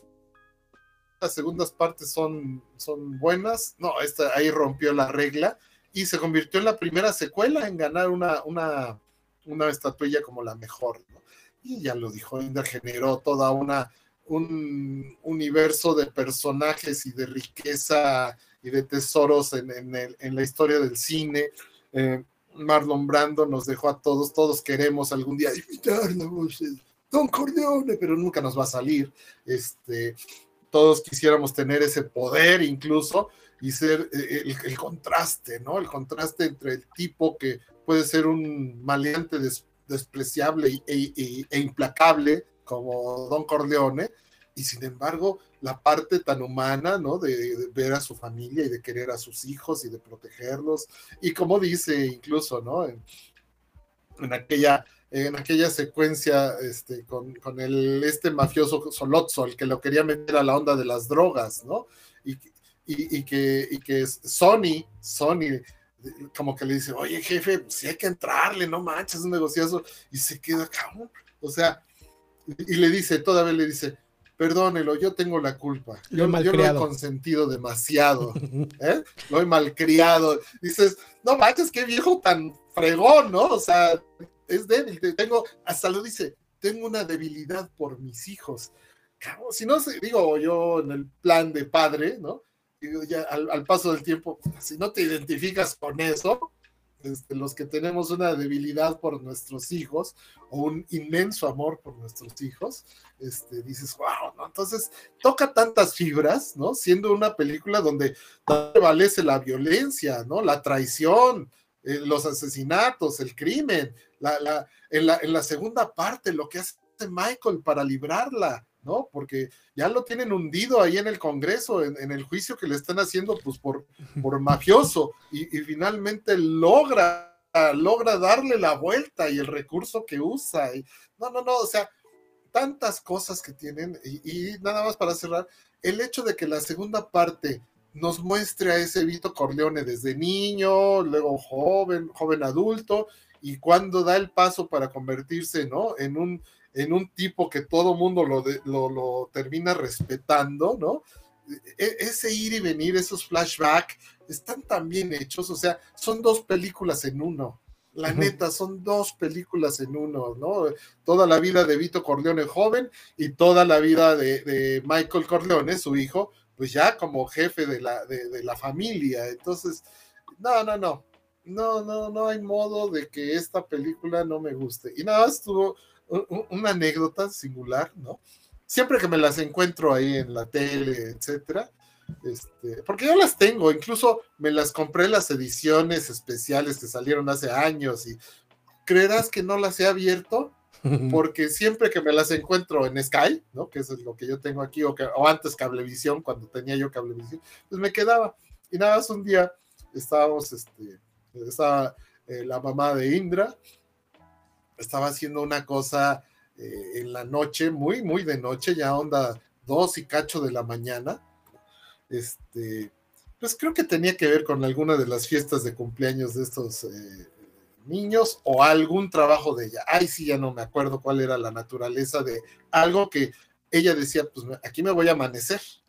las segundas partes son, son buenas, no, esta ahí rompió la regla y se convirtió en la primera secuela en ganar una, una, una estatuilla como la mejor, ¿no? Y ya lo dijo Ender, generó toda una un universo de personajes y de riqueza y de tesoros en, en, el, en la historia del cine. eh, Marlon Brando nos dejó a todos, todos queremos algún día imitar la voz de Don Corleone, pero nunca nos va a salir. Este todos quisiéramos tener ese poder incluso y ser el, el contraste, ¿no? El contraste entre el tipo que puede ser un maleante des, despreciable e, e, e implacable como Don Corleone, y sin embargo la parte tan humana, ¿no? De, de ver a su familia y de querer a sus hijos y de protegerlos, y como dice incluso, ¿no? En, en aquella en aquella secuencia este, con, con el, este mafioso Solozzo, el que lo quería meter a la onda de las drogas, ¿no? Y, y, y, que, y que Sony, Sony, como que le dice, oye jefe, si sí hay que entrarle, no manches, un negociazo, y se queda cabrón, o sea, y, y le dice, todavía le dice, perdónelo, yo tengo la culpa, yo lo, yo lo he consentido demasiado, ¿eh? Lo he malcriado, dices, no manches, qué viejo tan fregón, ¿no? O sea, es débil, tengo, hasta lo dice, tengo una debilidad por mis hijos. Si no, digo yo en el plan de padre, ¿no? Digo, ya al, al paso del tiempo, si no te identificas con eso, este, los que tenemos una debilidad por nuestros hijos o un inmenso amor por nuestros hijos, este, dices, wow, ¿no? Entonces toca tantas fibras, ¿no? Siendo una película donde prevalece la violencia, ¿no? La traición, eh, los asesinatos, el crimen, la, la, en, la, en la segunda parte, lo que hace Michael para librarla, ¿no? Porque ya lo tienen hundido ahí en el Congreso, en, en el juicio que le están haciendo, pues, por, por mafioso, y, y finalmente logra, logra darle la vuelta y el recurso que usa. Y, no, no, no, o sea, tantas cosas que tienen, y, y nada más para cerrar, el hecho de que la segunda parte nos muestre a ese Vito Corleone desde niño, luego joven, joven adulto, y cuando da el paso para convertirse, ¿no? En un, en un tipo que todo mundo lo, de, lo, lo termina respetando, ¿no? E- ese ir y venir, esos flashbacks, están tan bien hechos, o sea, son dos películas en uno. La neta, son dos películas en uno, ¿no? Toda la vida de Vito Corleone joven y toda la vida de, de Michael Corleone, su hijo, pues ya como jefe de la, de, de la familia. Entonces, no, no, no, no, no, no hay modo de que esta película no me guste. Y nada más tuvo un, una anécdota singular, ¿no? Siempre que me las encuentro ahí en la tele, etcétera, Este, porque yo las tengo, incluso me las compré las ediciones especiales que salieron hace años y creerás que no las he abierto porque siempre que me las encuentro en Sky, ¿no? Que eso es lo que yo tengo aquí, o, que, o antes Cablevisión, cuando tenía yo Cablevisión, pues me quedaba. Y nada más un día estábamos, este, estaba eh, la mamá de Indra, estaba haciendo una cosa eh, en la noche, muy, muy de noche, ya onda dos y cacho de la mañana. Este, pues creo que tenía que ver con alguna de las fiestas de cumpleaños de estos eh, niños o algún trabajo de ella. Ay, sí, ya no me acuerdo cuál era la naturaleza de algo que ella decía, pues aquí me voy a amanecer, ¿no? Me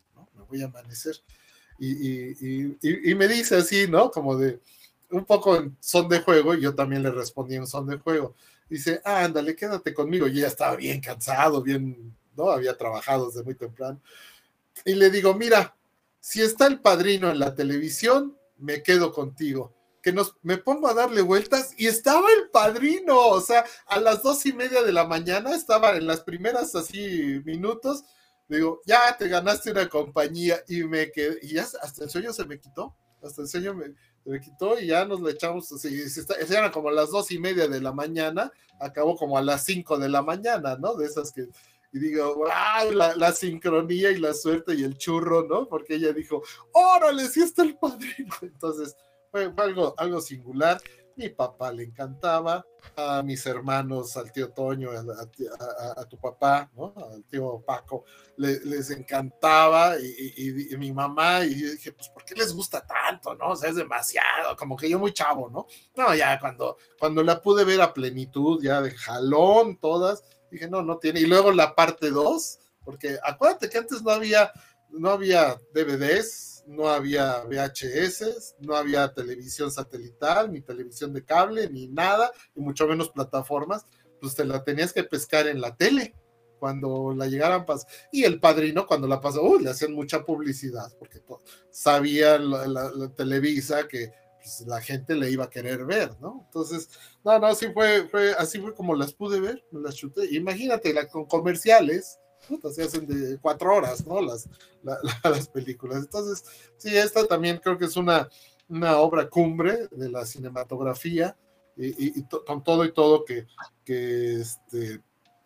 voy a amanecer. Y, y, y, y, y me dice así, ¿no? Como de un poco en son de juego, y yo también le respondí en son de juego. Dice, ah, ándale, quédate conmigo. Y ya estaba bien cansado, bien, ¿no? Había trabajado desde muy temprano. Y le digo, mira, si está El Padrino en la televisión, me quedo contigo. Que nos, me pongo a darle vueltas y estaba El Padrino, o sea, a las dos y media de la mañana, estaba en las primeras así minutos, digo, ya te ganaste una compañía, y me quedé, y ya hasta el sueño se me quitó, hasta el sueño me, se me quitó, y ya nos le echamos, así, eran como a las dos y media de la mañana, acabó como a las cinco de la mañana, ¿no? De esas que, y digo, wow, la, la sincronía y la suerte y el churro, ¿no? Porque ella dijo, órale, sí está El Padrino. Entonces, Fue, fue algo, algo singular. Mi papá le encantaba, a mis hermanos, al tío Toño, a, a, a, a tu papá, ¿no? Al tío Paco, le, les encantaba, y, y, y mi mamá, y yo dije, pues, ¿por qué les gusta tanto, no? O sea, es demasiado, como que yo muy chavo, ¿no? No, ya cuando, cuando la pude ver a plenitud, ya de jalón, todas, dije, no, no tiene. Y luego la parte dos, porque acuérdate que antes no había, no había D V Ds, no había V H S, no había televisión satelital, ni televisión de cable, ni nada, y mucho menos plataformas, pues te la tenías que pescar en la tele, cuando la llegaran pas y El Padrino, cuando la pasó, uh, le hacían mucha publicidad, porque sabía la, la, la Televisa que pues, la gente le iba a querer ver, ¿no? Entonces, no, no, sí fue, fue así fue como las pude ver, me las chuté. Imagínate, la, con comerciales, ¿no? Se hacen de cuatro horas, ¿no? Las, la, la, las películas. Entonces, sí, esta también creo que es una, una obra cumbre de la cinematografía, y, y, y to, con todo y todo que, que este,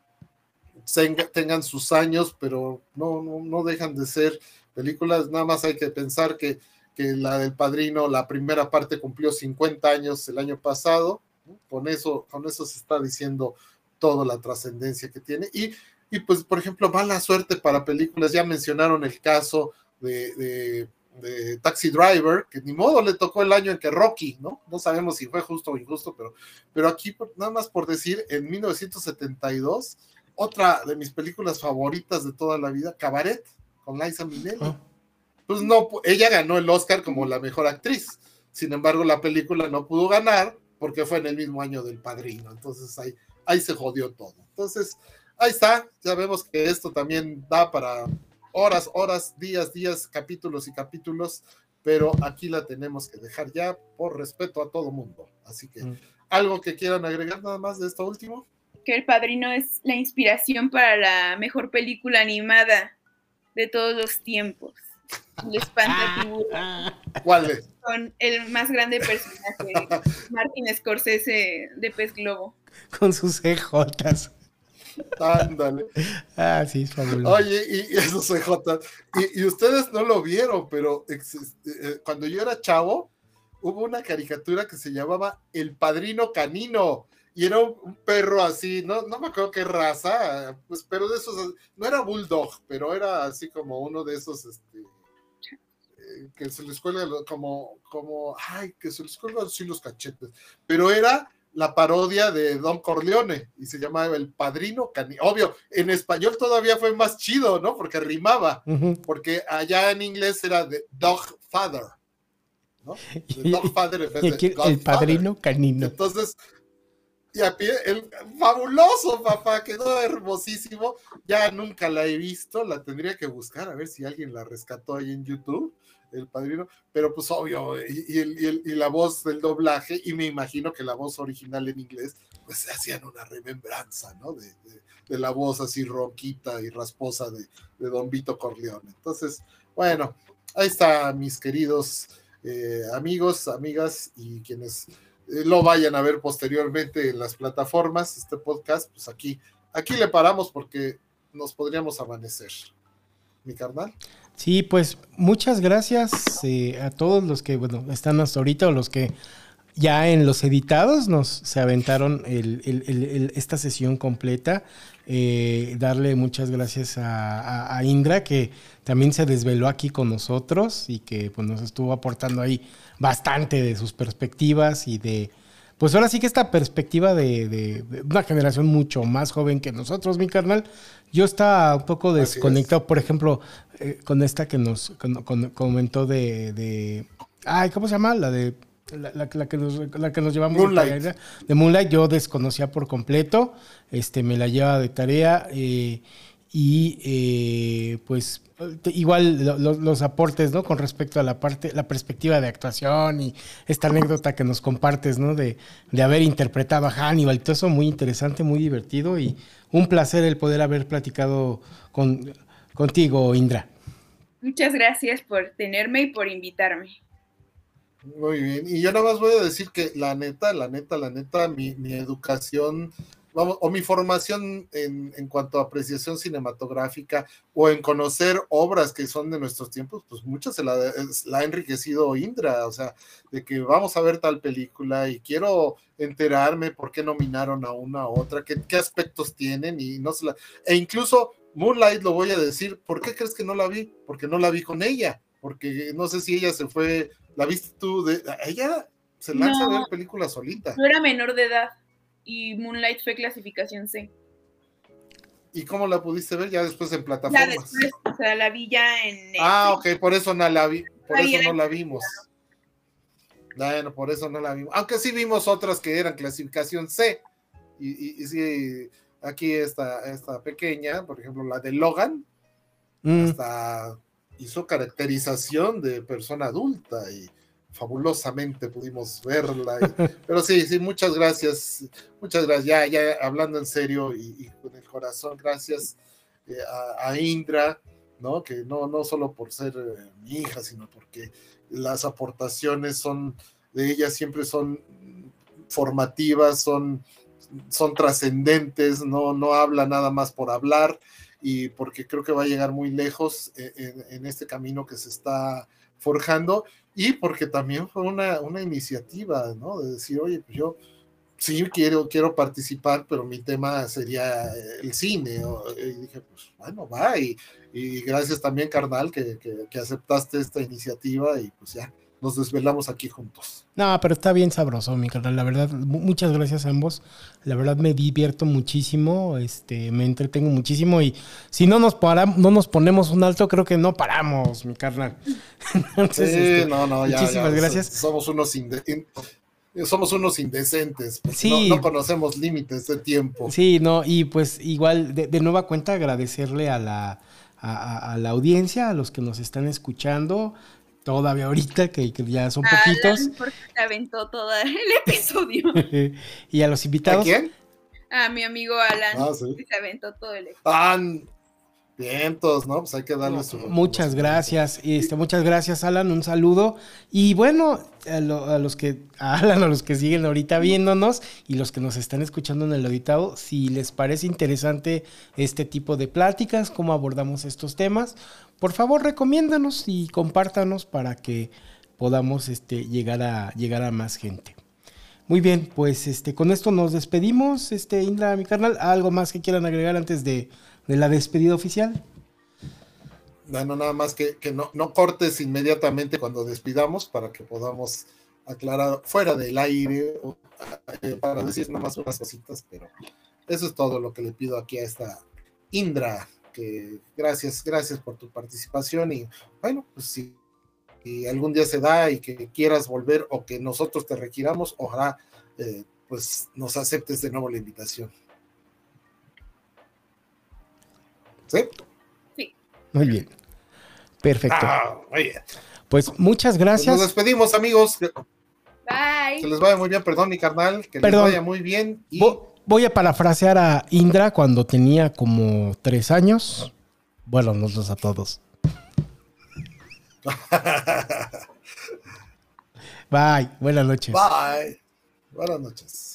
tenga, tengan sus años, pero no, no, no dejan de ser películas. Nada más hay que pensar que, que la del Padrino, la primera parte cumplió cincuenta años el año pasado, ¿no? Con eso, con eso se está diciendo toda la trascendencia que tiene. Y Y pues, por ejemplo, mala suerte para películas. Ya mencionaron el caso de, de, de Taxi Driver, que ni modo le tocó el año en que Rocky, ¿no? No sabemos si fue justo o injusto, pero, pero aquí, nada más por decir, en mil novecientos setenta y dos, otra de mis películas favoritas de toda la vida, Cabaret, con Liza Minnelli. Oh. Pues no, ella ganó el Oscar como la mejor actriz. Sin embargo, la película no pudo ganar porque fue en el mismo año del Padrino. Entonces, ahí, ahí se jodió todo. Entonces, ahí está, ya vemos que esto también da para horas, horas, días, días, capítulos y capítulos, pero aquí la tenemos que dejar ya por respeto a todo mundo. Así que, mm. ¿algo que quieran agregar nada más de esto último? Que El Padrino es la inspiración para la mejor película animada de todos los tiempos. El Espantatiburones. ¿Cuál es? Con el más grande personaje, Martin Scorsese de Pez Globo. Con sus cejotas. Ándale. Ah, sí, es fabuloso. Oye, y, y esos C J, y, y ustedes no lo vieron, pero ex, eh, cuando yo era chavo, hubo una caricatura que se llamaba El Padrino Canino, y era un, un perro así, no, no me acuerdo qué raza, pues, pero de esos, no era bulldog, pero era así como uno de esos, este, eh, que se les cuelga como, como, ay, que se les cuelgan así los cachetes, pero era la parodia de Don Corleone, y se llamaba El Padrino Canino. Obvio, en español todavía fue más chido, ¿no? Porque rimaba, uh-huh. Porque allá en inglés era The Dog Father, ¿no? The Dog Father en vez y aquí, de El Padrino Canino. Entonces, y a pie, el fabuloso, papá, quedó hermosísimo. Ya nunca la he visto, la tendría que buscar, a ver si alguien la rescató ahí en YouTube, El Padrino, pero pues obvio, y, y, el, y, el, y la voz del doblaje, y me imagino que la voz original en inglés, pues se hacían una remembranza, ¿no? De, de, de la voz así ronquita y rasposa de, de Don Vito Corleone. Entonces, bueno, ahí está, mis queridos eh, amigos, amigas, y quienes eh, lo vayan a ver posteriormente en las plataformas, este podcast, pues aquí, aquí le paramos porque nos podríamos amanecer. Mi carnal. Sí, pues muchas gracias eh, a todos los que, bueno, están hasta ahorita o los que ya en los editados nos se aventaron el, el, el, el, esta sesión completa. Eh, darle muchas gracias a, a, a Indra, que también se desveló aquí con nosotros y que pues, nos estuvo aportando ahí bastante de sus perspectivas y de, pues ahora sí que esta perspectiva de, de, de una generación mucho más joven que nosotros, mi carnal. Yo estaba un poco desconectado, por ejemplo, eh, con esta que nos con, con, comentó de, de... Ay, ¿cómo se llama? La de... La, la, la, que nos, la que nos llevamos Moonlight. de tarea. De Moonlight yo desconocía por completo. Este, me la lleva de tarea. Eh, y eh, pues igual lo, lo, los aportes, ¿no? Con respecto a la parte, la perspectiva de actuación y esta anécdota que nos compartes, ¿no? De, de haber interpretado a Hannibal. Todo eso muy interesante, muy divertido y un placer el poder haber platicado con, contigo, Indra. Muchas gracias por tenerme y por invitarme. Muy bien, y yo nada más voy a decir que la neta, la neta, la neta, mi, mi educación, vamos, o mi formación en, en cuanto a apreciación cinematográfica o en conocer obras que son de nuestros tiempos, pues muchas se la, la ha enriquecido Indra, o sea, de que vamos a ver tal película y quiero enterarme por qué nominaron a una a otra, qué, qué aspectos tienen y no se la... E incluso Moonlight, lo voy a decir, ¿por qué crees que no la vi? Porque no la vi con ella, porque no sé si ella se fue... ¿La viste tú? De, ella se lanza no, a ver películas solita. Yo era menor de edad y Moonlight fue clasificación C. ¿Y cómo la pudiste ver? Ya después en plataformas. Ya después, o sea, la vi ya en... Netflix. Ah, ok, por eso no la vi, por Ahí eso no la vimos. Bueno, por eso no la vimos. Aunque sí vimos otras que eran clasificación C. Y, y, y sí, aquí esta, esta pequeña, por ejemplo, la de Logan, mm. hasta... hizo caracterización de persona adulta y fabulosamente pudimos verla. Y, pero sí, sí, muchas gracias, muchas gracias, ya, ya hablando en serio y, y con el corazón, gracias eh, a, a Indra, ¿no? Que no, no solo por ser eh, mi hija, sino porque las aportaciones son de ella siempre son formativas, son, son trascendentes, no, no habla nada más por hablar, y porque creo que va a llegar muy lejos en, en este camino que se está forjando, y porque también fue una, una iniciativa, ¿no? De decir, oye, pues yo sí quiero, quiero participar, pero mi tema sería el cine, y dije, pues bueno, va, y, y gracias también, carnal, que, que, que aceptaste esta iniciativa, y pues ya, nos desvelamos aquí juntos. No, pero está bien sabroso, mi carnal, la verdad, muchas gracias a ambos, la verdad me divierto muchísimo, este, me entretengo muchísimo y si no nos paramos, no nos ponemos un alto, creo que no paramos, mi carnal. Entonces, sí, este, no, no, ya, muchísimas ya, gracias. Somos unos inde- in- somos unos indecentes, sí, no, no conocemos límites de tiempo. Sí, no, y pues igual, de, de nueva cuenta, agradecerle a la, a, a la audiencia, a los que nos están escuchando, todavía ahorita, que, que ya son poquitos. Alan, porque se aventó todo el episodio. Y a los invitados. ¿A quién? A mi amigo Alan, ah, sí. que se aventó todo el episodio. Ah, vientos, ¿no? Pues hay que darle no, su... Muchas gracias, este, muchas gracias, Alan, un saludo. Y bueno, a, lo, a los que, a Alan, a los que siguen ahorita viéndonos y los que nos están escuchando en el auditado, si les parece interesante este tipo de pláticas, cómo abordamos estos temas, por favor recomiéndanos y compártanos para que podamos este, llegar a llegar a más gente. Muy bien, pues este, con esto nos despedimos, este, Indra, mi carnal, ¿algo más que quieran agregar antes de, de la despedida oficial? Bueno, nada más que, que no, no cortes inmediatamente cuando despidamos para que podamos aclarar fuera del aire eh, para decir nada más unas cositas, pero eso es todo lo que le pido aquí a esta Indra. Que gracias, gracias por tu participación y bueno, pues si, si algún día se da y que quieras volver o que nosotros te requiramos, ojalá eh, pues nos aceptes de nuevo la invitación. ¿Sí? Sí. Muy bien. Perfecto. Ah, muy bien. Pues muchas gracias. Pues nos despedimos, amigos. Bye. Que les vaya muy bien, perdón, mi carnal, que Perdón. les vaya muy bien y... Bo- Voy a parafrasear a Indra cuando tenía como tres años. Buenas noches a todos. Bye. Buenas noches. Bye. Buenas noches.